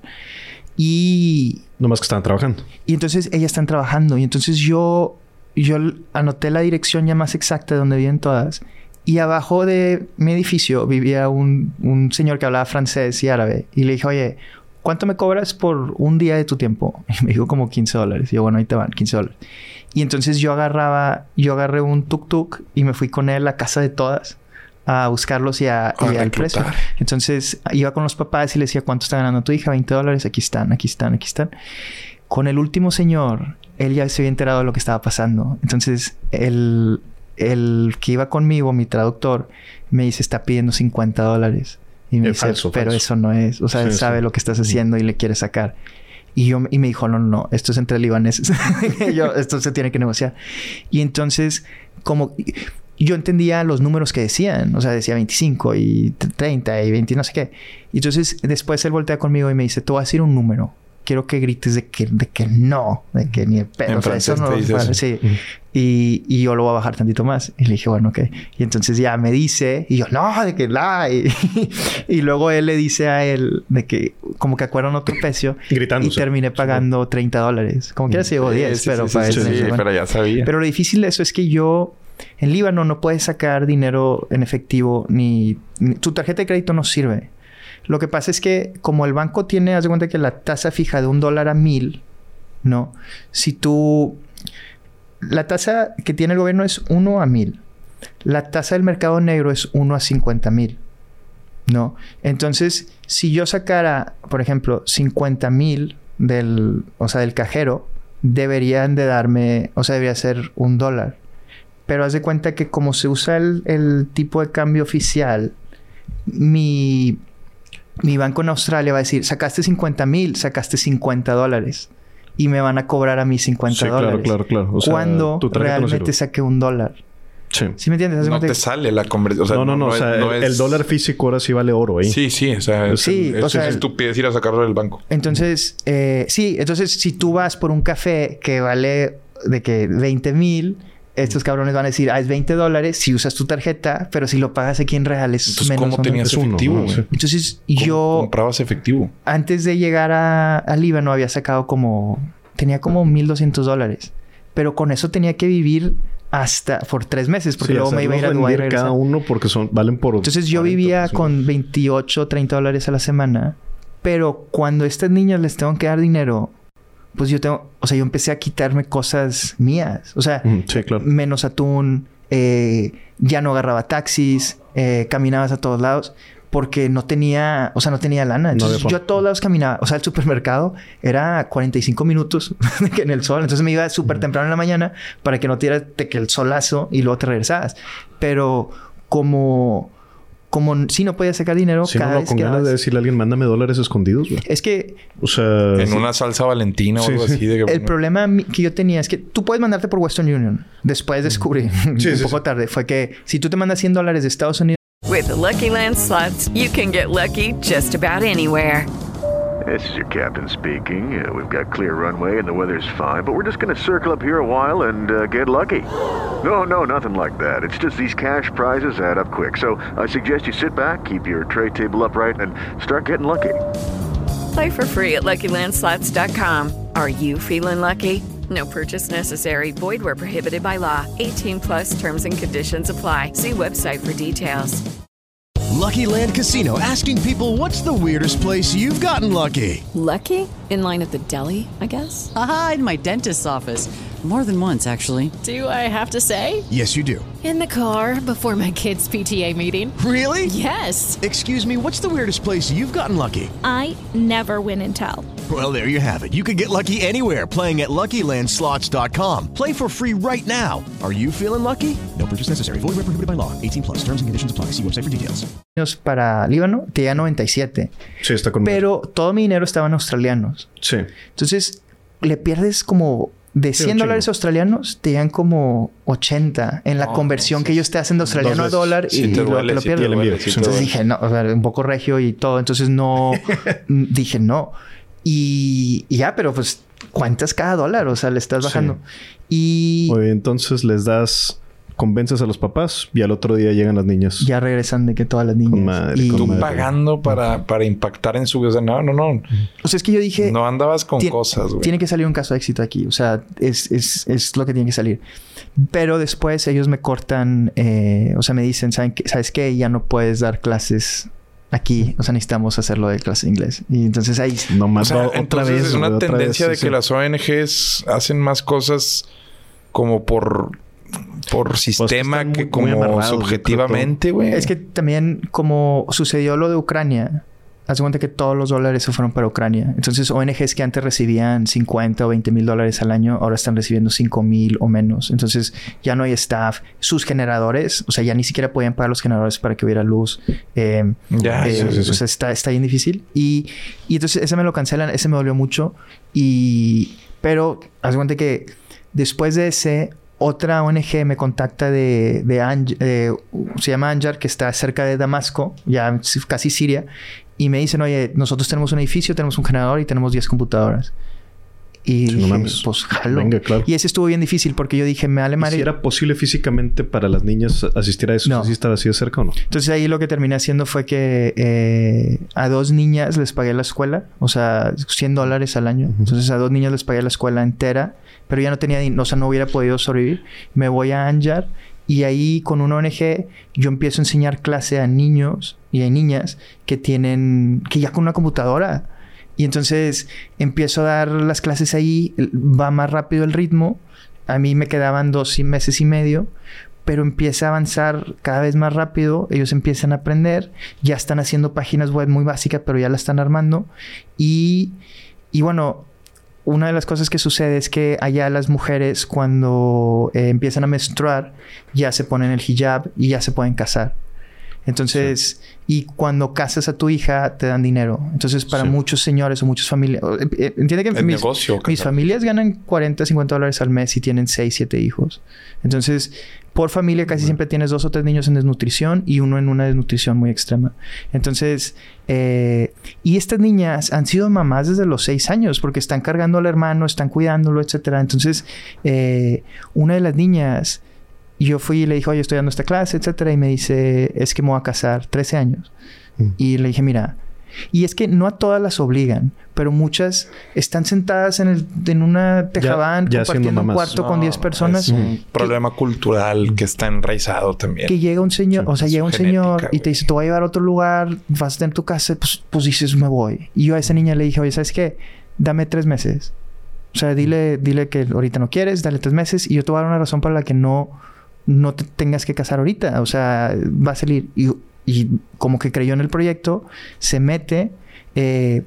Y... Nomás que están trabajando. Y entonces ellas están trabajando. Y entonces yo... Yo anoté la dirección ya más exacta de donde viven todas. Y abajo de mi edificio vivía un, un señor que hablaba francés y árabe. Y le dije, oye... ¿Cuánto me cobras por un día de tu tiempo? Y me dijo como quince dólares. Y yo, bueno, ahí te van, quince dólares. Y entonces yo agarraba... Yo agarré un tuk-tuk y me fui con él a casa de todas a buscarlos y a... a y al precio. Entonces iba con los papás y le decía, ¿cuánto está ganando tu hija? veinte dólares. Aquí están, aquí están, aquí están. Con el último señor, él ya se había enterado de lo que estaba pasando. Entonces, el, el que iba conmigo, mi traductor, me dice, está pidiendo cincuenta dólares. Y me es dice, falso, pero falso. eso no es. O sea, sí, él sabe sí. lo que estás haciendo y le quiere sacar. Y yo y me dijo, no, no, no. Esto es entre libaneses. yo, esto se tiene que negociar. Y entonces, como... Yo entendía los números que decían. O sea, decía veinticinco y treinta y veinte, no sé qué. Y entonces, después él voltea conmigo y me dice, te voy a decir un número. Quiero que grites de que, de que no. De que ni el pedo. O sea, eso no... Bueno, sí. Mm. Y, y yo lo voy a bajar tantito más. Y le dije, bueno, ok. Y entonces ya me dice... Y yo, no, de que la... Y, y luego él le dice a él... De que... Como que acuerdan otro precio. Gritando. Y terminé pagando treinta dólares. Como quiera se llevó diez. Sí, pero sí, para sí, eso... Sí, sí, pero ya sabía. Pero lo difícil de eso es que yo... En Líbano no puedes sacar dinero en efectivo. Ni... ni tu tarjeta de crédito no sirve. Lo que pasa es que como el banco tiene, haz de cuenta que la tasa fija de un dólar a mil, ¿no? Si tú... La tasa que tiene el gobierno es uno a mil. La tasa del mercado negro es uno a cincuenta mil, ¿no? Entonces, si yo sacara, por ejemplo, cincuenta mil del... O sea, del cajero, deberían de darme... O sea, debería ser un dólar. Pero haz de cuenta que como se usa el, el tipo de cambio oficial, mi... Mi banco en Australia va a decir, sacaste cincuenta mil, sacaste cincuenta dólares. y me van a cobrar a mí cincuenta Sí, claro, dólares. claro, claro. O sea, cuando tu tarjeta no realmente sirve. saqué un dólar. Sí. ¿Sí me entiendes? Haz de No cuenta te que- sale la conversión. O sea, no, no, no. no o sea, es- no el, es- el dólar físico ahora sí vale oro ahí. Sí, sí. O sea, es, Sí, es, o sea, es estupidez ir a sacarlo del banco. Entonces, eh, sí, entonces si tú vas por un café que vale de que veinte mil, estos cabrones van a decir, ah, es veinte dólares si usas tu tarjeta, pero si lo pagas aquí en reales, Entonces, menos. ¿cómo o tenías menos. efectivo, uno, güey? sí. Entonces, ¿Cómo yo, comprabas efectivo? antes de llegar a, a Líbano, había sacado como, tenía como mil doscientos dólares. Pero con eso tenía que vivir hasta por tres meses, porque Sí, luego me iba a ir a hacerlos Dubái y rendir regresar. cada uno porque son, valen por... Entonces yo cuarenta, vivía cincuenta. con veintiocho, treinta dólares a la semana. Pero cuando a estas niñas les tengo que dar dinero, pues yo tengo... O sea, yo empecé a quitarme cosas mías. O sea, Mm, sí, claro. menos atún, eh, ya no agarraba taxis, eh, caminabas a todos lados. Porque no tenía... O sea, no tenía lana. No Entonces había yo forma. a todos lados caminaba. O sea, el supermercado era cuarenta y cinco minutos en el sol. Entonces me iba súper temprano en la mañana para que no te diera te- que el solazo y luego te regresabas. Pero como... Como si no podías sacar dinero, Si cada no, no, vez con que ganas dabas- de decirle a alguien, mándame dólares escondidos, güey. Es que O sea... En sí. una salsa valentina o Sí, algo sí. así. De que, el problema mi- que yo tenía es que tú puedes mandarte por Western Union. Después descubrí, Sí, un sí, poco sí. tarde, fue que si tú te mandas cien dólares de Estados Unidos... With the Lucky Land Slots, you can get lucky just about anywhere. This is your captain speaking. Uh, we've got clear runway and the weather's fine, but we're just going to circle up here a while and uh, get lucky. No, no, nothing like that. It's just these cash prizes add up quick. So I suggest you sit back, keep your tray table upright, and start getting lucky. Play for free at Lucky Land Slots dot com. Are you feeling lucky? No purchase necessary. Void where prohibited by law. eighteen plus terms and conditions apply. See website for details. Lucky Land Casino, asking people, what's the weirdest place you've gotten lucky? Lucky? In line at the deli, I guess? Aha, in my dentist's office. More than once, actually. Do I have to say? Yes, you do. In the car before my kids' P T A meeting. Really? Yes. Excuse me, what's the weirdest place you've gotten lucky? I never win and tell. Well, there you have it. You can get lucky anywhere, playing at Lucky Land Slots dot com. Play for free right now. Are you feeling lucky? No purchase necessary. Void where prohibited by law. eighteen plus. Terms and conditions apply. See website for details. para Líbano, tenía noventa y siete. Sí, está con... Pero todo mi dinero estaba en australianos. Sí. Entonces, le pierdes como... De Sí, cien un dólares chingo. australianos, te dan como ochenta en la No, conversión sí, que ellos te hacen de australiano a veces. dólar Sí y, te luego duele, te lo sí te pierdes. duele, sí te Entonces duele. dije, no, o sea, un poco regio y todo. Entonces no... dije, no. Y, y ya, pero pues, ¿cuántas cada dólar? O sea, le estás bajando. Y Oye, entonces les das... Convences a los papás y al otro día llegan las niñas. ya regresan de que todas las niñas. Con madre, y, con Tú madre. pagando para, para impactar en su... O sea, no, no, no. O sea, es que yo dije... No andabas con Tien- cosas, güey. Tiene que salir un caso de éxito aquí. O sea, es, es, es lo que tiene que salir. Pero después ellos me cortan... eh, o sea, me dicen, ¿saben qué? ¿Sabes qué? Ya no puedes dar clases aquí. O sea, necesitamos hacerlo de clase de inglés. Y entonces ahí... No O más sea, otra entonces vez. es una güey, otra tendencia vez, de sí, que sí. las O N Ges hacen más cosas como por... Por sistema están muy- que muy como amarrados, yo creo, subjetivamente, güey. Es que también como sucedió lo de Ucrania... Haz de cuenta que todos los dólares se fueron para Ucrania. Entonces, O N Ges que antes recibían cincuenta o veinte mil dólares al año, ahora están recibiendo cinco mil o menos. Entonces, ya no hay staff. Sus generadores, o sea, ya ni siquiera podían pagar los generadores para que hubiera luz. Eh, Ya, eh, sí, sí, sí. O sea, está, está bien difícil. Y, y entonces, ese me lo cancelan. Ese me dolió mucho. Y... Pero, haz de cuenta que después de ese... Otra O N G me contacta de, de, Anj- de se llama Anjar, que está cerca de Damasco, ya casi Siria, y me dicen, oye, nosotros tenemos un edificio, tenemos un generador y tenemos diez computadoras. Y Sí, no dije, mames. pues jalo. Venga, claro. Y ese estuvo bien difícil porque yo dije, me vale ¿Y madre. si era posible físicamente para las niñas asistir a eso? No. ¿Si estaba así de cerca o no? Entonces ahí lo que terminé haciendo fue que eh, a dos niñas les pagué la escuela, o sea, cien dólares al año. Entonces a dos niñas les pagué la escuela entera, pero ya no tenía, din- o sea, no hubiera podido sobrevivir. Me voy a Anjar y ahí con una O N G yo empiezo a enseñar clase a niños y a niñas que tienen, que ya con una computadora. Y entonces empiezo a dar las clases ahí, va más rápido el ritmo. A mí me quedaban dos meses y medio, pero empieza a avanzar cada vez más rápido. Ellos empiezan a aprender, ya están haciendo páginas web muy básicas, pero ya la están armando. Y, y bueno, una de las cosas que sucede es que allá las mujeres cuando eh, empiezan a menstruar ya se ponen el hijab y ya se pueden casar. Entonces, sí. Y cuando casas a tu hija, te dan dinero. Entonces, para sí. muchos señores o muchas familias... Entiende que el mis, negocio, mis familias ganan cuarenta, cincuenta dólares al mes y tienen seis, siete hijos. Entonces, por familia casi bueno. siempre tienes dos o tres niños en desnutrición y uno en una desnutrición muy extrema. Entonces, eh, y estas niñas han sido mamás desde los seis años porque están cargando al hermano, están cuidándolo, etcétera. Entonces, eh, una de las niñas... Y yo fui y le dije, oye, estoy dando esta clase, etcétera. Y me dice, es que me voy a casar. trece años. Mm. Y le dije, mira... Y es que no a todas las obligan. Pero muchas están sentadas en, el, en una tejabán... Ya, ya compartiendo un cuarto no, con diez personas. Es un que, problema cultural que está enraizado también. Que llega un señor... Sí, o sea, llega un genética, señor y te dice, te voy a llevar a otro lugar. Vas a tener tu casa. Pues, pues dices, me voy. Y yo a esa niña le dije, oye, ¿sabes qué? Dame tres meses. O sea, dile, dile que ahorita no quieres. Dale tres meses. Y yo te voy a dar una razón para la que no... no te tengas que casar ahorita. O sea, va a salir. Y, y como que creyó en el proyecto, se mete. Eh,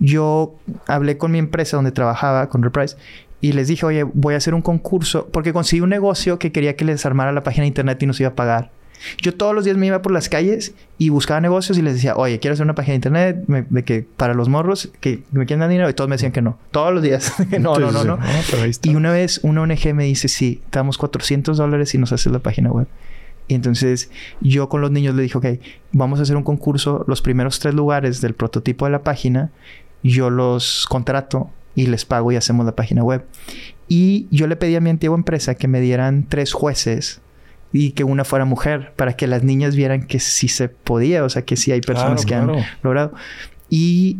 yo hablé con mi empresa donde trabajaba, con Reprise, y les dije, oye, voy a hacer un concurso. Porque conseguí un negocio que quería que les armara la página de internet y nos iba a pagar. Yo todos los días me iba por las calles y buscaba negocios y les decía, oye, quiero hacer una página de internet me, de que para los morros que me quieren dar dinero. Y todos me decían que no. Todos los días. no, no, no, no. no pero ahí está. Y una vez una O N G me dice, sí, te damos cuatrocientos dólares y nos haces la página web. Y entonces yo con los niños le dije, ok, vamos a hacer un concurso. Los primeros tres lugares del prototipo de la página, yo los contrato y les pago y hacemos la página web. Y yo le pedí a mi antigua empresa que me dieran tres jueces y que una fuera mujer para que las niñas vieran que sí se podía. O sea, que sí hay personas claro, que claro. han logrado. Y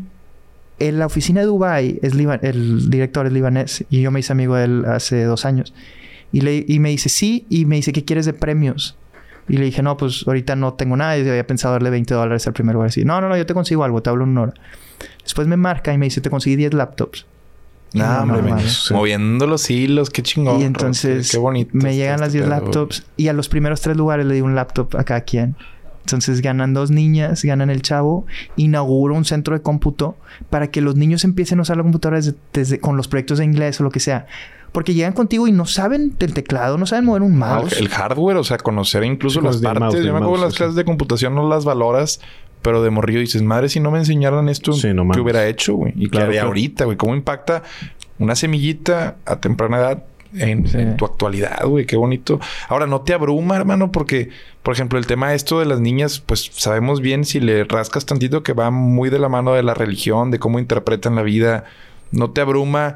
en la oficina de Dubái, es liba- el director es libanés y yo me hice amigo de él hace dos años. Y, le, y me dice, sí. Y me dice, ¿qué quieres de premios? Y le dije, no, pues ahorita no tengo nada. Y había pensado darle veinte dólares al primer lugar. Así, no, no, no, yo te consigo algo. Te hablo en una hora. Después me marca y me dice, te conseguí diez laptops. No, no, no, sí. Moviendo los hilos, qué chingón. Y entonces qué bonito me llegan las diez laptops y a los primeros tres lugares le di un laptop a cada quien. Entonces ganan dos niñas, ganan el chavo, inauguro un centro de cómputo para que los niños empiecen a usar la computadora desde, desde, con los proyectos de inglés o lo que sea. Porque llegan contigo y no saben del teclado, no saben mover un mouse. El, el hardware, o sea, conocer incluso sí, las partes. Mouse, Yo me acuerdo mouse, las clases sí. de computación no las valoras. Pero de morrillo dices, madre, si no me enseñaran esto, sí, no ¿qué hubiera hecho, güey? Y claro, que claro. ahorita, güey, ¿cómo impacta una semillita a temprana edad en, sí. en tu actualidad, güey? Qué bonito. Ahora, ¿no te abruma, hermano? Porque, por ejemplo, el tema esto de las niñas, pues sabemos bien si le rascas tantito que va muy de la mano de la religión, de cómo interpretan la vida. ¿No te abruma?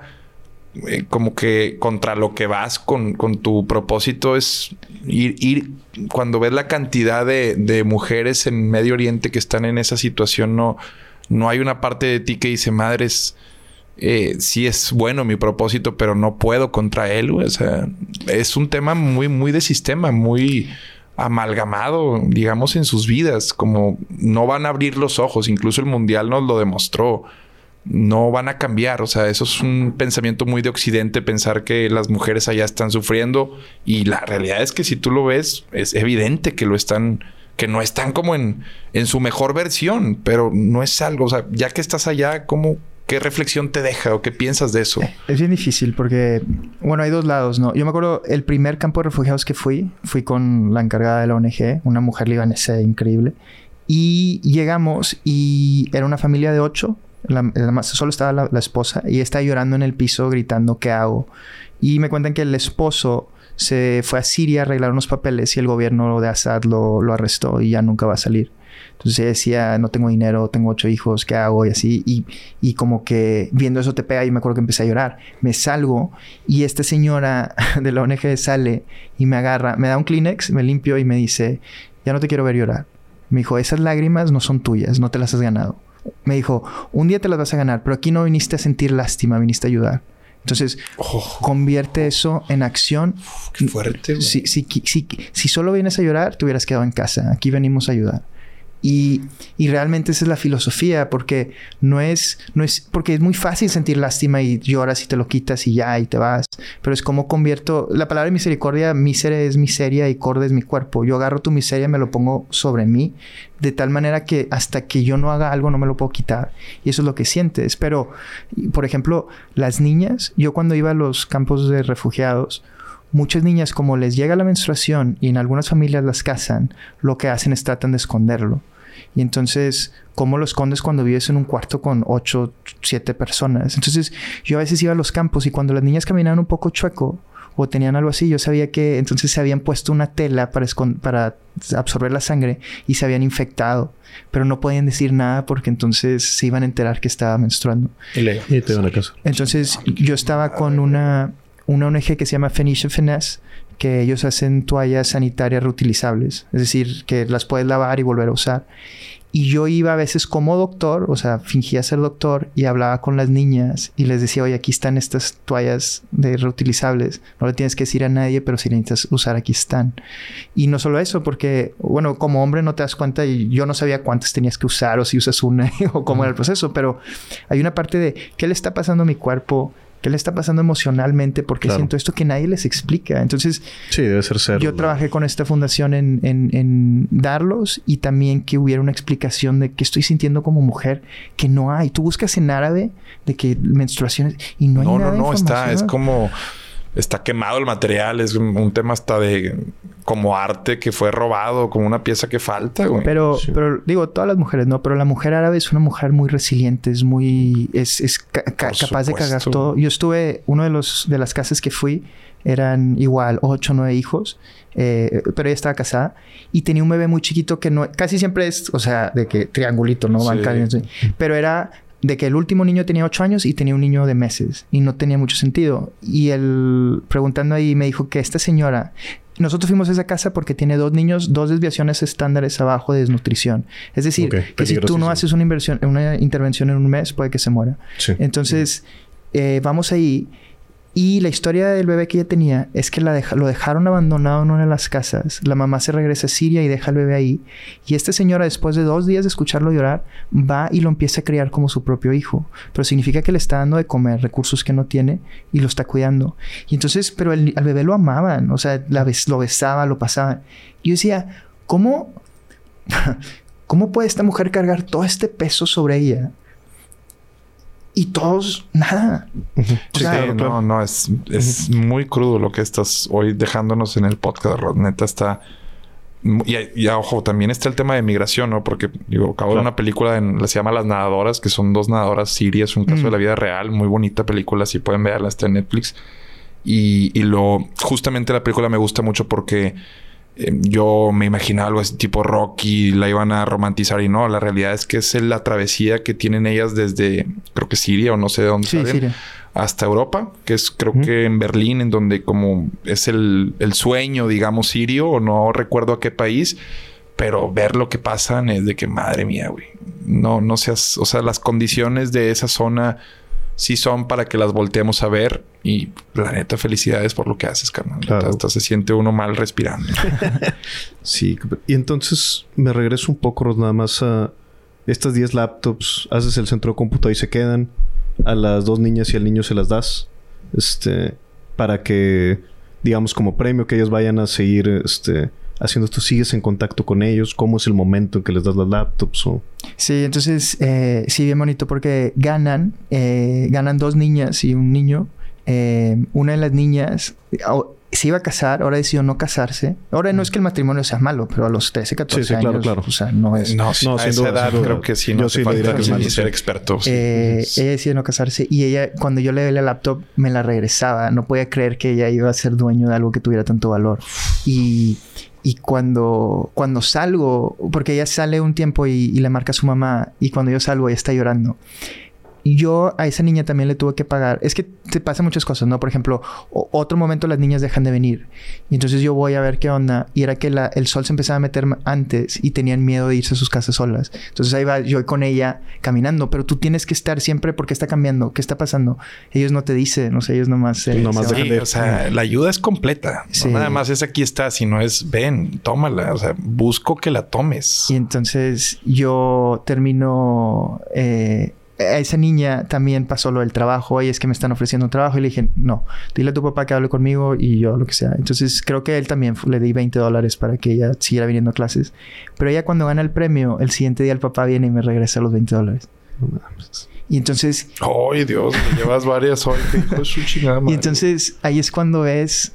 Eh, como que contra lo que vas con, con tu propósito es ir, ir cuando ves la cantidad de, de mujeres en Medio Oriente que están en esa situación, no, no hay una parte de ti que dice, madres, eh, sí es bueno mi propósito, pero no puedo contra él, güey. O sea, es un tema muy, muy de sistema, muy amalgamado, digamos, en sus vidas, como no van a abrir los ojos, incluso el Mundial nos lo demostró. No van a cambiar. O sea, eso es un pensamiento muy de Occidente, pensar que las mujeres allá están sufriendo. Y la realidad es que si tú lo ves, es evidente que lo están... Que no están como en, en su mejor versión. Pero no es algo... O sea, ya que estás allá, ¿cómo... ¿Qué reflexión te deja o qué piensas de eso? Es bien difícil porque... Bueno, hay dos lados, ¿no? Yo me acuerdo el primer campo de refugiados que fui. Fui con la encargada de la O N G. Una mujer libanesa increíble. Y llegamos y era una familia de ocho... La, la, solo estaba la, la esposa y estaba llorando en el piso gritando ¿qué hago? Y me cuentan que el esposo se fue a Siria a arreglar unos papeles y el gobierno de Assad lo, lo arrestó y ya nunca va a salir. Entonces ella decía, no tengo dinero, tengo ocho hijos, ¿qué hago? Y así, y, y como que viendo eso te pega y me acuerdo que empecé a llorar. Me salgo y esta señora de la O N G sale y me agarra, me da un Kleenex, me limpio y me dice, ya no te quiero ver llorar. Me dijo, esas lágrimas no son tuyas, no te las has ganado. Me dijo, un día te las vas a ganar, pero aquí no viniste a sentir lástima, viniste a ayudar. Entonces, oh, convierte eso en acción. Uf, qué fuerte. Si, si, si, si solo vienes a llorar, te hubieras quedado en casa. Aquí venimos a ayudar. Y, y realmente esa es la filosofía, porque no es, no es... Porque es muy fácil sentir lástima y lloras y te lo quitas y ya, y te vas. Pero es como convierto... La palabra misericordia, misere es miseria y corde es mi cuerpo. Yo agarro tu miseria y me lo pongo sobre mí. De tal manera que hasta que yo no haga algo no me lo puedo quitar. Y eso es lo que sientes. Pero, por ejemplo, las niñas... Yo cuando iba a los campos de refugiados... muchas niñas, como les llega la menstruación y en algunas familias las casan, lo que hacen es tratan de esconderlo. Y entonces, ¿cómo lo escondes cuando vives en un cuarto con ocho, siete personas? Entonces, yo a veces iba a los campos y cuando las niñas caminaban un poco chueco o tenían algo así, yo sabía que entonces se habían puesto una tela para, escond- para absorber la sangre y se habían infectado. Pero no podían decir nada porque entonces se iban a enterar que estaba menstruando. Y, le, y te iban a casa. Entonces, yo estaba con una, una O N G que se llama Phoenicia Finesse, que ellos hacen toallas sanitarias reutilizables. Es decir, que las puedes lavar y volver a usar. Y yo iba a veces como doctor, o sea, fingía ser doctor y hablaba con las niñas y les decía, oye, aquí están estas toallas de reutilizables. No le tienes que decir a nadie, pero si necesitas usar, aquí están. Y no solo eso, porque, bueno, como hombre no te das cuenta y yo no sabía cuántas tenías que usar o si usas una o cómo era el proceso, pero hay una parte de qué le está pasando a mi cuerpo, qué le está pasando emocionalmente, porque claro. siento esto que nadie les explica. Entonces, sí, debe ser cero. Yo trabajé con esta fundación en, en, en darlos y también que hubiera una explicación de qué estoy sintiendo como mujer que no hay. Tú buscas en árabe de que menstruaciones y no hay no, nada No, no, no. Está, es ¿no? como... Está quemado el material. Es un, un tema hasta de... Como arte que fue robado. Como una pieza que falta, güey. Pero... Sí. Pero... Digo, todas las mujeres, ¿no? Pero la mujer árabe es una mujer muy resiliente. Es muy... Es, es ca- ca- capaz supuesto. de cagar todo. Yo estuve... Uno de los... De las casas que fui... Eran igual... Ocho, nueve hijos. Eh, pero ella estaba casada. Y tenía un bebé muy chiquito que no... Casi siempre es... O sea... De que... Triangulito, ¿no? Sí. Pero era... De que el último niño tenía ocho años y tenía un niño de meses. Y no tenía mucho sentido. Y él, preguntando ahí, me dijo que esta señora... Nosotros fuimos a esa casa porque tiene dos niños, dos desviaciones estándares abajo de desnutrición. Es decir, okay, que si tú no haces una inversión, una intervención en un mes, puede que se muera. Sí. Entonces, eh, vamos ahí... Y la historia del bebé que ella tenía es que la deja, lo dejaron abandonado en una de las casas. La mamá se regresa a Siria y deja al bebé ahí. Y esta señora, después de dos días de escucharlo llorar, va y lo empieza a criar como su propio hijo. Pero significa que le está dando de comer recursos que no tiene y lo está cuidando. Y entonces, pero el, al bebé lo amaban. O sea, la, lo besaba, lo pasaban. Y yo decía, ¿cómo, ¿cómo puede esta mujer cargar todo este peso sobre ella? Y todos, nada. Uh-huh. O sea, sí, claro, claro. No, no, es, es uh-huh. muy crudo lo que estás hoy dejándonos en el podcast, Rod. Neta está... Y, y ojo, también está el tema de migración, ¿no? Porque, digo, acabo de claro. una película, en, se llama Las Nadadoras, que son dos nadadoras sirias, un caso uh-huh. de la vida real. Muy bonita película, si pueden verla, está en Netflix. Y, y lo... Justamente la película me gusta mucho porque... Yo me imaginaba algo así tipo Rocky, la iban a romantizar y no, la realidad es que es la travesía que tienen ellas desde, creo que Siria o no sé de dónde sí, salen, Siria. hasta Europa, que es creo uh-huh. que en Berlín, en donde como es el, el sueño, digamos, sirio, o no recuerdo a qué país, pero ver lo que pasan es de que, madre mía, güey, no, no seas, o sea, las condiciones de esa zona sí son para que las volteemos a ver. Y la neta, felicidades por lo que haces, carnal. Claro. Hasta se siente uno mal respirando. Sí. Y entonces me regreso un poco, Ros, nada más a estas diez laptops. Haces el centro de cómputo, ahí se quedan. A las dos niñas y al niño se las das. Este... Para que, digamos, como premio, que ellos vayan a seguir... Este... haciendo esto, ¿sigues en contacto con ellos? ¿Cómo es el momento en que les das las laptops? O... Sí, entonces, eh, sí, bien bonito porque ganan, eh, ganan dos niñas y un niño. Eh, una de las niñas oh, se iba a casar, ahora decidió no casarse. Ahora no es que el matrimonio sea malo, pero a los trece, catorce sí, sí, años, claro, claro. o sea, no es... No, no a esa edad creo que sí, no yo sí falta que ni ser experto. Sí. Eh, ella decidió no casarse y ella, cuando yo le di la laptop, me la regresaba. No podía creer que ella iba a ser dueño de algo que tuviera tanto valor. Y... Y cuando, cuando salgo, porque ella sale un tiempo y, y le marca a su mamá, y cuando yo salgo ella está llorando. Yo a esa niña también le tuve que pagar. Es que te pasan muchas cosas, ¿no? Por ejemplo, o, otro momento las niñas dejan de venir. Y entonces yo voy a ver qué onda. Y era que la, el sol se empezaba a meter antes y tenían miedo de irse a sus casas solas. Entonces ahí va yo con ella caminando. Pero tú tienes que estar siempre porque está cambiando. ¿Qué está pasando? Ellos no te dicen. O sea, ellos nomás... Se, nomás se sí, o sea, la ayuda es completa. Sí. No nada más es aquí está, sino es ven, tómala. O sea, busco que la tomes. Y entonces yo termino... Eh, a esa niña también pasó lo del trabajo. Oye, es que me están ofreciendo un trabajo. Y le dije, no, dile a tu papá que hable conmigo y yo lo que sea. Entonces, creo que a él también le di veinte dólares para que ella siguiera viniendo a clases. Pero ella cuando gana el premio, el siguiente día el papá viene y me regresa los veinte dólares. No mames. Y entonces... ¡Ay, Dios! Me llevas varias horas. Hijo de su chingada madre. Y entonces, ahí es cuando ves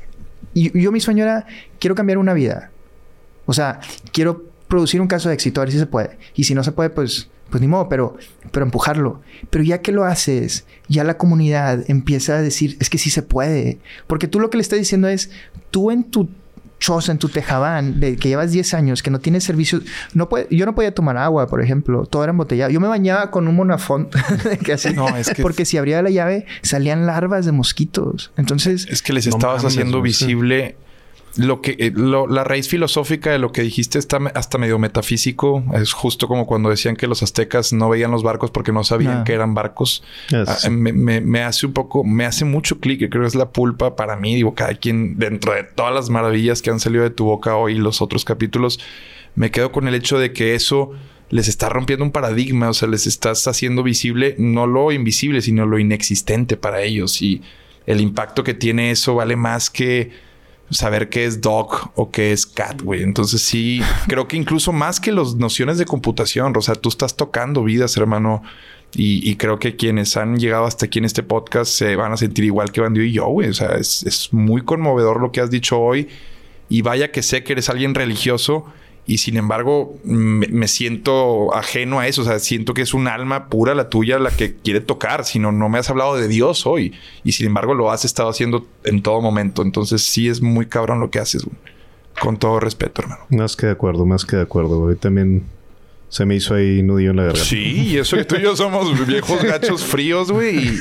Y yo, mi sueño era, quiero cambiar una vida. O sea, quiero producir un caso de éxito, a ver si se puede. Y si no se puede, pues, pues ni modo, pero, pero empujarlo. Pero ya que lo haces, ya la comunidad empieza a decir, es que sí se puede. Porque tú lo que le estás diciendo es, tú en tu choza, en tu tejabán, de que llevas diez años, que no tienes servicios... No puede, yo no podía tomar agua, por ejemplo. Todo era embotellado. Yo me bañaba con un monafón. que así, no, es que... Porque si abría la llave, salían larvas de mosquitos. Entonces... Es que les estabas no mames, haciendo no sé. visible... Lo que, eh, lo, la raíz filosófica de lo que dijiste está hasta medio metafísico. Es justo como cuando decían que los aztecas no veían los barcos porque no sabían no. que eran barcos. Yes. Ah, me, me, me hace un poco, me hace mucho clic. Creo que es la pulpa para mí. Digo, cada quien, dentro de todas las maravillas que han salido de tu boca hoy y los otros capítulos, me quedo con el hecho de que eso les está rompiendo un paradigma. O sea, les estás haciendo visible no lo invisible, sino lo inexistente para ellos. Y el impacto que tiene eso vale más que saber qué es dog o qué es cat, güey. Entonces sí, creo que incluso más que las nociones de computación, o sea, tú estás tocando vidas, hermano. Y, y creo que quienes han llegado hasta aquí en este podcast se van a sentir igual que Bandido y yo, güey. O sea, es, es muy conmovedor lo que has dicho hoy. Y vaya que sé que eres alguien religioso y sin embargo me, me siento ajeno a eso. O sea, siento que es un alma pura la tuya la que quiere tocar. Si no, no me has hablado de Dios hoy. Y sin embargo lo has estado haciendo en todo momento. Entonces sí es muy cabrón lo que haces, güey. Con todo respeto, hermano. Más que de acuerdo, más que de acuerdo, güey. También se me hizo ahí nudillo en la garganta. Sí, y eso que tú y yo somos viejos gachos fríos, güey. Y,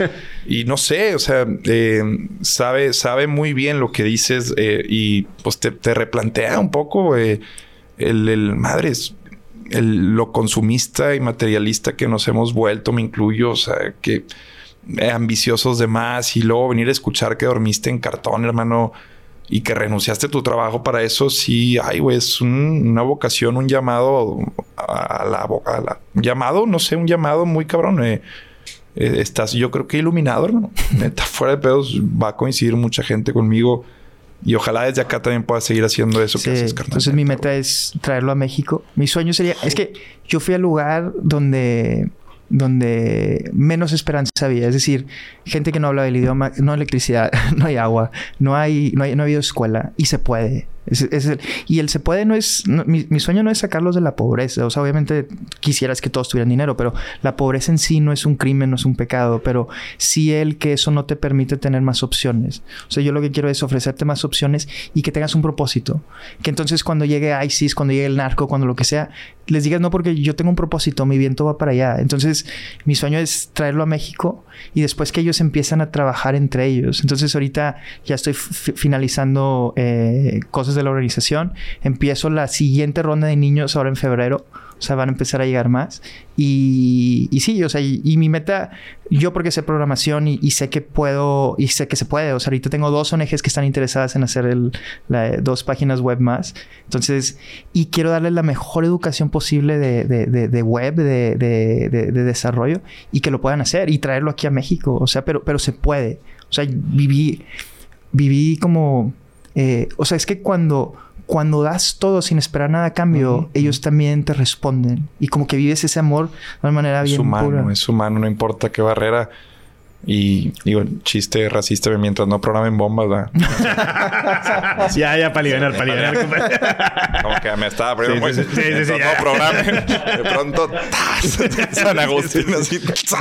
y, y no sé, o sea, eh, sabe, sabe muy bien lo que dices eh, y pues te, te replantea un poco, eh, El, el madres, el, lo consumista y materialista que nos hemos vuelto, me incluyo, o sea, que eh, ambiciosos de más y luego venir a escuchar que dormiste en cartón, hermano, y que renunciaste a tu trabajo para eso, sí, ay, güey, es un, una vocación, un llamado a la, a la... Un llamado, no sé, un llamado muy cabrón. Eh, eh, estás, yo creo que iluminado, hermano. Neta, fuera de pedos, va a coincidir mucha gente conmigo. Y ojalá desde acá también puedas seguir haciendo eso sí. que haces, carnal. Entonces mi meta es traerlo a México. Mi sueño sería... Es que yo fui al lugar donde... donde menos esperanza había. Es decir, gente que no habla del idioma, no hay electricidad, no hay agua, no hay, no hay, no ha habido escuela. Y se puede. Es, es el, y el se puede no es... No, mi, mi sueño no es sacarlos de la pobreza. O sea, obviamente quisieras que todos tuvieran dinero, pero la pobreza en sí no es un crimen, no es un pecado. Pero sí el que eso no te permite tener más opciones. O sea, yo lo que quiero es ofrecerte más opciones y que tengas un propósito. Que entonces cuando llegue ISIS, cuando llegue el narco, cuando lo que sea, les digas, no, porque yo tengo un propósito, mi viento va para allá. Entonces, mi sueño es traerlo a México y después que ellos empiezan a trabajar entre ellos. Entonces, ahorita ya estoy f- finalizando eh, cosas de la organización. Empiezo la siguiente ronda de niños ahora en febrero. O sea, van a empezar a llegar más. Y, y sí, o sea, y, y mi meta, yo porque sé programación y, y sé que puedo, y sé que se puede. O sea, ahorita tengo dos O N Ges que están interesadas en hacer el, la, dos páginas web más. Entonces, y quiero darles la mejor educación posible de, de, de, de web, de, de, de, de desarrollo, y que lo puedan hacer y traerlo aquí a México. O sea, pero, pero se puede. O sea, viví, viví como, eh, o sea, es que cuando... Cuando das todo sin esperar nada a cambio, uh-huh. ellos también te responden. Y como que vives ese amor de una manera bien humano, pura. Es humano, no importa qué barrera. Y digo, chiste racista mientras no programen bombas, ¿verdad? ya, ya, para liberar, para liberar. Como que me estaba poniendo sí, muy... Sí, sí, sí, sí, no programen. De pronto... ¡tas! San Agustín así...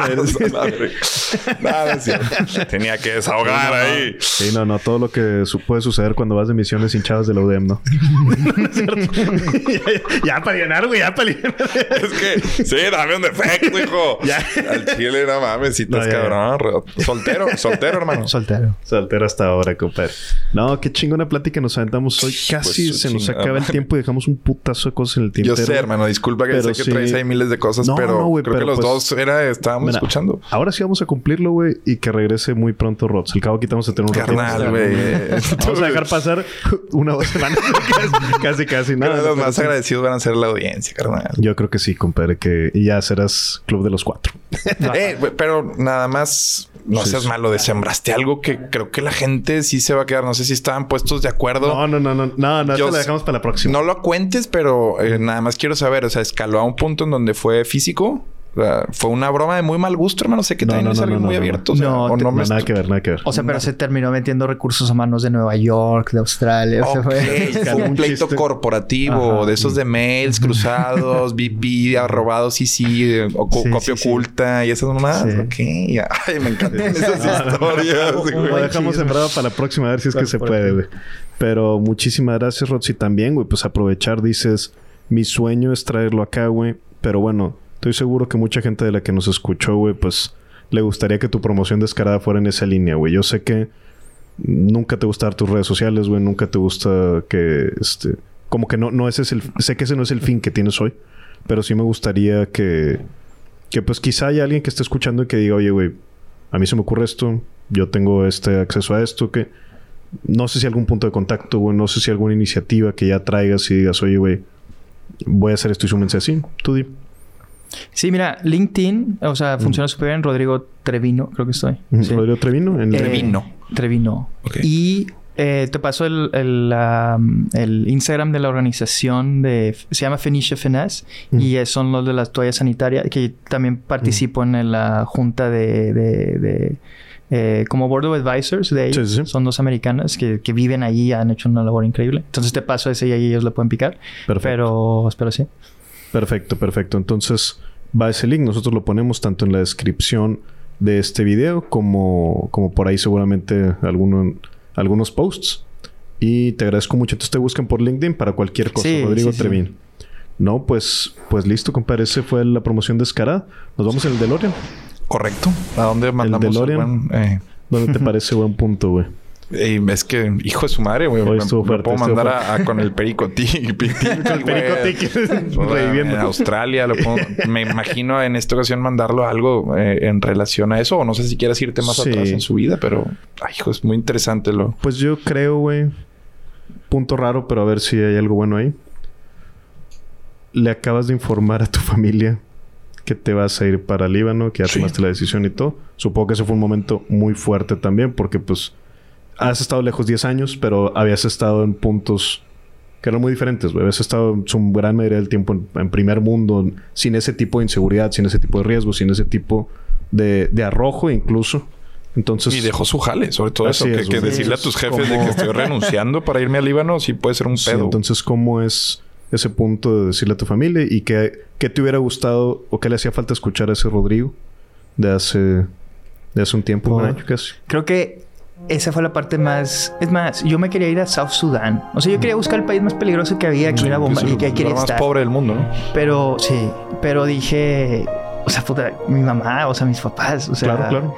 Nada, sí. Tenía que desahogar sí, no, ahí. Sí, no, no. Todo lo que su- puede suceder cuando vas de misiones hinchadas de la U D E M, ¿no? ya, ya, para llenar, güey. Ya, para llenar. Es que... Sí, dame un defecto, hijo. Ya. Al chile, no mames. Si estás no, cabrón. Soltero, soltero, hermano. Soltero. Soltero hasta ahora, compadre. No, qué chingona plática nos aventamos hoy. Casi pues, se nos chingada, acaba el tiempo y dejamos un putazo de cosas en el tiempo. Yo sé, hermano. Disculpa que sé que sí. traes ahí miles de cosas, no, pero no, wey, creo pero que los pues, dos era, estábamos mira, escuchando. Ahora sí vamos a cumplirlo, güey, y que regrese muy pronto Rods. Al cabo quitamos a tener un ratito. Carnal, güey. Vamos a dejar pasar una o dos semanas. casi, casi. Nada. Pero los más sí. agradecidos van a ser la audiencia, carnal. Yo creo que sí, compadre. Que ya serás club de los cuatro. eh, pero nada más... No sí, seas sí. malo de sembraste algo que creo que la gente sí se va a quedar. No sé si estaban puestos de acuerdo. No, no, no, no. No, no. Yo, esto lo dejamos para la próxima. No lo cuentes, pero eh, nada más quiero saber. O sea, ¿escaló a un punto en donde fue físico? O sea, fue una broma de muy mal gusto, hermano. Sé que No, también no, es no, alguien no, muy no, abierto. no. O sea, No, o te- no me No, estoy- nada que ver, nada que ver. O sea, pero se terminó metiendo recursos humanos de Nueva York, de Australia. O sea, Ok, fue... fue un pleito chiste. corporativo Ajá. de esos de mails cruzados, V P robados, sí, sí, o co- Sí, copia sí, sí. oculta y esas mamadas. Sí. Ok, ay, me encantan esas historias. Lo güey. dejamos sembrado para la próxima, a ver si es que se Por puede, aquí. güey. Pero muchísimas gracias, Roxy, también, güey. Pues aprovechar, dices, mi sueño es traerlo acá, güey. Pero bueno, estoy seguro que mucha gente de la que nos escuchó, güey, pues le gustaría que tu promoción descarada fuera en esa línea, güey. Yo sé que nunca te gusta dar tus redes sociales, güey. Nunca te gusta que, este... Como que no, no ese es el... Sé que ese no es el fin que tienes hoy. Pero sí me gustaría que... Que pues quizá haya alguien que esté escuchando y que diga, oye, güey, a mí se me ocurre esto. Yo tengo este acceso a esto que... No sé si algún punto de contacto, güey. No sé si alguna iniciativa que ya traigas y digas, oye, güey, voy a hacer esto y súmense así. Tú di. Sí, mira, LinkedIn, o sea, funciona súper bien. Rodrigo Trevino, creo que estoy. Ujú. Sí. Rodrigo Trevino. En Eh, Trevino. Trevino. Ok. Y eh, te paso el, el, um, el Instagram de la organización de... Se llama Phoenicia Finesse. Mm. Y es- son los de las toallas sanitarias. Que también participo en la junta de... de, de eh, como Board of Advisors de ellos. Sí, sí, sí. Son dos americanas que, que viven allí. Han hecho una labor increíble. Entonces te paso ese y ahí ellos le pueden picar. Perfecto. Pero... Espero sí. Perfecto, perfecto. Entonces, va ese link. Nosotros lo ponemos tanto en la descripción de este video como, como por ahí seguramente alguno, algunos posts. Y te agradezco mucho. Entonces te buscan por LinkedIn para cualquier cosa. Sí, Rodrigo sí, sí. Trevino. No, pues, pues listo, compadre. Ese fue la promoción descarada. Nos vamos en el DeLorean. Correcto. ¿A dónde mandamos el DeLorean. buen, eh, ¿Dónde te parece buen punto, güey? eh, es que, hijo de su madre, güey. Hoy Me, estuvo me fuerte, puedo estuvo mandar a, a con el perico tiki. Con el perico tiki, reviviendo. En Australia. Lo puedo- me imagino en esta ocasión mandarlo a algo eh, en relación a eso. O no sé si quieras irte más Sí. atrás en su vida, pero... Ay, hijo, es muy interesante lo... Pues yo creo, güey. Punto raro, pero a ver si hay algo bueno ahí. Le acabas de informar a tu familia que te vas a ir para Líbano, que ya Sí. tomaste la decisión y todo. Supongo que ese fue un momento muy fuerte también, porque pues has estado lejos diez años, pero habías estado en puntos que eran muy diferentes, güey. Habías estado en su gran mayoría del tiempo en, en primer mundo, sin ese tipo de inseguridad, sin ese tipo de riesgo, sin ese tipo de, de arrojo incluso. Entonces... Y dejó su jale, sobre todo Así eso. Que, es, que güey. decirle a tus jefes de Como- que estoy renunciando para irme a Líbano sí puede ser un Sí, pedo. entonces, ¿cómo es ese punto de decirle a tu familia? ¿Y qué, qué te hubiera gustado o qué le hacía falta escuchar a ese Rodrigo de hace, de hace un tiempo, un Oh. año casi? Creo que esa fue la parte más... Es más, yo me quería ir a South Sudán. O sea, yo quería buscar el país más peligroso que había, que Sí, era bomba es el y que lugar quería más estar. pobre del mundo, ¿no? Pero sí, pero dije... O sea, puta, mi mamá, o sea, mis papás, o sea... Claro, claro.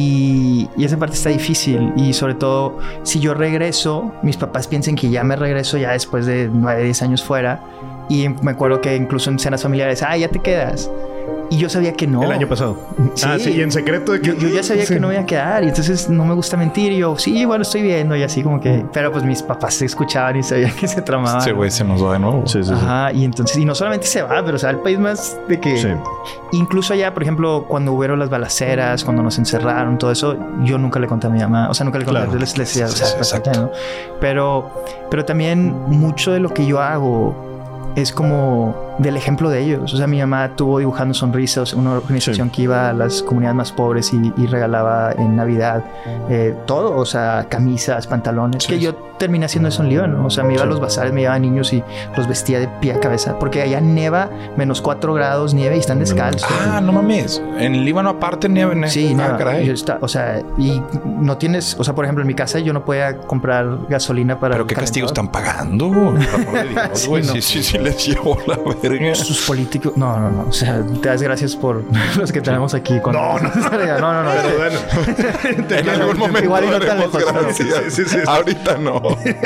Y, y esa parte está difícil. Y sobre todo, si yo regreso, mis papás piensen que ya me regreso ya después de nueve, diez años fuera. Y me acuerdo que incluso en cenas familiares, ah, ya te quedas. Y yo sabía que no. El año pasado. Sí. Ah, sí, y en secreto de que... Yo, yo ya sabía Sí. que no me iba a quedar y entonces no me gusta mentir. Y yo, sí, bueno, estoy viendo y así como que... Pero pues mis papás se escuchaban y sabían que se tramaban. Ese güey se nos va de nuevo. Sí, sí, sí. Ajá, y entonces... Y no solamente se va, pero se va al país más de que... Sí. Incluso allá, por ejemplo, cuando hubieron las balaceras, cuando nos encerraron, todo eso, yo nunca le conté a mi mamá. O sea, nunca le conté. Claro. Yo les, les decía, o sea, Sí, pues, exacto. ¿no? Pero, pero también mucho de lo que yo hago es como del ejemplo de ellos. O sea, mi mamá tuvo Dibujando Sonrisas, una organización Sí. que iba a las comunidades más pobres y, y regalaba en Navidad eh, todo, o sea, camisas, pantalones, Sí, que sí. yo terminé haciendo eso en Líbano. O sea, me iba a Sí. los bazares, me llevaba niños y los vestía de pie a cabeza, porque allá neva, menos cuatro grados, nieve y están descalzos. Ah, no mames. En Líbano aparte nieve. ne- Sí, ah, neva. caray. Yo está, o sea, y no tienes, o sea, por ejemplo, en mi casa yo no podía comprar gasolina para. Pero qué el castigo calentador. están pagando, por amor de Dios, Sí, güey. no. Sí, sí, sí, les llevo la verga. Sus políticos. No, no, no. O sea, te das gracias por los que tenemos aquí. Con... No, no. no, no, no. Pero bueno. En algún momento Igual y no tan haremos lejos, pero- gracias. Sí, sí, sí, sí. Ahorita no.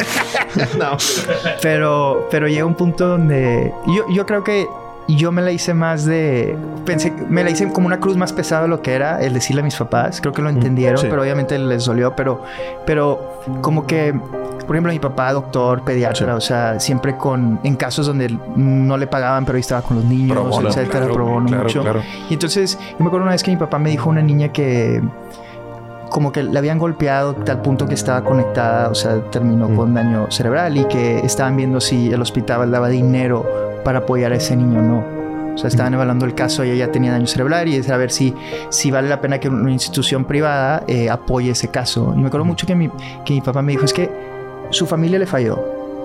No. Pero, pero llega un punto donde yo, yo creo que yo me la hice más de... Pensé, me la hice como una cruz más pesada de lo que era el decirle a mis papás. Creo que lo entendieron, sí. pero obviamente les dolió. Pero, pero como que, por ejemplo, mi papá, doctor, pediatra, Sí. o sea, siempre con... En casos donde no le pagaban, pero ahí estaba con los niños, Pro bono, etcétera, claro, pro bono claro, mucho. claro. Y entonces, yo me acuerdo una vez que mi papá me dijo a una niña que... como que le habían golpeado tal punto que estaba conectada, o sea, terminó Mm. con daño cerebral y que estaban viendo si el hospital daba dinero para apoyar a ese niño o no. O sea, estaban evaluando el caso y ella tenía daño cerebral y es a ver si, si vale la pena que una institución privada eh, apoye ese caso. Y me acuerdo mucho que mi, que mi papá me dijo, es que su familia le falló,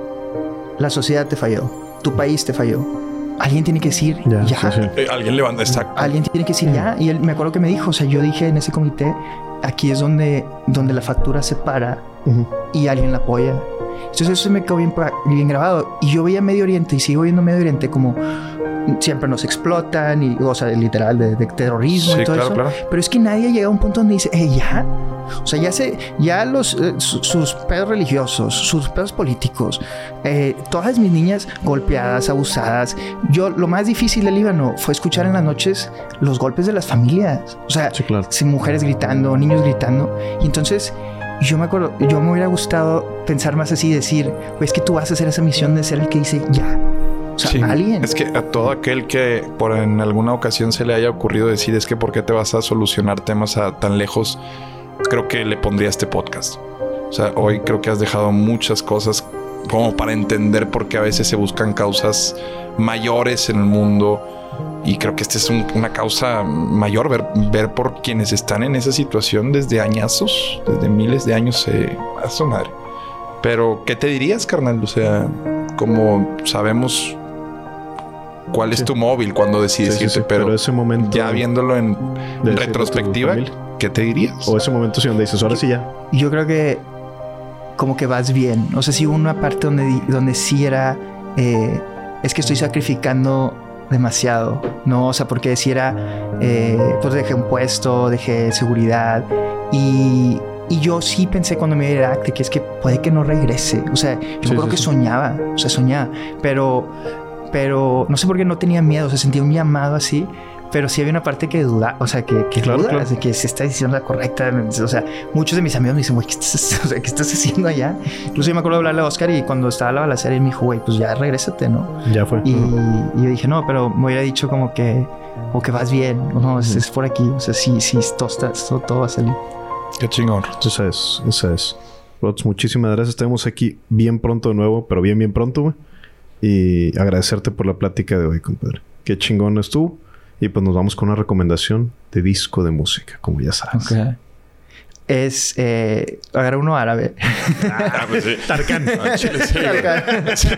la sociedad te falló, tu país te falló. Alguien tiene que decir ya. ya. Sí, sí. Eh, alguien levanta, exacto. Alguien tiene que decir ya. Y él, me acuerdo que me dijo, o sea, yo dije en ese comité, aquí es donde, donde la factura se para uh-huh. y alguien la apoya. Entonces eso me quedó bien, bien grabado. Y yo veía Medio Oriente y sigo viendo Medio Oriente como siempre nos explotan, y, o sea, literal, de, de terrorismo sí, y todo claro, eso. Claro. Pero es que nadie llega a un punto donde dice, eh, ya. O sea, ya se, ya los, eh, su, sus pedos religiosos, sus pedos políticos, eh, todas mis niñas golpeadas, abusadas. Yo, lo más difícil del Líbano fue escuchar en las noches los golpes de las familias. O sea, sí, claro. mujeres gritando, niños gritando. Y entonces, yo me acuerdo, yo me hubiera gustado pensar más así, decir, pues es que tú vas a hacer esa misión de ser el que dice, ya. O sea, sí, alguien. Es que a todo aquel que por en alguna ocasión se le haya ocurrido decir es que por qué te vas a solucionar temas a tan lejos, creo que le pondría este podcast. O sea, hoy creo que has dejado muchas cosas como para entender por qué a veces se buscan causas mayores en el mundo. Y creo que esta es un, una causa mayor, ver, ver por quienes están en esa situación desde añazos, desde miles de años, eh, a su madre. Pero, ¿qué te dirías, carnal? O sea, como sabemos cuál es sí. tu móvil cuando decides sí, sí, irte, sí, pero, pero ese momento ya viéndolo en retrospectiva, ¿qué te dirías? O ese momento sí donde dices, ahora sí ya. Yo creo que como que vas bien. O sea, sí hubo una parte donde, donde sí era, eh, es que estoy sacrificando demasiado, ¿no? O sea, porque si era, eh, pues dejé un puesto, dejé seguridad y... Y yo sí pensé cuando me iba a ir a Irak que es que puede que no regrese. O sea, yo sí, creo sí, que sí. soñaba, o sea, soñaba. Pero, pero no sé por qué no tenía miedo, o sea, sentía un llamado así. Pero sí había una parte que duda, o sea, que, que claro, dudas claro. de que si esta decisión es la correcta. O sea, muchos de mis amigos me dicen, güey, ¿qué estás, o sea, ¿qué estás haciendo allá? Incluso yo me acuerdo de hablarle a Oscar y cuando estaba la balacera, él me dijo, güey, pues ya regrésate, ¿no? Ya fue. Y, y yo dije, no, pero me hubiera dicho como que, o que vas bien, o no, uh-huh. es, es por aquí. O sea, sí, sí, todo, está, todo, todo va a salir. Qué chingón. Esa es, esa es. Rods, muchísimas gracias. Estaremos aquí bien pronto de nuevo, pero bien, bien pronto, güey. Y agradecerte por la plática de hoy, compadre. Qué chingón estuvo. Y pues nos vamos con una recomendación de disco de música, como ya sabes. Okay. Es... Eh, agarra uno árabe. Ah, pues sí. Tarkan. Ah, chile, sí, Tarkan. Sí,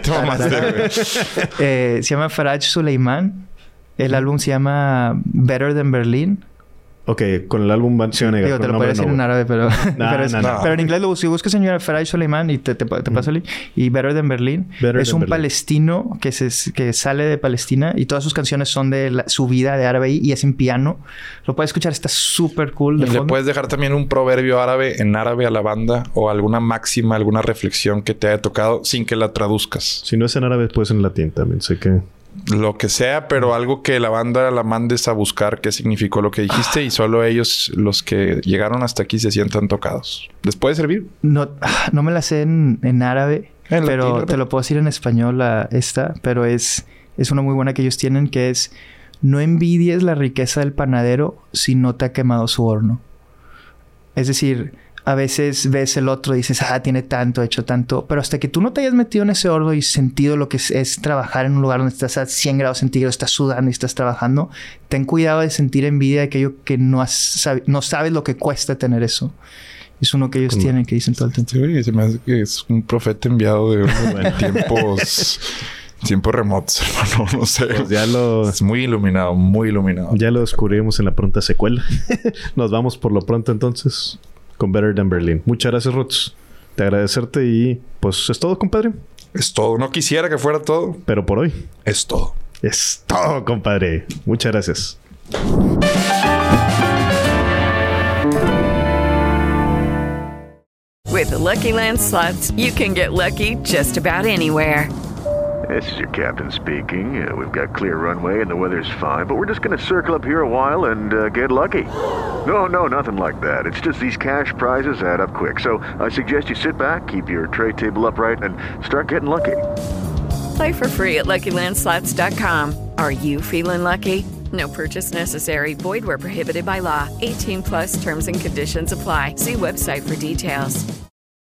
eh, se llama Faraj Suleiman. El álbum se llama Better Than Berlin. Ok, con el álbum van a Digo, te lo podría decir no, en árabe, pero... Nah, pero, es, nah, nah. pero en inglés lo si buscas señora Faraj Suleiman y te, te, te paso el... Y Better Than Berlin. Better es than un Berlin. palestino que, se, que sale de Palestina y todas sus canciones son de la, su vida de árabe y es en piano. Lo puedes escuchar, está súper cool. De Le fondo. puedes dejar también un proverbio árabe en árabe a la banda o alguna máxima, alguna reflexión que te haya tocado sin que la traduzcas. Si no es en árabe, pues en latín también. Sé que... Lo que sea, pero algo que la banda la mandes a buscar qué significó lo que dijiste y solo ellos, los que llegaron hasta aquí, se sientan tocados. ¿Les puede servir? No, no me la sé en, en árabe, en pero latín, te lo puedo decir en español la, esta, pero es, es una muy buena que ellos tienen, que es: no envidies la riqueza del panadero si no te ha quemado su horno. Es decir... A veces ves el otro y dices, ah, tiene tanto, ha hecho tanto. Pero hasta que tú no te hayas metido en ese horno y sentido lo que es, es trabajar en un lugar donde estás a cien grados centígrados, estás sudando y estás trabajando, ten cuidado de sentir envidia de aquello que no, has, no sabes lo que cuesta tener eso. Es uno que ellos ¿Cómo? tienen, que dicen todo el tiempo. Sí, se me hace que es un profeta enviado de unos tiempos... Tiempos remotos, hermano. No sé. Pues ya lo... Es muy iluminado, muy iluminado. Ya lo descubriremos en la pronta secuela. Nos vamos por lo pronto entonces... con Better Than Berlin. Muchas gracias, Rods. Te agradecerte y pues es todo, compadre. Es todo. No quisiera que fuera todo. Pero por hoy. Es todo. Es todo, compadre. Muchas gracias. With the Lucky Land Slots, you can get lucky just about anywhere. This is your captain speaking. Uh, we've got clear runway and the weather's fine, but we're just going to circle up here a while and uh, get lucky. No, no, nothing like that. It's just these cash prizes add up quick. So I suggest you sit back, keep your tray table upright, and start getting lucky. Play for free at Lucky Land Slots dot com. Are you feeling lucky? No purchase necessary. Void where prohibited by law. eighteen plus terms and conditions apply. See website for details.